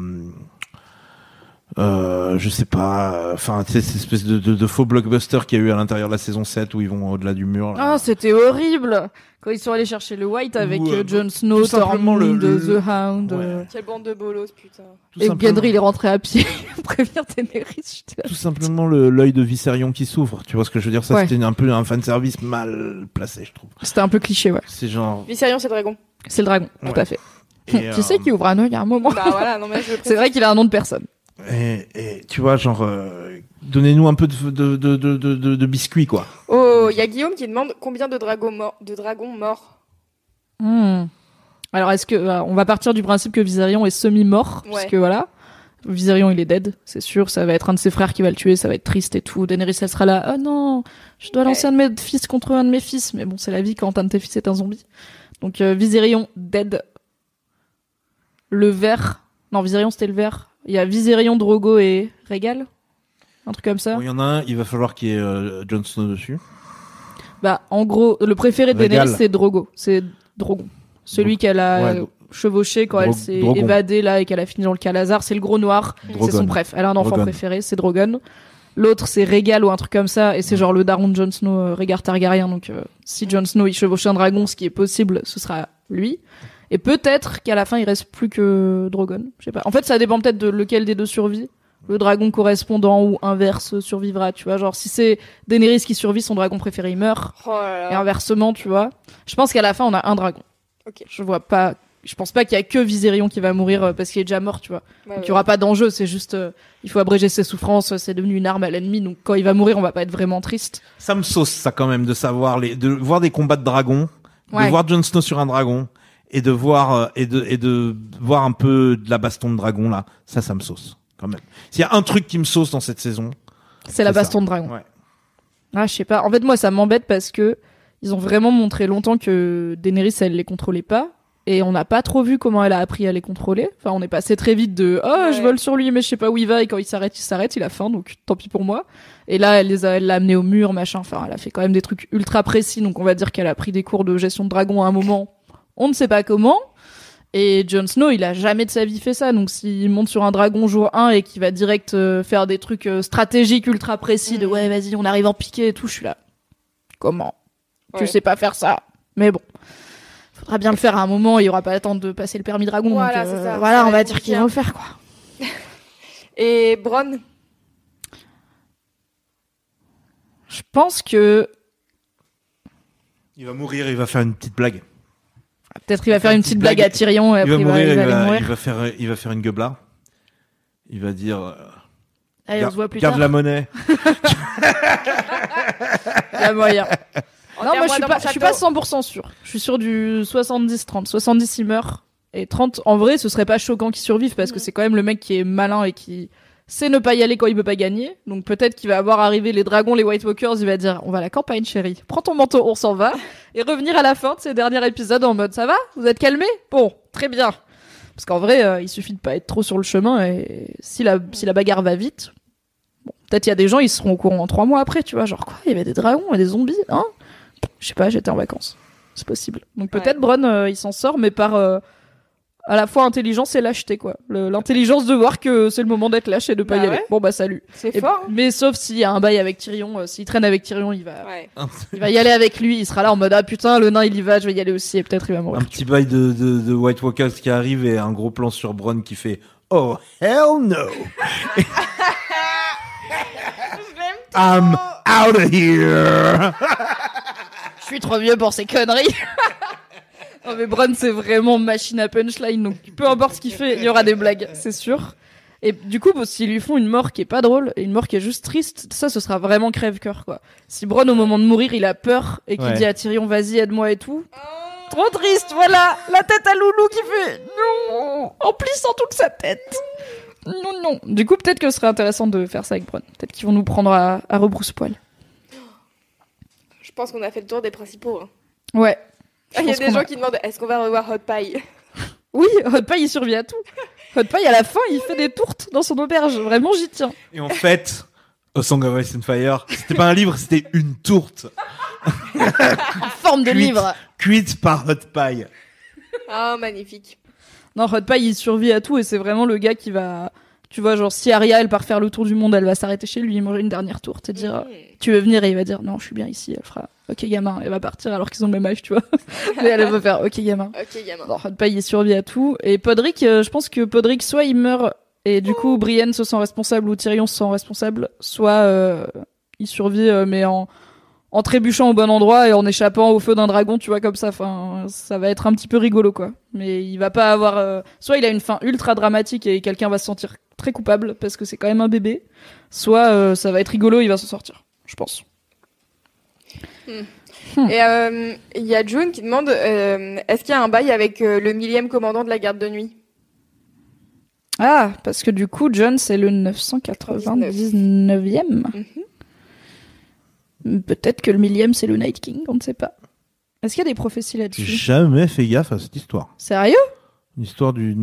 euh, je sais pas, enfin, tu sais, cette espèce de, de, de faux blockbuster qu'il y a eu à l'intérieur de la saison sept où ils vont au-delà du mur. Ah, oh, c'était horrible! Quand ils sont allés chercher le White avec euh, Jon Snow, Tormund, le, le... The Hound. Ouais. Euh... Quelle bande de bolos, putain. Tout et Gendry, il est rentré à pied pour prévenir Daenerys. Tout simplement le, l'œil de Viserion qui s'ouvre. Tu vois ce que je veux dire? Ça, ouais. C'était un peu un fanservice mal placé, je trouve. C'était un peu cliché, ouais. C'est genre... Viserion, c'est le dragon. C'est le dragon, ouais. Tout à fait. Et qui euh... c'est qui ouvre un œil à un moment? Bah voilà, non mais je c'est vrai qu'il a un nom de personne. Et, et tu vois, genre, euh, donnez-nous un peu de, de, de, de, de, de biscuits, quoi. Oh, il y a Guillaume qui demande combien de dragons morts, de dragons morts. Hmm. Alors, est-ce que euh, on va partir du principe que Viserion est semi-mort, ouais. Puisque voilà, Viserion il est dead, c'est sûr. Ça va être un de ses frères qui va le tuer, ça va être triste et tout. Daenerys elle sera là. Oh non, je dois okay. lancer un de mes fils contre un de mes fils. Mais bon, c'est la vie quand un de tes fils est un zombie. Donc euh, Viserion dead. Le vert, non Viserion c'était le vert. Il y a Viserion, Drogo et Rhaegal, un truc comme ça. Il y en a un, il va falloir qu'il y ait euh, Jon Snow dessus. Bah, en gros, le préféré de Daenerys, c'est Drogo. C'est Drogon. Celui qu'elle a ouais, chevauché quand Dro- elle s'est Drogon. évadée là et qu'elle a fini dans le Calazar. C'est le gros noir. Drogon. C'est son préf. Elle a un enfant Drogon. préféré, c'est Drogon. L'autre, c'est Rhaegal ou un truc comme ça. Et c'est genre le daron de Jon Snow, euh, Rhaegar Targaryen. Donc, euh, si Jon Snow, il chevauche un dragon, ce qui est possible, ce sera lui. Et peut-être qu'à la fin, il reste plus que Drogon. Je sais pas. En fait, ça dépend peut-être de lequel des deux survit. Le dragon correspondant ou inverse survivra, tu vois. Genre, si c'est Daenerys qui survit, son dragon préféré, il meurt. Oh là là. Et inversement, tu vois. Je pense qu'à la fin, on a un dragon. Ok. Je vois pas, je pense pas qu'il y a que Viserion qui va mourir parce qu'il est déjà mort, tu vois. Ouais, donc, il ouais. y aura pas d'enjeu. C'est juste, euh, il faut abréger ses souffrances. C'est devenu une arme à l'ennemi. Donc, quand il va mourir, on va pas être vraiment triste. Ça me sauce, ça, quand même, de savoir les, de voir des combats de dragons, ouais. de voir Jon Snow sur un dragon. Et de voir euh, et de et de voir un peu de la baston de dragon là, ça ça me sauce quand même. S'il y a un truc qui me sauce dans cette saison, c'est, c'est la baston ça. de dragon. Ouais. Ah, je sais pas. En fait, moi ça m'embête parce que ils ont vraiment montré longtemps que Daenerys elle les contrôlait pas et on n'a pas trop vu comment elle a appris à les contrôler. Enfin, on est passé très vite de oh, ouais. je vole sur lui mais je sais pas où il va et quand il s'arrête, il s'arrête, il a faim donc tant pis pour moi. Et là, elle les a elle l'a amené au mur, machin. Enfin, elle a fait quand même des trucs ultra précis donc on va dire qu'elle a pris des cours de gestion de dragon à un moment. On ne sait pas comment. Et Jon Snow, il a jamais de sa vie fait ça. Donc, s'il monte sur un dragon jour un et qu'il va direct euh, faire des trucs euh, stratégiques ultra précis de ouais, vas-y, on arrive en piqué et tout, je suis là. Comment? Ouais. Tu sais pas faire ça. Mais bon. Faudra bien le faire à un moment, il y aura pas le temps de passer le permis dragon. Voilà, donc, euh, c'est ça. voilà, ça on va dire qu'il va le faire, quoi. Et Bronn? Je pense que. Il va mourir, il va faire une petite blague. Peut-être qu'il va faire une petite blague, blague à Tyrion et il après va mourir, il va, il va, il va, mourir. Il va faire, il va faire une gueubla. Il va dire. Euh, Allez, gar- on se voit plus garde tard. la monnaie. Il y a moyen. En non, moi je suis pas, je suis pas château. cent pour cent sûr. Je suis sûr du soixante-dix trente. soixante-dix il meurt et trente en vrai, ce serait pas choquant qu'il survive parce que c'est quand même le mec qui est malin et qui sait ne pas y aller quand il peut pas gagner. Donc peut-être qu'il va voir arriver les dragons, les White Walkers, il va dire on va à la campagne chérie, prends ton manteau, on s'en va et revenir à la fin de ces derniers épisodes en mode ça va, vous êtes calmés, bon très bien. Parce qu'en vrai euh, il suffit de pas être trop sur le chemin et si la si la bagarre va vite, bon, peut-être il y a des gens ils seront au courant en trois mois après, tu vois, genre quoi, il y avait des dragons et des zombies, hein, je sais pas, j'étais en vacances, c'est possible. Donc peut-être ouais. Bronn euh, il s'en sort mais par euh, à la fois intelligence et lâcheté, quoi. Le, l'intelligence de voir que c'est le moment d'être lâche et de pas Bah y aller. ouais. Bon, bah, salut. C'est Et- fort. Hein. Mais sauf s'il y a un bail avec Tyrion, euh, s'il traîne avec Tyrion, il va, Ouais. il va y aller avec lui, il sera là en mode, ah putain, le nain, il y va, je vais y aller aussi, et peut-être il va mourir. Un petit bail de, de, de White Walkers qui arrive et un gros plan sur Bronn qui fait Oh hell no! I'm out of here! Je suis trop vieux pour ces conneries. Non mais Bronn c'est vraiment machine à punchline, donc peu importe ce qu'il fait, il y aura des blagues, c'est sûr. Et du coup, bah, s'ils lui font une mort qui est pas drôle et une mort qui est juste triste, ça ce sera vraiment crève-cœur quoi. Si Bronn au moment de mourir il a peur et qu'il Ouais. dit à Tyrion vas-y aide-moi et tout, trop triste, voilà, la tête à Loulou qui fait non en plissant toute sa tête. Non non. Du coup peut-être que ce serait intéressant de faire ça avec Bronn. Peut-être qu'ils vont nous prendre à, à rebrousse-poil. Je pense qu'on a fait le tour des principaux. Hein. Ouais. Je Ah, il y a pense des qu'on gens a- qui demandent est-ce qu'on va revoir Hot Pie. Oui, Hot Pie il survit à tout. Hot Pie à la fin il fait des tourtes dans son auberge. Vraiment j'y tiens. Et en fait, A Song of Ice and Fire, c'était pas un livre, c'était une tourte. En forme de Cuite. livre. Cuite par Hot Pie. Ah, magnifique. Non, Hot Pie il survit à tout et c'est vraiment le gars qui va... Tu vois, genre si Arya elle part faire le tour du monde, elle va s'arrêter chez lui, manger une dernière tourte et dire Mmh. tu veux venir, et il va dire non je suis bien ici. Elle fera ok gamin, elle va partir alors qu'ils ont le même âge, tu vois. Mais elle va faire ok gamin. Ok, gamin. Non, Hot Pie il survit à tout. Et Podrick, euh, je pense que Podrick soit il meurt et du coup Brienne se sent responsable ou Tyrion se sent responsable, soit euh, il survit euh, mais en en trébuchant au bon endroit et en échappant au feu d'un dragon, tu vois, comme ça. Enfin, ça va être un petit peu rigolo, quoi. Mais il va pas avoir... euh, Soit il a une fin ultra dramatique et quelqu'un va se sentir très coupable parce que c'est quand même un bébé, soit euh, ça va être rigolo, il va s'en sortir, je pense. Et euh, il y a June qui demande euh, est-ce qu'il y a un bail avec euh, le millième commandant de la garde de nuit? Ah, parce que du coup, Jon, c'est le neuf cent quatre-vingt-dix-neuvième. Peut-être que le millième, c'est le Night King, on ne sait pas. Est-ce qu'il y a des prophéties J'ai là-dessus? jamais fait gaffe à cette histoire. Sérieux? L'histoire du,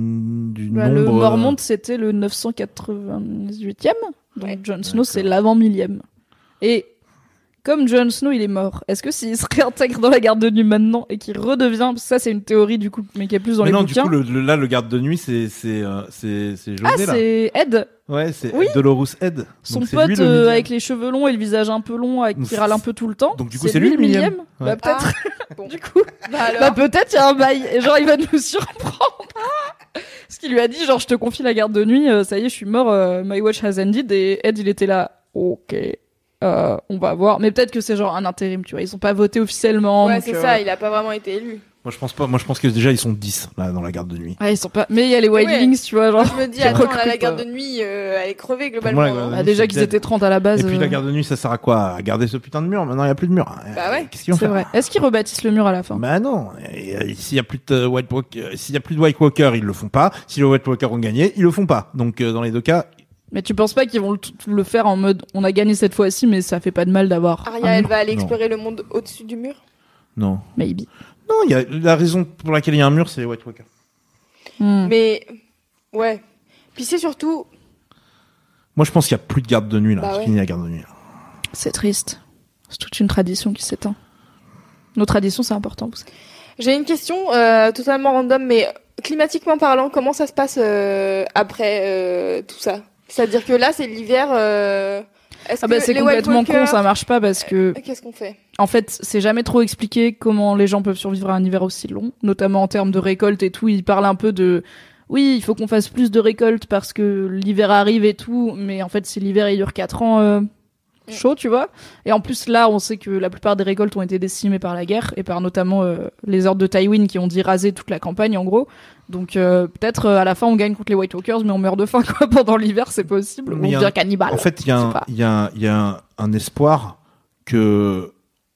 du Bah, nombre... le Mormont, c'était le neuf cent quatre-vingt-dix-huitième. Donc Ouais. Jon Snow, c'est l'avant-millième. Et comme Jon Snow, il est mort, est-ce que s'il se réintègre dans la garde de nuit maintenant et qu'il redevient... parce que ça, c'est une théorie, du coup, mais qui est plus dans Mais les non, bouquins. du coup, le, le- là, le garde de nuit, c'est c'est euh, c'est c'est José, Ah, là. c'est Ed, Ouais, c'est Oui. Dolorous Ed. son Donc, c'est pote lui, le euh, millième. avec les cheveux longs et le visage un peu long, avec Donc, qui râle un peu tout le temps. donc, du coup, c'est lui, le millième. Bah Ouais. peut-être. Ah, bon. Du coup, Bah alors bah peut-être il y a un bail. Et genre il va nous surprendre. Parce qu'il lui a dit genre je te confie la garde de nuit, euh, ça y est je suis mort, euh, my watch has ended. Et Ed il était là, ok, euh, on va voir. Mais peut-être que c'est genre un intérim, tu vois. Ils ont pas voté officiellement. Ouais, donc, c'est euh, ça, il a pas vraiment été élu. Moi, je pense pas. Moi, je pense que déjà, ils sont dix, là, dans la garde de nuit. Ouais, ils sont pas. Mais il y a les Ouais. Wildlings, tu vois, genre. Je me dis, qui attends, là, recrutent, la garde euh, de nuit, euh, elle est crevée Pour globalement. moi, la hein. Bah, déjà c'est qu'ils dead. étaient trente à la base. Et puis, euh, la garde de nuit, ça sert à quoi? À garder ce putain de mur? Maintenant, il y a plus de mur. Bah ouais. Qu'est-ce qu'ils vont C'est faire? vrai. Est-ce qu'ils rebâtissent le mur à la fin? Bah non. Et, euh, S'il y a plus de White Walker, s'il y a plus de White Walker, ils le font pas. Si les White Walker ont gagné, ils le font pas. Donc, euh, dans les deux cas, Mais tu penses pas qu'ils vont le, le faire en mode on a gagné cette fois-ci, mais ça fait pas de mal d'avoir. Arya, un elle mur? va aller Non. explorer le monde au-dessus du mur. non. Maybe. Non, il y a la raison pour laquelle il y a un mur, c'est les White Walker. Hmm. Mais, ouais. Puis c'est surtout, Moi, je pense qu'il y a plus de garde de nuit là. Bah C'est ouais. fini la garde de nuit. C'est triste. C'est toute une tradition qui s'éteint. Nos traditions, c'est important, vous savez. j'ai une question euh, totalement random, mais climatiquement parlant, comment ça se passe euh, après euh, tout ça? C'est-à-dire que là, c'est l'hiver. Euh... Est-ce Ah bah que c'est les White complètement con, Walkers- ça marche pas parce que, Euh, Qu'est-ce qu'on fait? en fait, c'est jamais trop expliqué comment les gens peuvent survivre à un hiver aussi long, notamment en termes de récolte et tout. Ils parlent un peu de, oui, il faut qu'on fasse plus de récoltes parce que l'hiver arrive et tout, mais en fait, si l'hiver il dure quatre ans, euh, chaud, tu vois. Et en plus, là, on sait que la plupart des récoltes ont été décimées par la guerre et par notamment euh, les ordres de Tywin qui ont dit raser toute la campagne, en gros. Donc euh, peut-être euh, à la fin on gagne contre les White Walkers, mais on meurt de faim quoi pendant l'hiver, c'est possible. Mais Ou il y a bien un- cannibale. En fait, il y a je sais un, pas. il y a un, il y a un, un espoir que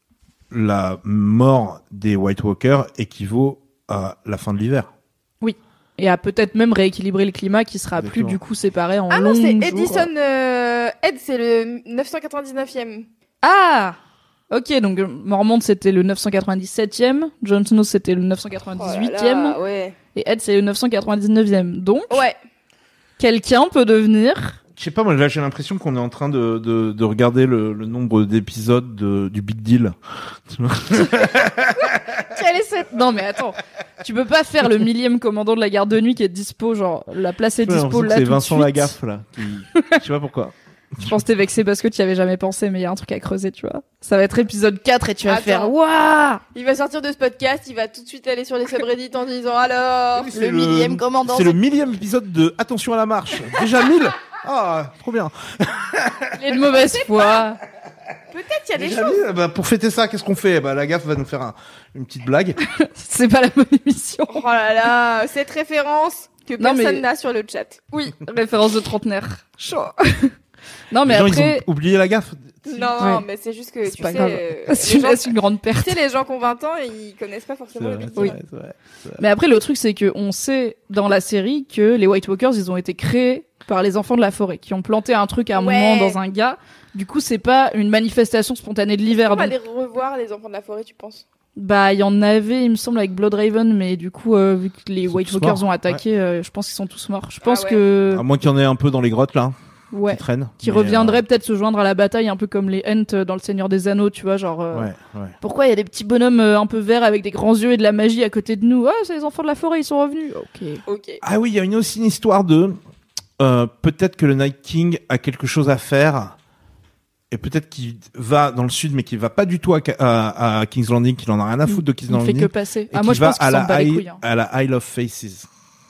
la mort des White Walkers équivaut à la fin de l'hiver. Et à peut-être même rééquilibrer le climat qui sera Exactement. plus du coup séparé en Ah non, longs c'est jours. Edison. Euh... Ed, c'est le neuf cent quatre-vingt-dix-neuvième. Ah ok, donc euh, Mormont c'était le neuf cent quatre-vingt-dix-septième, Jon Snow c'était le neuf cent Oh là quatre-vingt-dix-huitième, là, ouais. et Ed c'est le neuf cent quatre-vingt-dix-neuvième. Donc Ouais. quelqu'un peut devenir Je sais pas, moi là j'ai l'impression qu'on est en train de, de, de regarder le, le nombre d'épisodes de, du Big Deal. Quelle est cette... Non mais attends, tu peux pas faire le millième commandant de la garde de nuit qui est dispo, genre la place est dispo là tout de suite. C'est Vincent Lagaffe là. Qui... Je sais pas pourquoi. Je pense que t'es vexé parce que tu y avais jamais pensé, mais il y a un truc à creuser, tu vois. Ça va être épisode quatre et tu vas Attends. faire waouh. Il va sortir de ce podcast, il va tout de suite aller sur les subreddits en disant alors Oui, le, le millième commandant. C'est le millième épisode de Attention à la marche. Déjà mille. Ah, trop bien. Il est de mauvaise foi. Peut-être qu'il y a des Déjà choses. mille, bah, pour fêter ça, qu'est-ce qu'on fait? Bah, la gaffe va nous faire un, une petite blague. C'est pas la bonne émission. Oh là là, cette référence que Non, personne mais- n'a sur le chat. Oui, référence de trentenaire. Chaud. Non mais Les gens, après, ils ont oublié la gaffe. Non, Ouais. mais c'est juste que c'est tu pas sais, grave. euh, C'est les une, gens- c'est une grande perte. tu sais, les gens qui ont vingt ans, ils connaissent pas C'est forcément le vrai, Big c'est Deal. vrai, c'est vrai, c'est vrai. Mais après, le truc, c'est que on sait dans la série que les White Walkers, ils ont été créés par les enfants de la forêt, qui ont planté un truc à un Ouais. moment dans un gars. Du coup, c'est pas une manifestation spontanée de l'hiver. On va donc- les revoir, les enfants de la forêt, tu penses? Bah, il y en avait, il me semble, avec Bloodraven, mais du coup, euh, vu que les Ils sont White tous Walkers morts, ont attaqué, euh, je pense qu'ils sont tous morts. Je Ah pense ouais. que, À moins qu'il y en ait un peu dans les grottes là, ouais, qui traînent. qui Mais, reviendraient peut-être se joindre à la bataille, un peu comme les Ents dans le Seigneur des Anneaux, tu vois, genre. euh, euh, Ouais, ouais. Pourquoi il y a des petits bonhommes euh, un peu verts avec des grands yeux et de la magie à côté de nous? Ah, c'est les enfants de la forêt, ils sont revenus. Ok. Ok. Ah oui, il y a une aussi une histoire de euh, peut-être que le Night King a quelque chose à faire et peut-être qu'il va dans le sud mais qu'il va pas du tout à, à, à King's Landing, qu'il en a rien à foutre de King's Il ne fait Landing. que passer. Et Ah, moi, qu'il je va pense à qu'ils s'en la, bat les Isle- couilles. hein. à la Isle of Faces.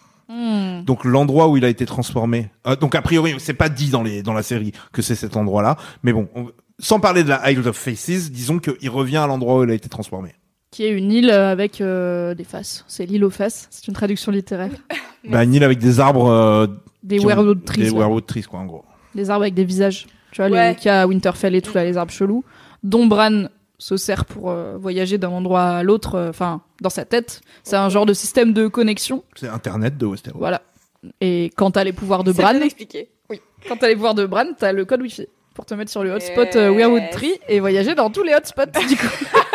Hmm. Donc l'endroit où il a été transformé. Euh, donc a priori, c'est pas dit dans les dans la série que c'est cet endroit-là, mais bon, on- sans parler de la Isle of Faces, disons qu'il revient à l'endroit où il a été transformé. Qui est une île euh, avec euh, des faces. C'est l'île aux faces. C'est une traduction littéraire. Bah, une île avec des arbres, euh, Des qui ont- werewood trees. des ouais. werewood trees quoi, en gros. Des arbres avec des visages. Tu vois, Ouais. les qu'il y a à Winterfell et tout, là, les arbres chelous. Dont Bran se sert pour euh, voyager d'un endroit à l'autre, euh, enfin, dans sa tête. C'est un genre de système de connexion. C'est Internet de Westeros. Voilà. Et quand t'as les pouvoirs de C'est Bran, bien expliqué. Oui. quand t'as les pouvoirs de Bran, t'as le code Wi-Fi pour te mettre sur le hotspot euh, Yes. Werewood Tree et voyager dans tous les hotspots, du coup.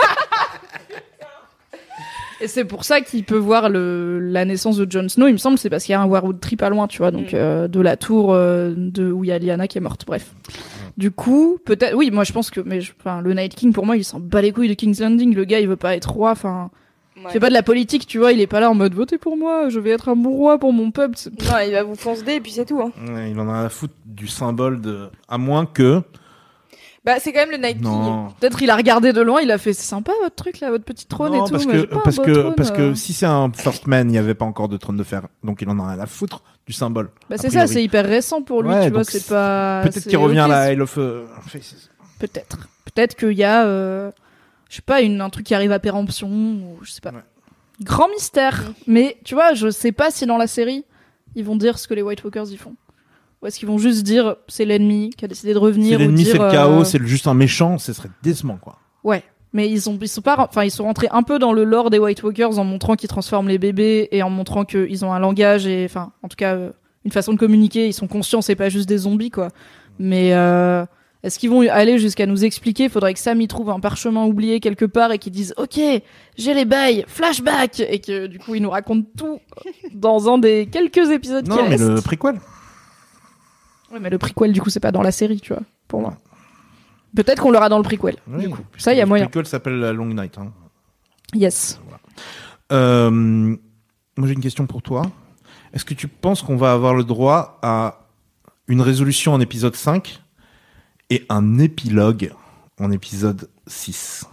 Et c'est pour ça qu'il peut voir le, la naissance de Jon Snow, il me semble, c'est parce qu'il y a un Werewood Tree pas loin, tu vois, donc Mm. euh, de la tour euh, de où il y a Lyanna qui est morte, bref. Du coup, peut-être, oui, moi je pense que, mais je- enfin, le Night King, pour moi, il s'en bat les couilles de King's Landing, le gars, il veut pas être roi, enfin, il Ouais. fait pas de la politique, tu vois, il est pas là en mode votez pour moi, je vais être un bon roi pour mon peuple. C'est- Non, il va vous foncer et puis c'est tout. Hein. Ouais, il en a rien à foutre du symbole de. À moins que. Bah, c'est quand même le Night King. Non. Peut-être il a regardé de loin, il a fait c'est sympa votre truc là, votre petit trône non, et tout. parce mais que j'ai pas un parce beau que trône, parce euh. que si c'est un First Man, il n'y avait pas encore de trône de fer, donc il en a rien à foutre du symbole. Bah a c'est ça, priori. c'est hyper récent pour lui, Ouais, tu vois, donc c'est c'est- pas. Peut-être c'est qu'il revient ok, à la Isle of euh, Faces. Peut-être. Peut-être qu'il y a, euh, je sais pas, une, un truc qui arrive à péremption, ou je sais pas. Ouais. Grand mystère. Mais tu vois, je sais pas si dans la série, ils vont dire ce que les White Walkers y font. Ou est-ce qu'ils vont juste dire c'est l'ennemi qui a décidé de revenir. C'est ou l'ennemi, dire, c'est le euh, chaos, c'est le- juste un méchant, ce serait décevant quoi. Ouais. Mais ils sont, ils sont pas, enfin, ils sont rentrés un peu dans le lore des White Walkers en montrant qu'ils transforment les bébés et en montrant qu'ils ont un langage et, enfin, en tout cas, euh, une façon de communiquer. Ils sont conscients, c'est pas juste des zombies, quoi. Mais, euh, est-ce qu'ils vont aller jusqu'à nous expliquer? Faudrait que Sam y trouve un parchemin oublié quelque part et qu'ils disent, OK, j'ai les bails, flashback! Et que, du coup, ils nous racontent tout dans un des quelques épisodes qui Non, mais restent. le préquel. Ouais, mais le prequel, du coup, c'est pas dans la série, tu vois, pour moi. Peut-être qu'on l'aura dans le prequel. Oui, du coup. puisque Ça, il y a le moyen. préquel s'appelle la Long Night. Hein. Yes. Euh, moi j'ai une question pour toi. Est-ce que tu penses qu'on va avoir le droit à une résolution en épisode cinq et un épilogue en épisode six?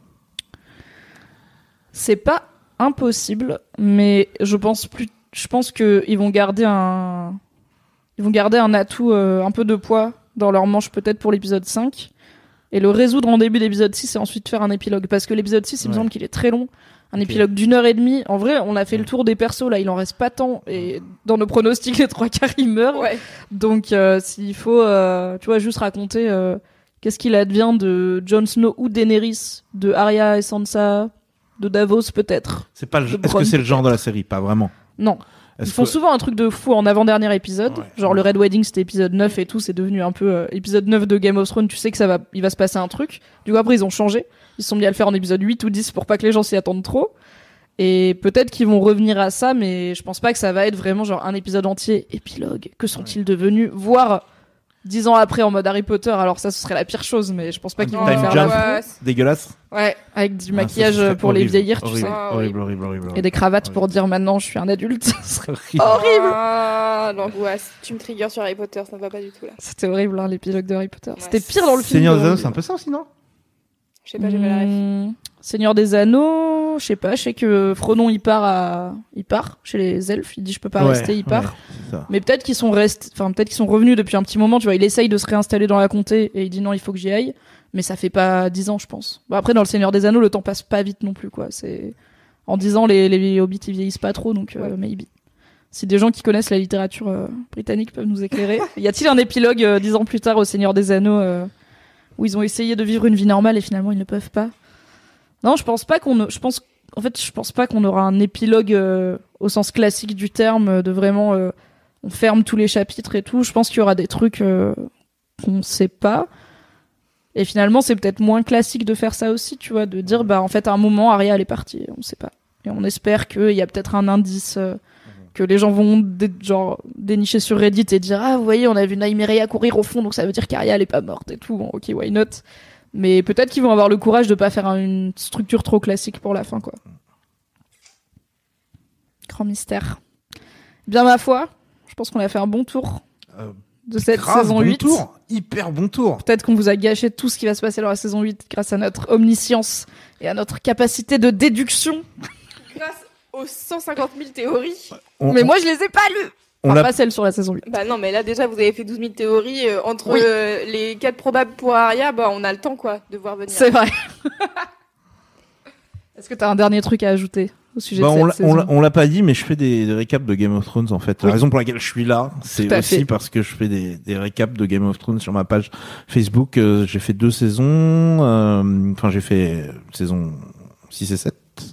C'est pas impossible, mais je pense plus. Je pense que ils vont garder un. Ils vont garder un atout, euh, un peu de poids dans leur manche peut-être pour l'épisode cinq et le résoudre en début d'épisode six et ensuite faire un épilogue parce que l'épisode six il me Ouais. semble qu'il est très long. Un Ok. épilogue d'une heure et demie. En vrai, on a fait le tour des persos là, il en reste pas tant et dans nos pronostics les trois quarts ils meurent. Ouais. Donc euh, s'il faut, euh, tu vois, juste raconter euh, qu'est-ce qu'il advient de Jon Snow ou Daenerys, de Arya et Sansa, de Davos peut-être. C'est pas le... De Est-ce que Bronn, c'est le genre de la série? Pas vraiment. Non. Ils Est-ce font que- souvent un truc de fou en avant-dernier épisode. Ouais. Genre le Red Wedding c'était épisode neuf et tout, c'est devenu un peu euh, épisode neuf de Game of Thrones, tu sais que ça va il va se passer un truc. Du coup après ils ont changé, ils se sont mis à le faire en épisode huit ou dix pour pas que les gens s'y attendent trop. Et peut-être qu'ils vont revenir à ça mais je pense pas que ça va être vraiment genre un épisode entier épilogue. Que sont-ils devenus? Voire dix ans après en mode Harry Potter, alors ça ce serait la pire chose, mais je pense pas qu'ils vont Time faire jump. la Dégueulasse. Ouais, avec du Ah, maquillage ça serait pour les horrible. vieillir, tu horrible. sais. Ah, Horrible, horrible, horrible, horrible. Et des cravates horrible. pour dire maintenant je suis un adulte. Ce serait Horrible. horrible. Ah, l'angoisse. Tu me triggers sur Harry Potter, ça me va pas du tout là. C'était horrible, hein, l'épilogue de Harry Potter. Ouais. C'était pire dans le film. Seigneur que des dans le Anneaux, c'est un livre. peu ça aussi, non? Je sais pas, j'ai pas la ref. Mmh, Seigneur des Anneaux, je sais pas, je sais que Frodon il part à, il part chez les elfes, il dit je peux pas Ouais, rester, il part. ouais, c'est ça. Mais peut-être qu'ils sont restés, enfin peut-être qu'ils sont revenus depuis un petit moment, tu vois, il essaye de se réinstaller dans la comté et il dit non, il faut que j'y aille, mais ça fait pas dix ans, je pense. Bon, après dans le Seigneur des Anneaux, le temps passe pas vite non plus, quoi. C'est en dix ans les les hobbits ils vieillissent pas trop, donc euh, Ouais. maybe. Si des gens qui connaissent la littérature euh, britannique peuvent nous éclairer, y a-t-il un épilogue euh, dix ans plus tard au Seigneur des Anneaux euh, où ils ont essayé de vivre une vie normale et finalement ils ne peuvent pas? Non, je pense pas qu'on, je pense, en fait, je pense pas qu'on aura un épilogue euh, au sens classique du terme, de vraiment, euh, on ferme tous les chapitres et tout. Je pense qu'il y aura des trucs euh, qu'on sait pas. Et finalement, c'est peut-être moins classique de faire ça aussi, tu vois, de dire, bah, en fait, à un moment, Arya, elle est partie, on sait pas. Et on espère qu'il y a peut-être un indice euh, que les gens vont dé- genre dénicher sur Reddit et dire, ah, vous voyez, on a vu Nymeria courir au fond, donc ça veut dire qu'Arya, elle est pas morte et tout. Bon, ok, why not? Mais peut-être qu'ils vont avoir le courage de pas faire un- une structure trop classique pour la fin, quoi. Grand mystère. Bien, ma foi, je pense qu'on a fait un bon tour Euh, de cette grave, saison bon huit. tour. Hyper bon tour. Peut-être qu'on vous a gâché tout ce qui va se passer dans la saison huit grâce à notre omniscience et à notre capacité de déduction. Grâce aux cent cinquante mille théories. On, Mais moi, je les ai pas lues. on Enfin, l'a pas celles sur la saison huit. Bah non, mais là déjà vous avez fait douze mille théories. euh, entre Oui. euh, les quatre probables pour Arya, bah on a le temps quoi de voir venir. C'est vrai. Est-ce que t'as un dernier truc à ajouter au sujet Bah, de on cette l'a- saison on l'a- on l'a pas dit, mais je fais des, des récaps de Game of Thrones en fait. La Oui. raison pour laquelle je suis là, c'est Tout à aussi fait. parce que je fais des, des récaps de Game of Thrones sur ma page Facebook. Euh, j'ai fait deux saisons. euh, Enfin, j'ai fait saison six et sept.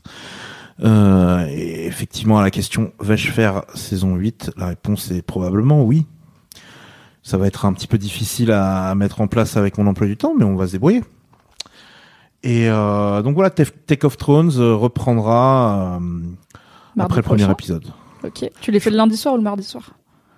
Euh, et effectivement, à la question vais-je faire saison huit, la réponse est probablement oui. Ça va être un petit peu difficile à, à mettre en place avec mon emploi du temps, mais on va se débrouiller. Et euh, donc voilà, Tef- Take of Thrones euh, reprendra euh, Mardi après le premier prochain. épisode. Ok. Tu les fais le lundi soir ou le mardi soir?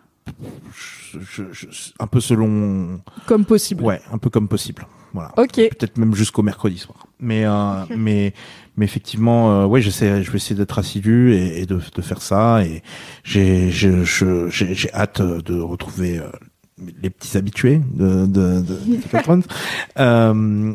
Je, je, je, un peu selon, Comme possible. ouais, un peu comme possible. Voilà. Ok. Peut-être même jusqu'au mercredi soir. Mais euh, mais mais effectivement, euh, ouais, j'essaie, je vais essayer d'être assidu et, et de, de faire ça. Et j'ai je, je, j'ai, j'ai hâte de retrouver euh, les petits habitués de de, de, de Game of Thrones. Euh,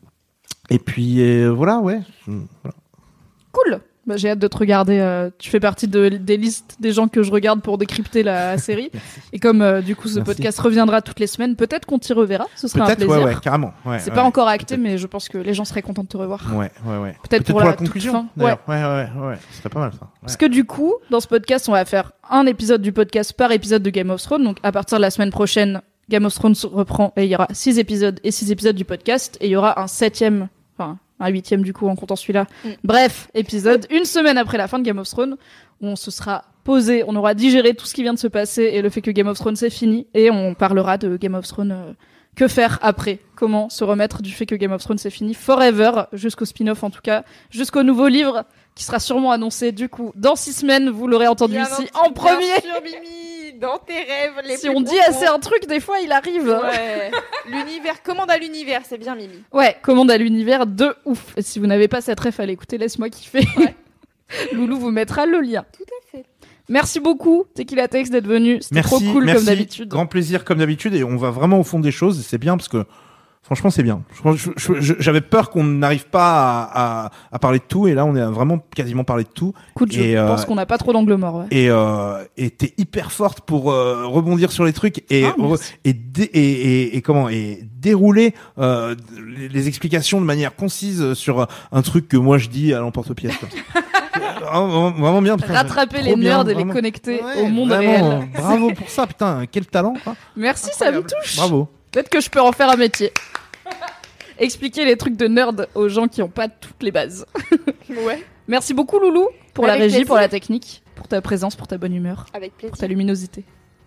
et puis euh, voilà, ouais. Voilà. Cool. Bah, j'ai hâte de te regarder. euh, tu fais partie de, des listes des gens que je regarde pour décrypter la série. Et comme euh, du coup ce Merci. podcast reviendra toutes les semaines, peut-être qu'on t'y reverra. Ce serait un Peut-être, plaisir. ouais, ouais, carrément. Ouais, C'est ouais, pas encore acté, peut-être. mais je pense que les gens seraient contents de te revoir. Ouais, ouais, ouais. Peut-être pour la toute conclusion. fin. d'ailleurs. Ouais, ouais, ouais, ouais. Ce serait pas mal ça. Ouais. Parce que du coup, dans ce podcast, on va faire un épisode du podcast par épisode de Game of Thrones. Donc à partir de la semaine prochaine, Game of Thrones reprend et il y aura six épisodes et six épisodes du podcast. Et il y aura un septième, enfin un huitième du coup en comptant celui-là. Mm. Bref, épisode une semaine après la fin de Game of Thrones, où on se sera posé, on aura digéré tout ce qui vient de se passer et le fait que Game of Thrones c'est fini. Et on parlera de Game of Thrones. euh, que faire après? Comment se remettre du fait que Game of Thrones c'est fini forever, jusqu'au spin-off en tout cas, jusqu'au nouveau livre qui sera sûrement annoncé du coup dans six semaines, vous l'aurez entendu Bien ici entendu, en premier. Bien sûr, Mimi, dans tes rêves les Si plus on dit profonds. assez un truc, des fois il arrive. Ouais. L'univers, commande à l'univers, c'est bien Mimi. Ouais, commande à l'univers de ouf. Et si vous n'avez pas cette ref à l'écouter, laisse-moi kiffer. Ouais. Loulou vous mettra le lien. Tout à fait. Merci beaucoup, Tequila Tex, d'être venu. C'était Merci, trop cool merci. comme d'habitude. Grand plaisir comme d'habitude et on va vraiment au fond des choses et c'est bien parce que franchement c'est bien. Je- je- je- J'avais peur qu'on n'arrive pas à, à, à parler de tout et là on a vraiment quasiment parlé de tout. Écoute, je Et, euh, pense qu'on n'a pas trop d'angle mort. Ouais. Et euh, et t'es hyper forte pour euh, rebondir sur les trucs et Ah, re- merci. et, dé- et, et, et comment et dérouler euh, les, les explications de manière concise sur un truc que moi je dis à l'emporte-pièce. comme ça. Vraiment, vraiment bien. putain, Rattraper trop les bien, nerds et les vraiment. connecter Ouais, au monde vraiment, réel. Bravo pour ça, putain, quel talent. Quoi. Merci, ça me Incroyable. touche. Bravo. Peut-être que je peux en faire un métier. Expliquer les trucs de nerd aux gens qui n'ont pas toutes les bases. Ouais, Merci beaucoup, Loulou, pour Avec la régie, plaisir. pour la technique, pour ta présence, pour ta bonne humeur, avec pour plaisir. ta luminosité.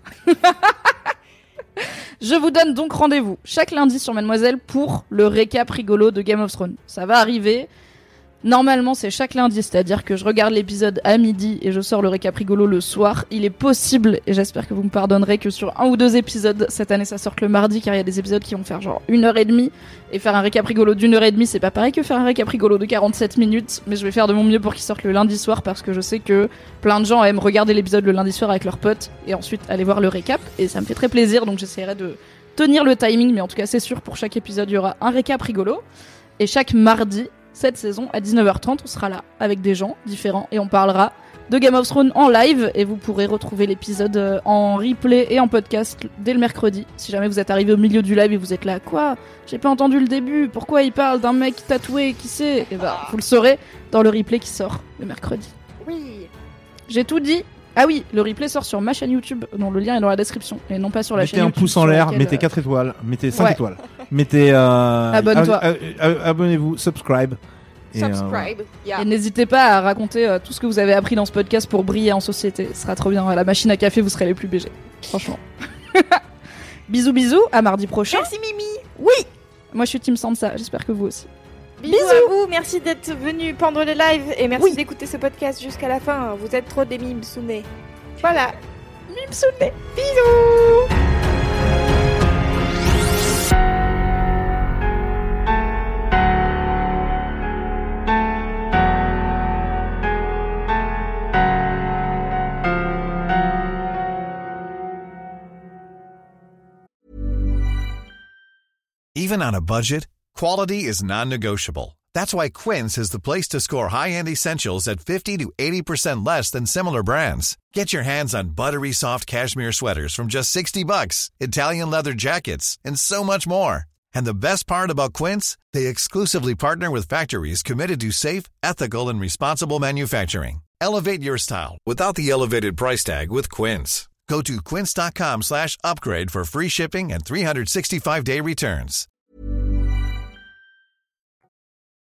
Je vous donne donc rendez-vous chaque lundi sur Mademoiselle pour le récap rigolo de Game of Thrones. Ça va arriver. Normalement, c'est chaque lundi, c'est-à-dire que je regarde l'épisode à midi et je sors le récap rigolo le soir. Il est possible, et j'espère que vous me pardonnerez, que sur un ou deux épisodes, cette année, ça sorte le mardi, car il y a des épisodes qui vont faire genre une heure et demie. Et faire un récap rigolo d'une heure et demie, c'est pas pareil que faire un récap rigolo de quarante-sept minutes. Mais je vais faire de mon mieux pour qu'il sorte le lundi soir, parce que je sais que plein de gens aiment regarder l'épisode le lundi soir avec leurs potes, et ensuite aller voir le récap. Et ça me fait très plaisir, donc j'essaierai de tenir le timing, mais en tout cas, c'est sûr, pour chaque épisode, il y aura un récap rigolo. Et chaque mardi, cette saison, à dix-neuf heures trente, on sera là avec des gens différents et on parlera de Game of Thrones en live et vous pourrez retrouver l'épisode en replay et en podcast dès le mercredi. Si jamais vous êtes arrivé au milieu du live et vous êtes là, quoi ? J'ai pas entendu le début, pourquoi il parle d'un mec tatoué, qui sait ? Et bah, vous le saurez dans le replay qui sort le mercredi. Oui. J'ai tout dit. Ah oui, le replay sort sur ma chaîne YouTube, dont le lien est dans la description, et non pas sur la mettez chaîne un YouTube. Pouce en l'air, laquelle, mettez euh... quatre étoiles, mettez cinq Ouais. étoiles, mettez euh, Abonne-toi. ab- ab- abonnez-vous, subscribe. Et, euh, Subscribe. Yeah. Et n'hésitez pas à raconter euh, tout ce que vous avez appris dans ce podcast pour briller en société. Ce sera trop bien. À la machine à café, vous serez les plus B G. Franchement. Bisous, bisous. À mardi prochain. Merci Mimi. Oui. Moi, je suis Team Sansa. J'espère que vous aussi. Bisous, à vous. Merci d'être venu pendant le live et merci Oui. d'écouter ce podcast jusqu'à la fin. Vous êtes trop des mimsounés. Voilà. Mimsouné. Bisous. Even on a budget, quality is non-negotiable. That's why Quince is the place to score high-end essentials at fifty to eighty percent less than similar brands. Get your hands on buttery soft cashmere sweaters from just sixty bucks, Italian leather jackets, and so much more. And the best part about Quince, they exclusively partner with factories committed to safe, ethical, and responsible manufacturing. Elevate your style without the elevated price tag with Quince. Go to quince.com slash upgrade for free shipping and three sixty-five day returns.